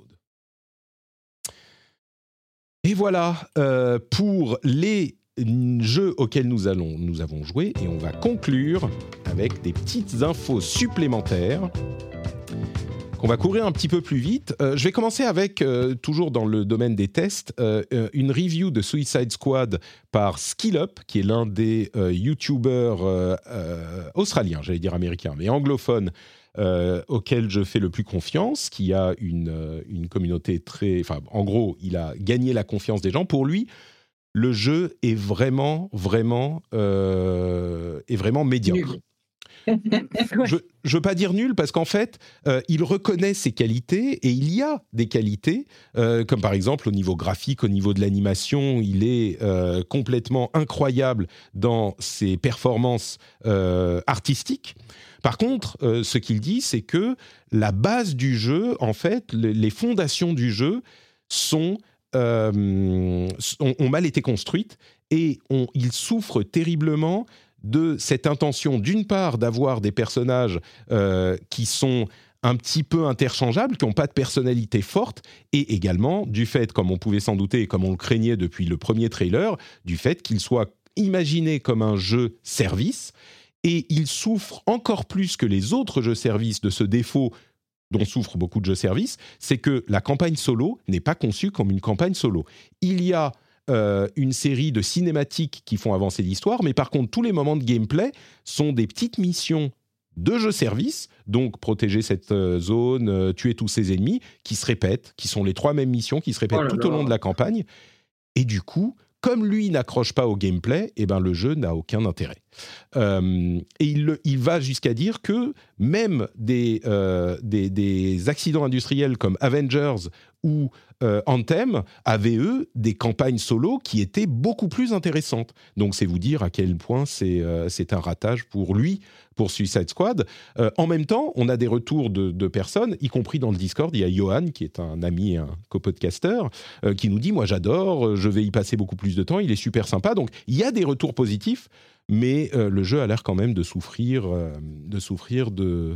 S3: Et voilà euh, pour les jeux auxquels nous, allons, nous avons joué. Et on va conclure avec des petites infos supplémentaires qu'on va courir un petit peu plus vite. Euh, je vais commencer avec, euh, toujours dans le domaine des tests, euh, une review de Suicide Squad par SkillUp, qui est l'un des euh, YouTubers euh, euh, australiens, j'allais dire américains, mais anglophones, Euh, auquel je fais le plus confiance, qui a une, euh, une communauté très... Enfin, en gros, il a gagné la confiance des gens. Pour lui, le jeu est vraiment, vraiment, euh, est vraiment médiocre. Je ne veux pas dire nul, parce qu'en fait, euh, il reconnaît ses qualités, et il y a des qualités, euh, comme par exemple au niveau graphique, au niveau de l'animation, il est euh, complètement incroyable dans ses performances euh, artistiques. Par contre, euh, ce qu'il dit, c'est que la base du jeu, en fait, les, les fondations du jeu sont, euh, ont, ont mal été construites, et on, il souffre terriblement de cette intention, d'une part, d'avoir des personnages euh, qui sont un petit peu interchangeables, qui n'ont pas de personnalité forte, et également du fait, comme on pouvait s'en douter et comme on le craignait depuis le premier trailer, du fait qu'ils soient imaginés comme un jeu service. Et il souffre encore plus que les autres jeux services de ce défaut dont souffrent beaucoup de jeux services, c'est que la campagne solo n'est pas conçue comme une campagne solo. Il y a euh, une série de cinématiques qui font avancer l'histoire, mais par contre, tous les moments de gameplay sont des petites missions de jeux services, donc protéger cette euh, zone, euh, tuer tous ses ennemis, qui se répètent, qui sont les trois mêmes missions, qui se répètent oh tout là au long de la campagne. Et du coup, comme lui n'accroche pas au gameplay, eh ben le jeu n'a aucun intérêt. Euh, et il, il va jusqu'à dire que même des, euh, des, des accidents industriels comme Avengers ou euh, Anthem avaient, eux, des campagnes solo qui étaient beaucoup plus intéressantes. Donc, c'est vous dire à quel point c'est, euh, c'est un ratage pour lui, pour Suicide Squad. Euh, en même temps, on a des retours de, de personnes, y compris dans le Discord. Il y a Johan, qui est un ami et un copodcaster, euh, qui nous dit « Moi, j'adore, je vais y passer beaucoup plus de temps, il est super sympa. » Donc, il y a des retours positifs, mais euh, le jeu a l'air quand même de souffrir, euh, de, souffrir de,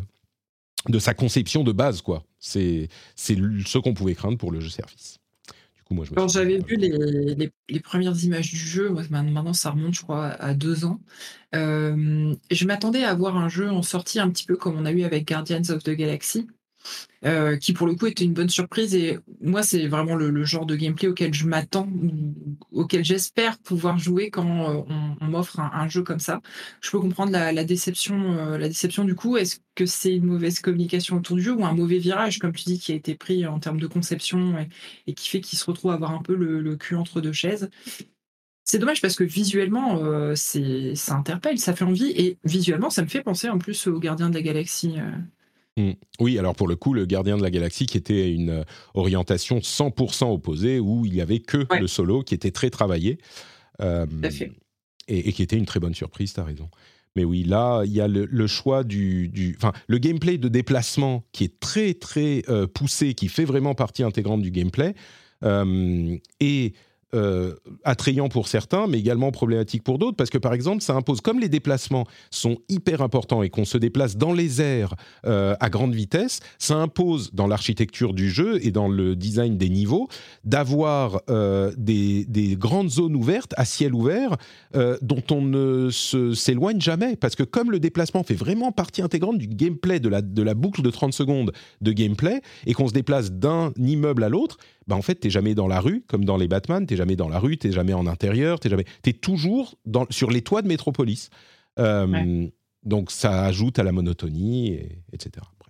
S3: de sa conception de base, quoi. C'est, c'est ce qu'on pouvait craindre pour le jeu service. Du coup, moi, je me
S4: Quand
S3: suis
S4: j'avais
S3: dit,
S4: vu les, les, les premières images du jeu, moi, maintenant ça remonte, je crois, à deux ans, euh, je m'attendais à avoir un jeu en sortie un petit peu comme on a eu avec Guardians of the Galaxy, euh, qui pour le coup était une bonne surprise. Et moi, c'est vraiment le, le genre de gameplay auquel je m'attends, auquel j'espère pouvoir jouer quand euh, on, on m'offre un, un jeu comme ça. Je peux comprendre la, la déception, euh, la déception du coup. Est-ce que c'est une mauvaise communication autour du jeu ou un mauvais virage, comme tu dis, qui a été pris en termes de conception et, et qui fait qu'il se retrouve à avoir un peu le, le cul entre deux chaises? C'est dommage parce que visuellement, euh, c'est, ça interpelle, ça fait envie. Et visuellement, ça me fait penser en plus aux Gardiens de la Galaxie. Euh.
S3: Mmh. Oui, alors pour le coup, le Gardien de la Galaxie qui était une euh, orientation cent pour cent opposée, où il n'y avait que
S4: Ouais.
S3: le solo, qui était très travaillé, euh,
S4: Tout à fait.
S3: et, et qui était une très bonne surprise, tu as raison. Mais oui, là, il y a le, le choix du... du enfin, le gameplay de déplacement qui est très, très euh, poussé, qui fait vraiment partie intégrante du gameplay, euh, et... Euh, attrayant pour certains, mais également problématique pour d'autres, parce que par exemple, ça impose, comme les déplacements sont hyper importants et qu'on se déplace dans les airs euh, à grande vitesse, ça impose dans l'architecture du jeu et dans le design des niveaux d'avoir euh, des, des grandes zones ouvertes, à ciel ouvert, euh, dont on ne se, s'éloigne jamais, parce que comme le déplacement fait vraiment partie intégrante du gameplay, de la, de la boucle de trente secondes de gameplay, et qu'on se déplace d'un immeuble à l'autre, bah en fait, t'es jamais dans la rue, comme dans les Batman, t'es jamais dans la rue, t'es jamais en intérieur, t'es jamais... T'es toujours dans... sur les toits de Métropolis. Euh, ouais. Donc, ça ajoute à la monotonie, et... etc. Bref.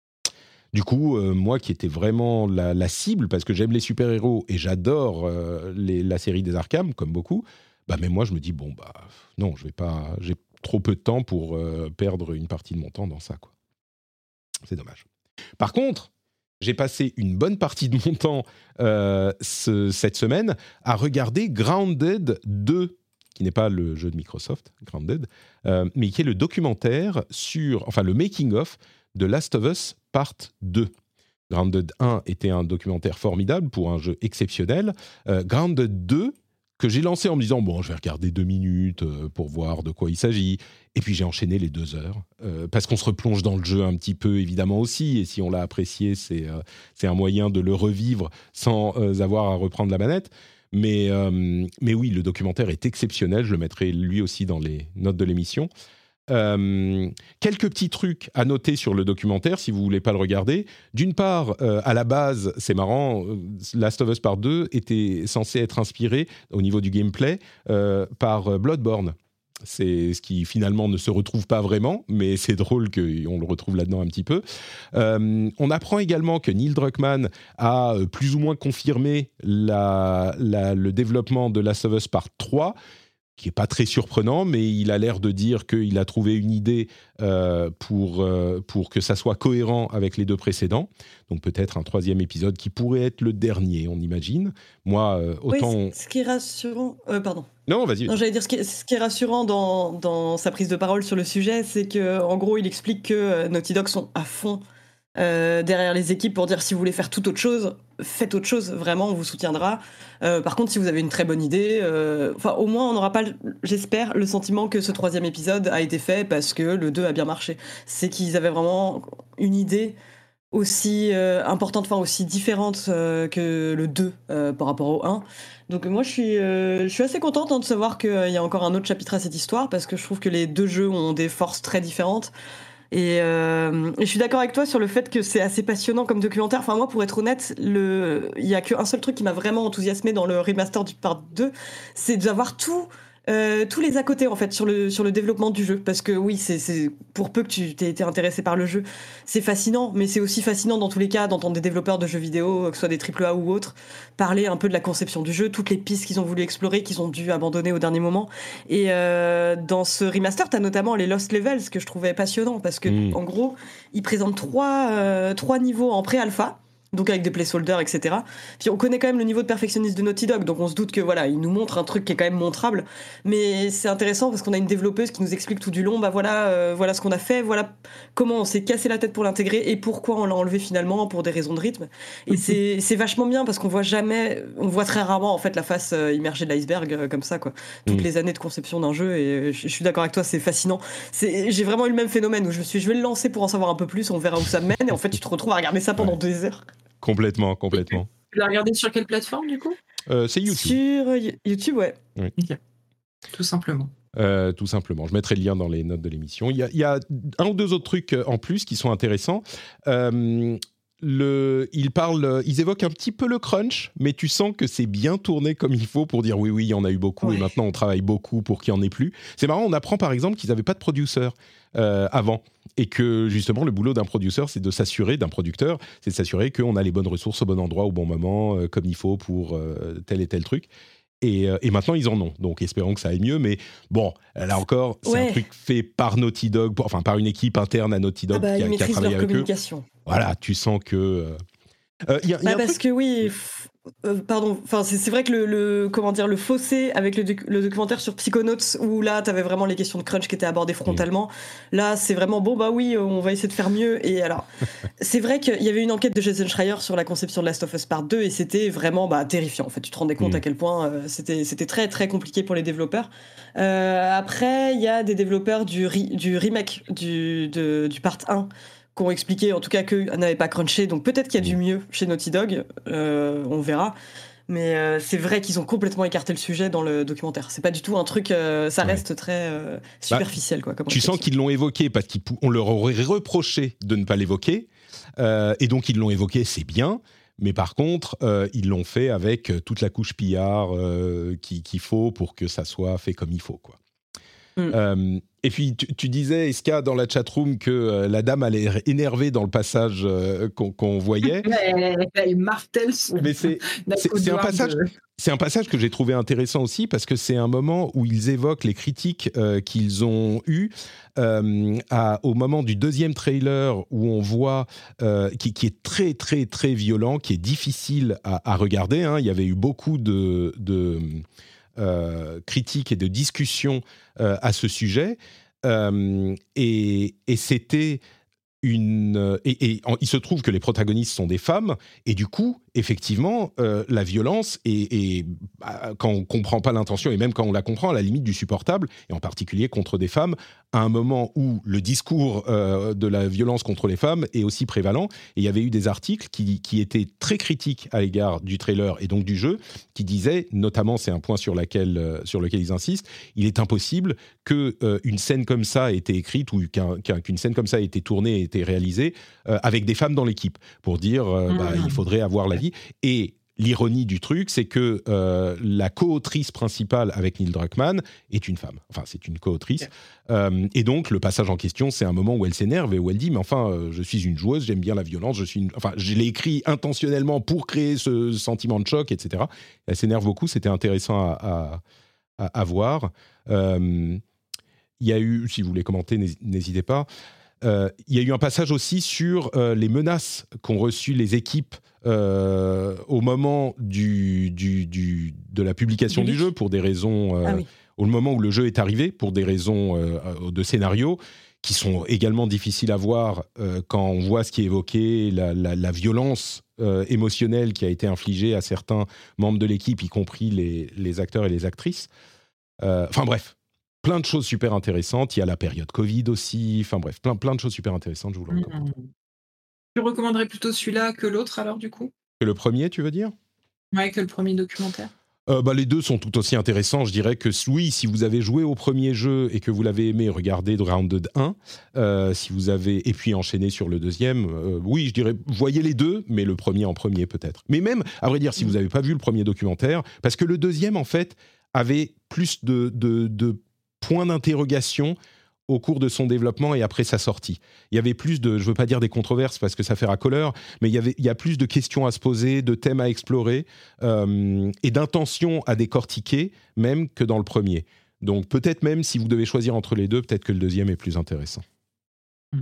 S3: Du coup, euh, moi qui étais vraiment la, la cible, parce que j'aime les super-héros et j'adore euh, les, la série des Arkham, comme beaucoup, bah, mais moi, je me dis, bon, bah, non, je vais pas... J'ai trop peu de temps pour euh, perdre une partie de mon temps dans ça, quoi. C'est dommage. Par contre... j'ai passé une bonne partie de mon temps euh, ce, cette semaine à regarder Grounded deux, qui n'est pas le jeu de Microsoft, Grounded, euh, mais qui est le documentaire sur, enfin le making-of de Last of Us Part deux. Grounded un était un documentaire formidable pour un jeu exceptionnel. Euh, Grounded deux, que j'ai lancé en me disant, bon, je vais regarder deux minutes euh, pour voir de quoi il s'agit. Et puis j'ai enchaîné les deux heures, euh, parce qu'on se replonge dans le jeu un petit peu, évidemment aussi. Et si on l'a apprécié, c'est, euh, c'est un moyen de le revivre sans euh, avoir à reprendre la manette. Mais, euh, mais oui, le documentaire est exceptionnel. Je le mettrai lui aussi dans les notes de l'émission. Euh, quelques petits trucs à noter sur le documentaire si vous voulez pas le regarder. D'une part, euh, à la base, c'est marrant, Last of Us Part deux était censé être inspiré au niveau du gameplay euh, par Bloodborne. C'est ce qui finalement ne se retrouve pas vraiment, mais c'est drôle qu'on le retrouve là-dedans un petit peu. Euh, on apprend également que Neil Druckmann a plus ou moins confirmé la, la, le développement de Last of Us Part trois, qui n'est pas très surprenant, mais il a l'air de dire qu'il a trouvé une idée euh, pour, euh, pour que ça soit cohérent avec les deux précédents. Donc peut-être un troisième épisode qui pourrait être le dernier, on imagine. Moi, euh, autant...
S5: Oui, ce qui est rassurant... Euh, pardon.
S3: Non, vas-y.
S5: Non, j'allais dire, ce qui est, ce qui est rassurant dans, dans sa prise de parole sur le sujet, c'est qu'en gros, il explique que Naughty Dog sont à fond Euh, derrière les équipes pour dire si vous voulez faire toute autre chose, faites autre chose, vraiment on vous soutiendra. Euh, par contre si vous avez une très bonne idée, enfin euh, au moins on n'aura pas, j'espère, le sentiment que ce troisième épisode a été fait parce que le deux a bien marché. C'est qu'ils avaient vraiment une idée aussi euh, importante, enfin aussi différente euh, que le deux euh, par rapport au un. Donc moi je suis, euh, je suis assez contente hein, de savoir qu'il euh, y a encore un autre chapitre à cette histoire parce que je trouve que les deux jeux ont des forces très différentes. Et, euh, et je suis d'accord avec toi sur le fait que c'est assez passionnant comme documentaire. Enfin moi, pour être honnête, le... il y a qu'un seul truc qui m'a vraiment enthousiasmé dans le remaster du part deux, c'est d'avoir tout Euh, tous les à côté en fait sur le sur le développement du jeu, parce que oui, c'est c'est pour peu que tu t'aies été intéressé par le jeu, c'est fascinant, mais c'est aussi fascinant dans tous les cas d'entendre des développeurs de jeux vidéo, que ce soit des triple A ou autres, parler un peu de la conception du jeu, toutes les pistes qu'ils ont voulu explorer, qu'ils ont dû abandonner au dernier moment. Et euh, dans ce remaster, t'as notamment les Lost Levels que je trouvais passionnant, parce que mmh. en gros, ils présentent trois euh, trois niveaux en pré-alpha. Donc avec des placeholders, et cetera. Puis on connaît quand même le niveau de perfectionnisme de Naughty Dog, donc on se doute que voilà, il nous montre un truc qui est quand même montrable. Mais c'est intéressant parce qu'on a une développeuse qui nous explique tout du long, bah voilà, euh, voilà ce qu'on a fait, voilà comment on s'est cassé la tête pour l'intégrer et pourquoi on l'a enlevé finalement pour des raisons de rythme. Et mm-hmm. c'est c'est vachement bien parce qu'on voit jamais, on voit très rarement en fait la face euh, immergée de l'iceberg euh, comme ça quoi. Toutes mm. les années de conception d'un jeu et je, je suis d'accord avec toi, c'est fascinant. C'est, j'ai vraiment eu le même phénomène où je me suis, je vais le lancer pour en savoir un peu plus, on verra où ça mène et en fait tu te retrouves à regarder ça pendant ouais. deux heures.
S3: Complètement, complètement.
S4: Tu l'as regardé sur quelle plateforme, du coup ?
S3: euh, C'est YouTube.
S5: Sur YouTube, ouais.
S3: Oui.
S4: Okay. Tout simplement.
S3: Euh, tout simplement. Je mettrai le lien dans les notes de l'émission. Il y a, il y a un ou deux autres trucs en plus qui sont intéressants. Euh, le, ils parlent, ils évoquent un petit peu le crunch, mais tu sens que c'est bien tourné comme il faut pour dire oui, oui, il y en a eu beaucoup ouais. et maintenant on travaille beaucoup pour qu'il n'y en ait plus. C'est marrant, on apprend par exemple qu'ils n'avaient pas de producer euh, avant et que justement le boulot d'un producer, c'est de s'assurer, d'un producteur, c'est de s'assurer qu'on a les bonnes ressources au bon endroit, au bon moment, euh, comme il faut pour euh, tel et tel truc. Et, euh, et maintenant, ils en ont. Donc, espérons que ça aille mieux. Mais bon, là encore, c'est ouais. un truc fait par Naughty Dog, pour, enfin, par une équipe interne à Naughty Dog
S5: ah bah,
S3: qui, a, qui a travaillé
S5: leur
S3: avec
S5: communication.
S3: eux. Voilà, tu sens que... Euh, euh, y a, y a
S5: bah,
S3: un
S5: parce
S3: truc...
S5: que oui... F- Euh, pardon, enfin c'est, c'est vrai que le, le comment dire le fossé avec le, doc- le documentaire sur Psychonauts où là t'avais vraiment les questions de crunch qui étaient abordées frontalement. Mmh. Là c'est vraiment bon bah oui on va essayer de faire mieux et alors c'est vrai qu'il y avait une enquête de Jason Schreier sur la conception de Last of Us Part deux et c'était vraiment bah terrifiant en fait. Tu te rendais compte mmh. à quel point euh, c'était c'était très très compliqué pour les développeurs. Euh, après il y a des développeurs du ri- du remake du de, du Part un qui ont expliqué en tout cas qu'eux n'avaient pas crunché, donc peut-être qu'il y a du mieux chez Naughty Dog, euh, on verra. Mais euh, c'est vrai qu'ils ont complètement écarté le sujet dans le documentaire. C'est pas du tout un truc, euh, ça reste ouais. très euh, superficiel. Bah, quoi, comme
S3: tu sens qu'ils l'ont évoqué parce qu'on leur aurait reproché de ne pas l'évoquer, euh, et donc ils l'ont évoqué, c'est bien. Mais par contre, euh, ils l'ont fait avec toute la couche P R euh, qu'il, qu'il faut pour que ça soit fait comme il faut, quoi. Mm. Euh, et puis tu, tu disais, Eska, dans la chatroom, que euh, la dame allait être énervée dans le passage euh, qu'on, qu'on voyait.
S4: Elle, elle martèle son...
S3: Mais c'est, c'est, c'est, un passage, de... c'est un passage que j'ai trouvé intéressant aussi parce que c'est un moment où ils évoquent les critiques euh, qu'ils ont eues euh, à, au moment du deuxième trailer où on voit, euh, qui, qui est très très très violent, qui est difficile à, à regarder. Hein. Il y avait eu beaucoup de... de Euh, critiques et de discussions euh, à ce sujet euh, et, et c'était une et, et en, il se trouve que les protagonistes sont des femmes et du coup effectivement euh, la violence est, est bah, quand on comprend pas l'intention et même quand on la comprend à la limite du supportable et en particulier contre des femmes à un moment où le discours euh, de la violence contre les femmes est aussi prévalent et il y avait eu des articles qui, qui étaient très critiques à l'égard du trailer et donc du jeu qui disaient notamment c'est un point sur, laquelle, euh, sur lequel ils insistent il est impossible qu'une euh, scène comme ça ait été écrite ou qu'un, qu'une scène comme ça ait été tournée ait été réalisée euh, avec des femmes dans l'équipe pour dire euh, mmh. bah, il faudrait avoir l'avis et l'ironie du truc, c'est que euh, la co-autrice principale avec Neil Druckmann est une femme. Enfin, c'est une co-autrice. Okay. Euh, et donc, le passage en question, c'est un moment où elle s'énerve et où elle dit « Mais enfin, euh, je suis une joueuse, j'aime bien la violence, je suis une... Enfin, je l'ai écrit intentionnellement pour créer ce sentiment de choc, et cetera » Elle s'énerve beaucoup, c'était intéressant à, à, à, à voir. Euh, il y a eu, si vous voulez commenter, n'hésitez pas, euh, il y a eu un passage aussi sur euh, les menaces qu'ont reçues les équipes Euh, au moment du, du, du, de la publication du, du jeu, pour des raisons... Euh, ah oui. Au moment où le jeu est arrivé, pour des raisons euh, de scénario, qui sont également difficiles à voir euh, quand on voit ce qui est évoqué, la, la, la violence euh, émotionnelle qui a été infligée à certains membres de l'équipe, y compris les, les acteurs et les actrices. Enfin euh, bref, plein de choses super intéressantes. Il y a la période Covid aussi. Enfin bref, plein, plein de choses super intéressantes, je vous le recommande. Mmh.
S4: Tu recommanderais plutôt celui-là que l'autre, alors, du coup ?
S3: Que le premier, tu veux dire ?
S4: Ouais, que le premier documentaire.
S3: Euh, bah, les deux sont tout aussi intéressants. Je dirais que oui, si vous avez joué au premier jeu et que vous l'avez aimé, regardez Grounded un. Euh, si vous avez... Et puis enchaîné sur le deuxième, euh, oui, je dirais, voyez les deux, mais le premier en premier peut-être. Mais même, à vrai dire, si vous n'avez pas vu le premier documentaire, parce que le deuxième, en fait, avait plus de, de, de points d'interrogation au cours de son développement et après sa sortie. Il y avait plus de, je ne veux pas dire des controverses parce que ça fait racoleur, mais il y, avait, il y a plus de questions à se poser, de thèmes à explorer euh, et d'intentions à décortiquer même que dans le premier. Donc peut-être même si vous devez choisir entre les deux, peut-être que le deuxième est plus intéressant. Mm.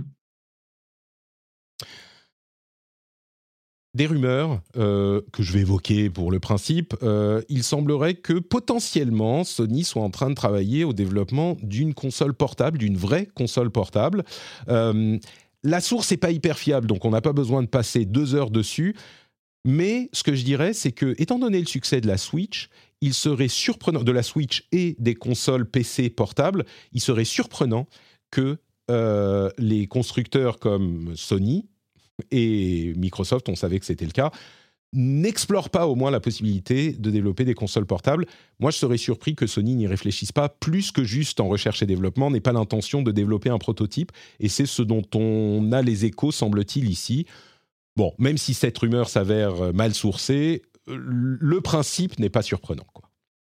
S3: Des rumeurs euh, que je vais évoquer pour le principe, euh, il semblerait que potentiellement Sony soit en train de travailler au développement d'une console portable, d'une vraie console portable. Euh, la source n'est pas hyper fiable, donc on n'a pas besoin de passer deux heures dessus. Mais ce que je dirais, c'est que, étant donné le succès de la Switch, il serait surprenant, de la Switch et des consoles P C portables, il serait surprenant que euh, les constructeurs comme Sony et Microsoft, on savait que c'était le cas, n'explorent pas au moins la possibilité de développer des consoles portables. Moi, je serais surpris que Sony n'y réfléchisse pas plus que juste en recherche et développement, n'ait pas l'intention de développer un prototype, et c'est ce dont on a les échos, semble-t-il, ici. Bon, même si cette rumeur s'avère mal sourcée, le principe n'est pas surprenant, quoi.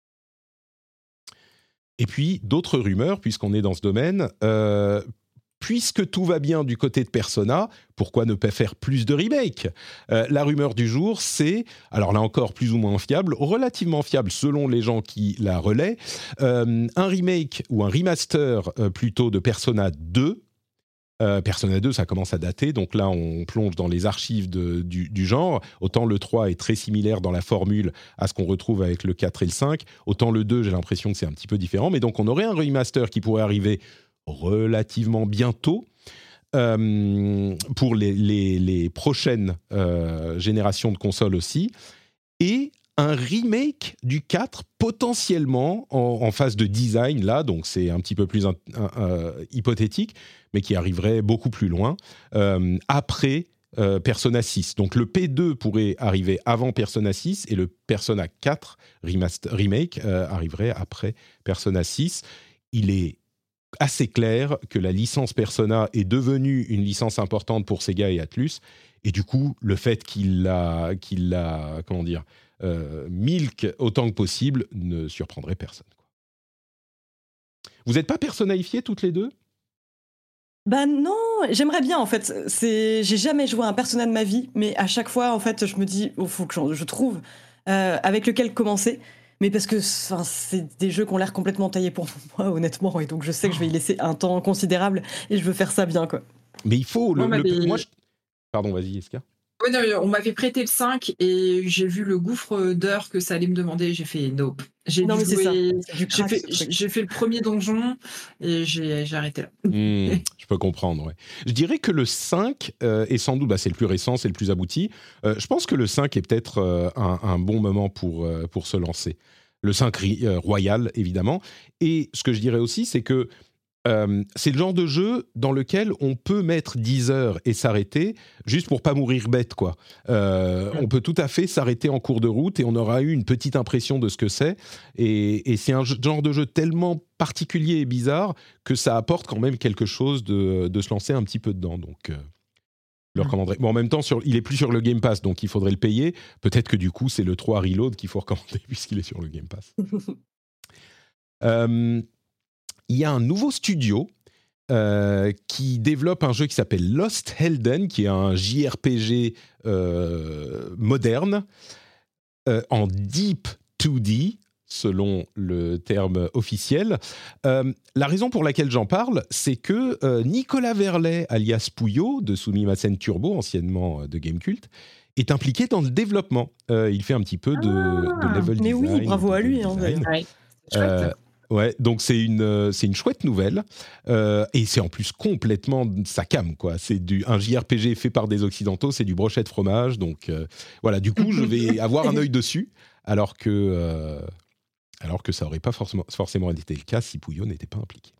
S3: Et puis, d'autres rumeurs, puisqu'on est dans ce domaine... Euh, Puisque tout va bien du côté de Persona, pourquoi ne pas faire plus de remakes ? euh, La rumeur du jour, c'est, alors là encore plus ou moins fiable, relativement fiable selon les gens qui la relaient, euh, un remake ou un remaster euh, plutôt de Persona deux. Euh, Persona deux, ça commence à dater, donc là on plonge dans les archives de, du, du genre. Autant le trois est très similaire dans la formule à ce qu'on retrouve avec le quatre et le cinq, autant le deux, j'ai l'impression que c'est un petit peu différent, mais donc on aurait un remaster qui pourrait arriver relativement bientôt euh, pour les, les, les prochaines euh, générations de consoles aussi, et un remake du quatre potentiellement en, en phase de design là, donc c'est un petit peu plus un, un, un, hypothétique, mais qui arriverait beaucoup plus loin euh, après euh, Persona six. Donc le P deux pourrait arriver avant Persona six et le Persona quatre remaster, remake euh, arriverait après Persona six. Il est assez clair que la licence Persona est devenue une licence importante pour Sega et Atlus, et du coup, le fait qu'il l'a, qu'il l'a comment dire, euh, milk autant que possible ne surprendrait personne, quoi. Vous n'êtes pas personnaïfiés toutes les deux ?
S5: Bah non, j'aimerais bien en fait. C'est, j'ai jamais joué à un Persona de ma vie, mais à chaque fois, en fait, je me dis, il oh, faut que je, je trouve euh, avec lequel commencer. Mais parce que c'est des jeux qui ont l'air complètement taillés pour moi, honnêtement, et donc je sais que je vais y laisser un temps considérable et je veux faire ça bien, quoi.
S3: Mais il faut... Le,
S4: moi,
S3: le, moi je... Pardon, vas-y, Eska.
S4: Ouais, non, on m'avait prêté le cinq et j'ai vu le gouffre d'heures que ça allait me demander. J'ai fait nope. J'ai
S5: non, mais
S4: jouer,
S5: c'est ça. C'est du
S4: j'ai,
S5: crack,
S4: fait, j'ai fait le premier donjon et j'ai, j'ai arrêté là.
S3: Mmh, je peux comprendre, ouais. Je dirais que le cinq euh, est sans doute, bah, c'est le plus récent, c'est le plus abouti. Euh, je pense que le cinq est peut-être euh, un, un bon moment pour, euh, pour se lancer. Le cinq euh, Royal, évidemment. Et ce que je dirais aussi, c'est que euh, c'est le genre de jeu dans lequel on peut mettre dix heures et s'arrêter juste pour pas mourir bête, quoi. Euh, on peut tout à fait s'arrêter en cours de route et on aura eu une petite impression de ce que c'est. Et, et c'est un genre de jeu tellement particulier et bizarre que ça apporte quand même quelque chose de, de se lancer un petit peu dedans. Donc... Euh je le recommanderais. Bon, en même temps, sur, il est plus sur le Game Pass, donc il faudrait le payer. Peut-être que du coup, c'est le trois Reload qu'il faut recommander puisqu'il est sur le Game Pass. euh, il y a un nouveau studio euh, qui développe un jeu qui s'appelle Lost Helden, qui est un J R P G euh, moderne euh, en Deep deux D, selon le terme officiel. Euh, la raison pour laquelle j'en parle, c'est que euh, Nicolas Verlet, alias Pouillot, de Sumimasen Turbo, anciennement de Gamekult, est impliqué dans le développement. Euh, il fait un petit peu de,
S5: ah,
S3: de level
S5: mais
S3: design.
S5: Mais oui, bravo à lui. Hein,
S4: ouais,
S3: euh, ouais, donc c'est une, c'est une chouette nouvelle. Euh, et c'est en plus complètement sa cam, quoi. C'est du, un J R P G fait par des Occidentaux, c'est du brochet de fromage. Donc euh, voilà, du coup, je vais avoir un œil dessus, alors que... Euh, alors que ça n'aurait pas forcément, forcément été le cas si Pouillot n'était pas impliqué.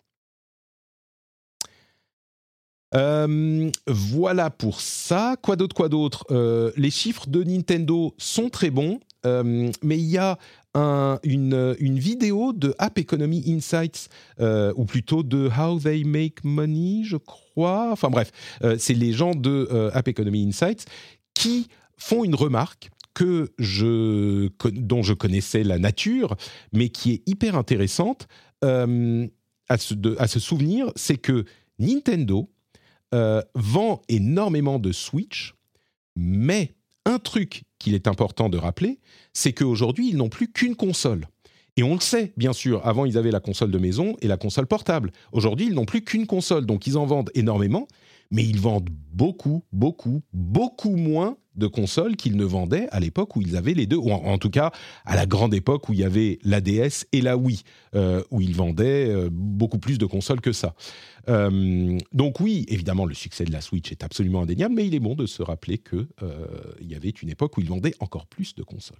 S3: Euh, voilà pour ça. Quoi d'autre, quoi d'autre euh, Les chiffres de Nintendo sont très bons, euh, mais il y a un, une, une vidéo de App Economy Insights, euh, ou plutôt de How They Make Money, je crois. Enfin bref, euh, c'est les gens de euh, App Economy Insights qui font une remarque que je, dont je connaissais la nature, mais qui est hyper intéressante euh, à, se, de, à se souvenir, c'est que Nintendo euh, vend énormément de Switch, mais un truc qu'il est important de rappeler, c'est qu'aujourd'hui, ils n'ont plus qu'une console. Et on le sait, bien sûr, avant, ils avaient la console de maison et la console portable. Aujourd'hui, ils n'ont plus qu'une console, donc ils en vendent énormément, mais ils vendent beaucoup, beaucoup, beaucoup moins de consoles qu'ils ne vendaient à l'époque où ils avaient les deux, ou en, en tout cas à la grande époque où il y avait la D S et la Wii, euh, où ils vendaient euh, beaucoup plus de consoles que ça. Euh, donc oui, évidemment, le succès de la Switch est absolument indéniable, mais il est bon de se rappeler qu'il euh, y avait une époque où ils vendaient encore plus de consoles.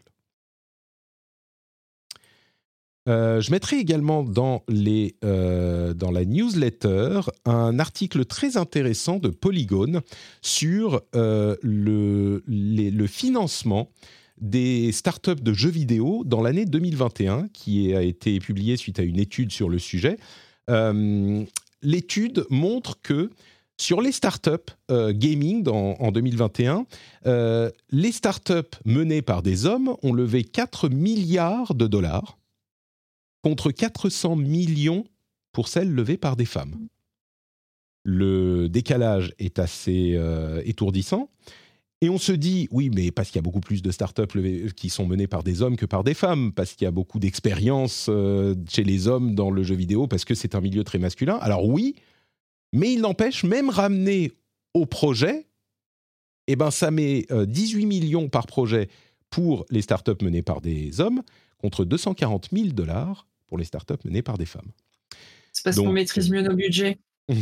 S3: Euh, je mettrai également dans, les, euh, dans la newsletter un article très intéressant de Polygon sur euh, le, les, le financement des startups de jeux vidéo dans l'année deux mille vingt et un, qui a été publié suite à une étude sur le sujet. Euh, l'étude montre que sur les startups euh, gaming dans, en deux mille vingt et un, euh, les startups menées par des hommes ont levé quatre milliards de dollars contre quatre cents millions pour celles levées par des femmes. Le décalage est assez euh, étourdissant. Et on se dit, oui, mais parce qu'il y a beaucoup plus de startups levées, qui sont menées par des hommes que par des femmes, parce qu'il y a beaucoup d'expérience euh, chez les hommes dans le jeu vidéo, parce que c'est un milieu très masculin. Alors oui, mais il n'empêche, même ramené au projet, eh ben, ça met euh, dix-huit millions par projet pour les startups menées par des hommes, contre deux cent quarante mille dollars pour les startups menées par des femmes.
S4: C'est parce
S3: Donc,
S4: qu'on maîtrise mieux nos budgets.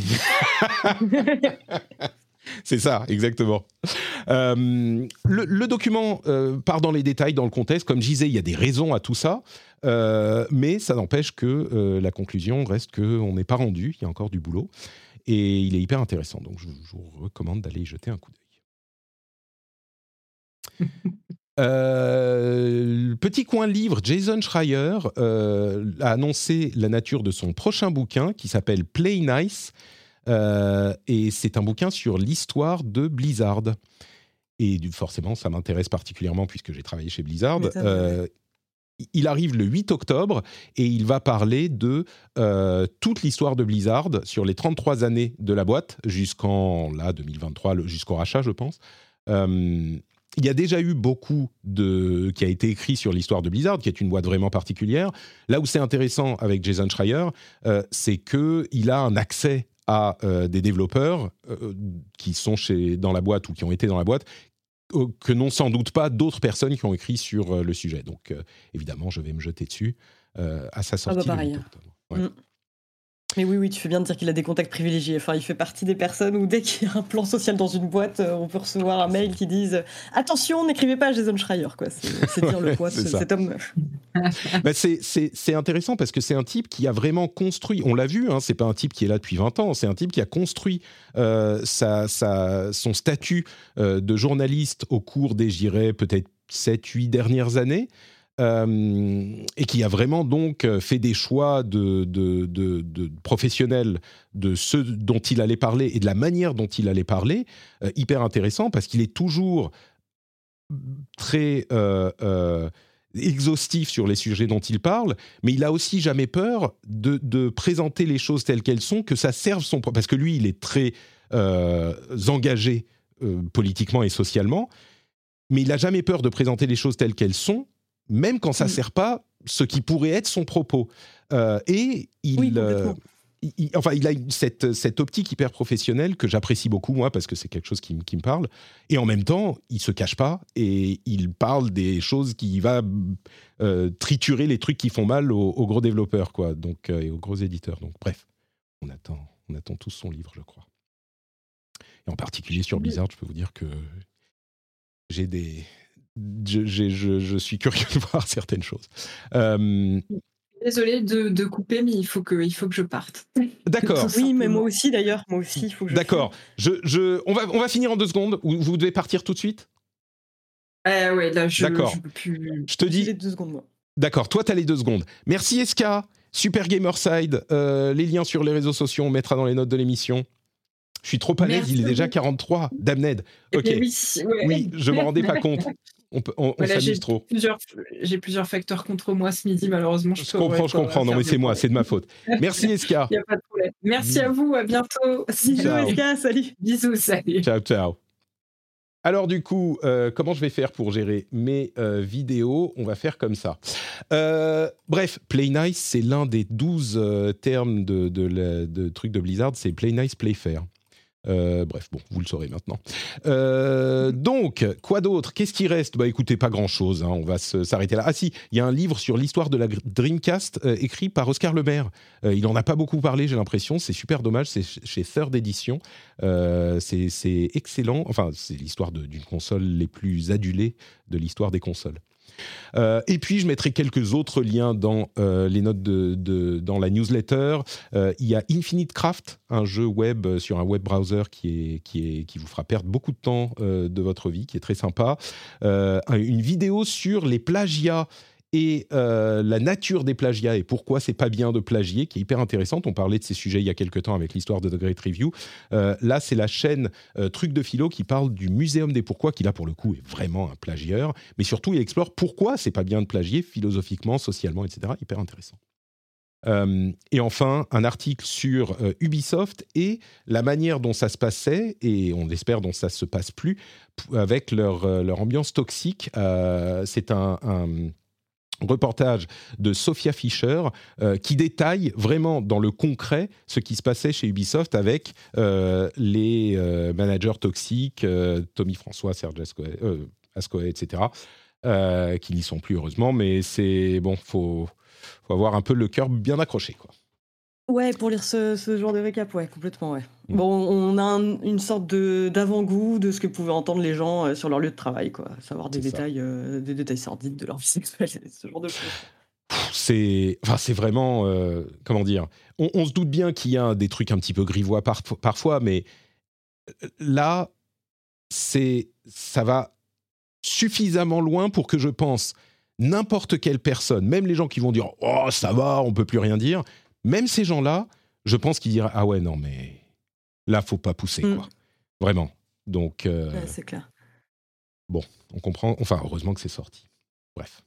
S3: C'est ça, exactement. Euh, le, le document euh, part dans les détails, dans le contexte. Comme je disais, il y a des raisons à tout ça, euh, mais ça n'empêche que euh, la conclusion reste qu'on n'est pas rendu, il y a encore du boulot, et il est hyper intéressant. Donc je, je vous recommande d'aller y jeter un coup d'œil. Euh, petit coin livre, Jason Schreier euh, a annoncé la nature de son prochain bouquin qui s'appelle Play Nice, euh, et c'est un bouquin sur l'histoire de Blizzard. Et forcément, ça m'intéresse particulièrement puisque j'ai travaillé chez Blizzard. Euh, il arrive le huit octobre et il va parler de euh, toute l'histoire de Blizzard sur les trente-trois années de la boîte jusqu'en là, deux mille vingt-trois, le, jusqu'au rachat, je pense. Euh, Il y a déjà eu beaucoup de qui a été écrit sur l'histoire de Blizzard, qui est une boîte vraiment particulière. Là où c'est intéressant avec Jason Schreier, euh, c'est qu'il a un accès à euh, des développeurs euh, qui sont chez, dans la boîte ou qui ont été dans la boîte, euh, que n'ont sans doute pas d'autres personnes qui ont écrit sur euh, le sujet. Donc, euh, évidemment, je vais me jeter dessus euh, à sa sortie
S5: ah bah
S3: le huit octobre. Ouais.
S5: Mm. Mais oui, oui, tu fais bien de dire qu'il a des contacts privilégiés. Enfin, il fait partie des personnes où dès qu'il y a un plan social dans une boîte, on peut recevoir un mail qui dise « Attention, n'écrivez pas à Jason Schreier ». Quoi. C'est, c'est dire le poids de cet homme.
S3: bah c'est, c'est, c'est intéressant parce que c'est un type qui a vraiment construit, on l'a vu, hein, c'est pas un type qui est là depuis vingt ans, c'est un type qui a construit euh, sa, sa, son statut euh, de journaliste au cours des, je dirais, peut-être sept huit dernières années. Euh, et qui a vraiment donc fait des choix de, de, de, de professionnels de ce dont il allait parler et de la manière dont il allait parler, euh, hyper intéressant parce qu'il est toujours très euh, euh, exhaustif sur les sujets dont il parle, mais il a aussi jamais peur de, de présenter les choses telles qu'elles sont, que ça serve son... Parce que lui, il est très euh, engagé euh, politiquement et socialement, mais il n'a jamais peur de présenter les choses telles qu'elles sont, même quand ça ne mmh. sert pas ce qui pourrait être son propos. Euh, et il,
S5: oui,
S3: euh, il, enfin, il a cette, cette optique hyper professionnelle que j'apprécie beaucoup, moi, parce que c'est quelque chose qui, qui me parle. Et en même temps, il ne se cache pas et il parle des choses qui vont euh, triturer les trucs qui font mal aux, aux gros développeurs, quoi, donc, euh, et aux gros éditeurs. Donc, bref, on attend, on attend tous son livre, je crois. Et en particulier sur Blizzard, je peux vous dire que j'ai des... Je, je, je, je suis curieux de voir certaines choses. Euh...
S4: Désolée de, de couper, mais il faut que, il faut que je parte.
S3: D'accord.
S5: Oui, mais moi aussi d'ailleurs. Moi aussi, il faut que je
S3: D'accord. Je, je, on, va, on va finir en deux secondes. Vous devez partir tout de suite ?
S4: euh, Ouais, là, je
S3: D'accord.
S4: je peux plus...
S3: Je te dis...
S5: J'ai les deux secondes, moi.
S3: D'accord, toi, tu as les deux secondes. Merci, Eska. Super Gamerside. Euh, les liens sur les réseaux sociaux, on mettra dans les notes de l'émission. Je suis trop à l'aise, il est déjà quarante-trois. Damned. Ok.
S4: Oui, ouais.
S3: Oui, je ne m'en rendais pas compte. On, peut, on, on
S4: voilà,
S3: s'amuse
S4: j'ai
S3: trop.
S4: Plusieurs, j'ai plusieurs facteurs contre moi ce midi, malheureusement. Je,
S3: je comprends, je comprends. Non, mais c'est moi, c'est de ma faute. Merci, Eska.
S4: Il n'y a pas de problème. Merci à vous, à bientôt.
S5: Bisous, Eska, salut.
S4: Bisous, salut.
S3: Ciao, ciao. Alors du coup, euh, comment je vais faire pour gérer mes euh, vidéos ? On va faire comme ça. Euh, bref, Play Nice, c'est l'un des douze euh, termes de, de, de, de trucs de Blizzard, c'est Play Nice, Play Fair. Euh, bref, bon, vous le saurez maintenant. Euh, donc, quoi d'autre ? Qu'est-ce qui reste ? Bah écoutez, pas grand-chose, hein, on va se, s'arrêter là. Ah si, il y a un livre sur l'histoire de la Dreamcast euh, écrit par Oscar Lemaire. Euh, il n'en a pas beaucoup parlé, j'ai l'impression, c'est super dommage, c'est chez Third Edition. Euh, c'est, c'est excellent, enfin, c'est l'histoire de, d'une console les plus adulées de l'histoire des consoles. Euh, et puis, je mettrai quelques autres liens dans euh, les notes de, de, dans la newsletter. Euh, il y a Infinite Craft, un jeu web sur un web browser qui, est, qui, est, qui vous fera perdre beaucoup de temps euh, de votre vie, qui est très sympa. Euh, une vidéo sur les plagiats et euh, la nature des plagiats et pourquoi c'est pas bien de plagier, qui est hyper intéressante. On parlait de ces sujets il y a quelques temps avec l'histoire de The Great Review. Euh, là, c'est la chaîne euh, Truc de Philo qui parle du Muséum des Pourquoi, qui là, pour le coup, est vraiment un plagieur. Mais surtout, il explore pourquoi c'est pas bien de plagier, philosophiquement, socialement, et cetera. Hyper intéressant. Euh, et enfin, un article sur euh, Ubisoft et la manière dont ça se passait, et on espère dont ça se passe plus, p- avec leur, euh, leur ambiance toxique. Euh, c'est un... un reportage de Sophia Fischer euh, qui détaille vraiment dans le concret ce qui se passait chez Ubisoft avec euh, les euh, managers toxiques, euh, Tommy François, Serge Ascoët, euh, Ascoët, et cetera, euh, qui n'y sont plus heureusement, mais c'est bon, faut, faut avoir un peu le cœur bien accroché, quoi.
S5: Ouais, pour lire ce, ce genre de récap, ouais, complètement, ouais. Mmh. Bon, on a un, une sorte de, d'avant-goût de ce que pouvaient entendre les gens euh, sur leur lieu de travail, quoi. Savoir des détails, euh, des détails sordides de leur vie sexuelle, ce genre de choses.
S3: C'est, enfin, c'est vraiment, euh, comment dire, on, on se doute bien qu'il y a des trucs un petit peu grivois par, parfois, mais là, c'est, ça va suffisamment loin pour que je pense n'importe quelle personne, même les gens qui vont dire « Oh, ça va, on peut plus rien dire », même ces gens-là, je pense qu'ils diraient « Ah ouais, non, mais là, faut pas pousser, mmh. quoi. » Vraiment. Donc, euh,
S5: ouais, c'est clair.
S3: Bon, on comprend. Enfin, heureusement que c'est sorti. Bref.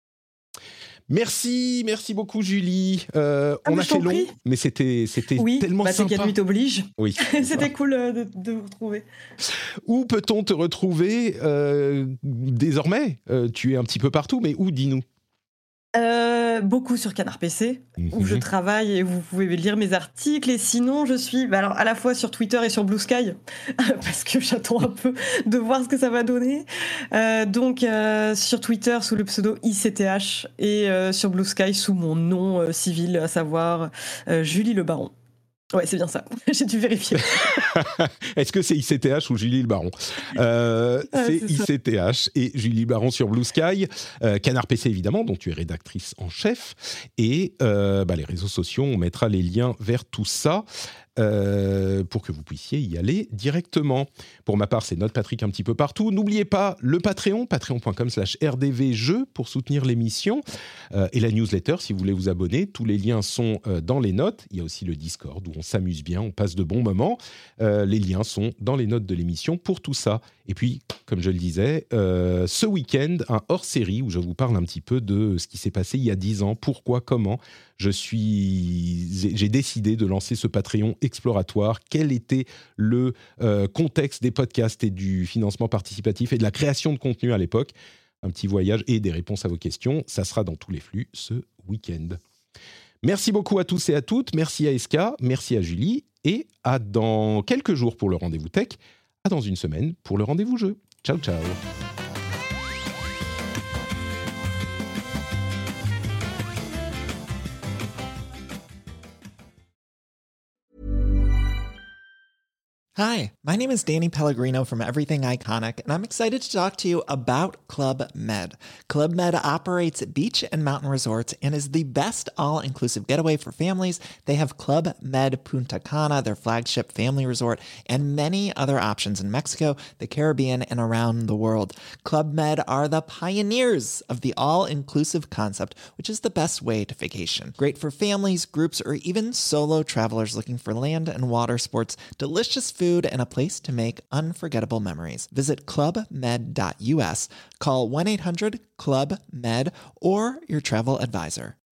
S3: Merci, merci beaucoup, Julie. Euh, ah, on a fait long, prie. mais c'était, c'était
S5: oui,
S3: tellement
S5: bah,
S3: sympa.
S5: Oui, c'est qu'à nuit oblige.
S3: Oui.
S5: C'était cool de, de vous retrouver.
S3: Où peut-on te retrouver euh, désormais euh, Tu es un petit peu partout, mais où, dis-nous ?
S5: Euh, beaucoup sur Canard P C, mmh. où je travaille et vous pouvez lire mes articles. Et sinon, je suis bah alors, à la fois sur Twitter et sur Blue Sky, parce que j'attends un peu de voir ce que ça va donner. Euh, donc, euh, sur Twitter sous le pseudo I C T H et euh, sur Blue Sky sous mon nom euh, civil, à savoir euh, Julie Le Baron. Ouais, c'est bien ça. J'ai dû vérifier.
S3: Est-ce que c'est I C T H ou Julie Le Baron ? euh, ah, C'est, c'est I C T H et Julie Baron sur Blue Sky. Euh, Canard P C, évidemment, dont tu es rédactrice en chef. Et euh, bah, les réseaux sociaux, on mettra les liens vers tout ça. Euh, pour que vous puissiez y aller directement. Pour ma part, c'est Note Patrick un petit peu partout. N'oubliez pas le Patreon, patreon.com slash rdvjeux pour soutenir l'émission euh, et la newsletter si vous voulez vous abonner. Tous les liens sont euh, dans les notes. Il y a aussi le Discord où on s'amuse bien, on passe de bons moments. Euh, les liens sont dans les notes de l'émission pour tout ça. Et puis, comme je le disais, euh, ce week-end, un hors-série où je vous parle un petit peu de ce qui s'est passé il y a dix ans, pourquoi, comment. Je suis, j'ai décidé de lancer ce Patreon exploratoire. Quel était le euh, contexte des podcasts et du financement participatif et de la création de contenu à l'époque ? Un petit voyage et des réponses à vos questions. Ça sera dans tous les flux ce week-end. Merci beaucoup à tous et à toutes. Merci à Eska, merci à Julie. Et à dans quelques jours pour le rendez-vous tech. À dans une semaine pour le rendez-vous jeu. Ciao, ciao.
S8: Hi, my name is Danny Pellegrino from Everything Iconic, and I'm excited to talk to you about Club Med. Club Med operates beach and mountain resorts and is the best all-inclusive getaway for families. They have Club Med Punta Cana, their flagship family resort, and many other options in Mexico, the Caribbean, and around the world. Club Med are the pioneers of the all-inclusive concept, which is the best way to vacation. Great for families, groups, or even solo travelers looking for land and water sports, delicious food, food, and a place to make unforgettable memories. Visit club med dot u s, call one eight hundred club med, or your travel advisor.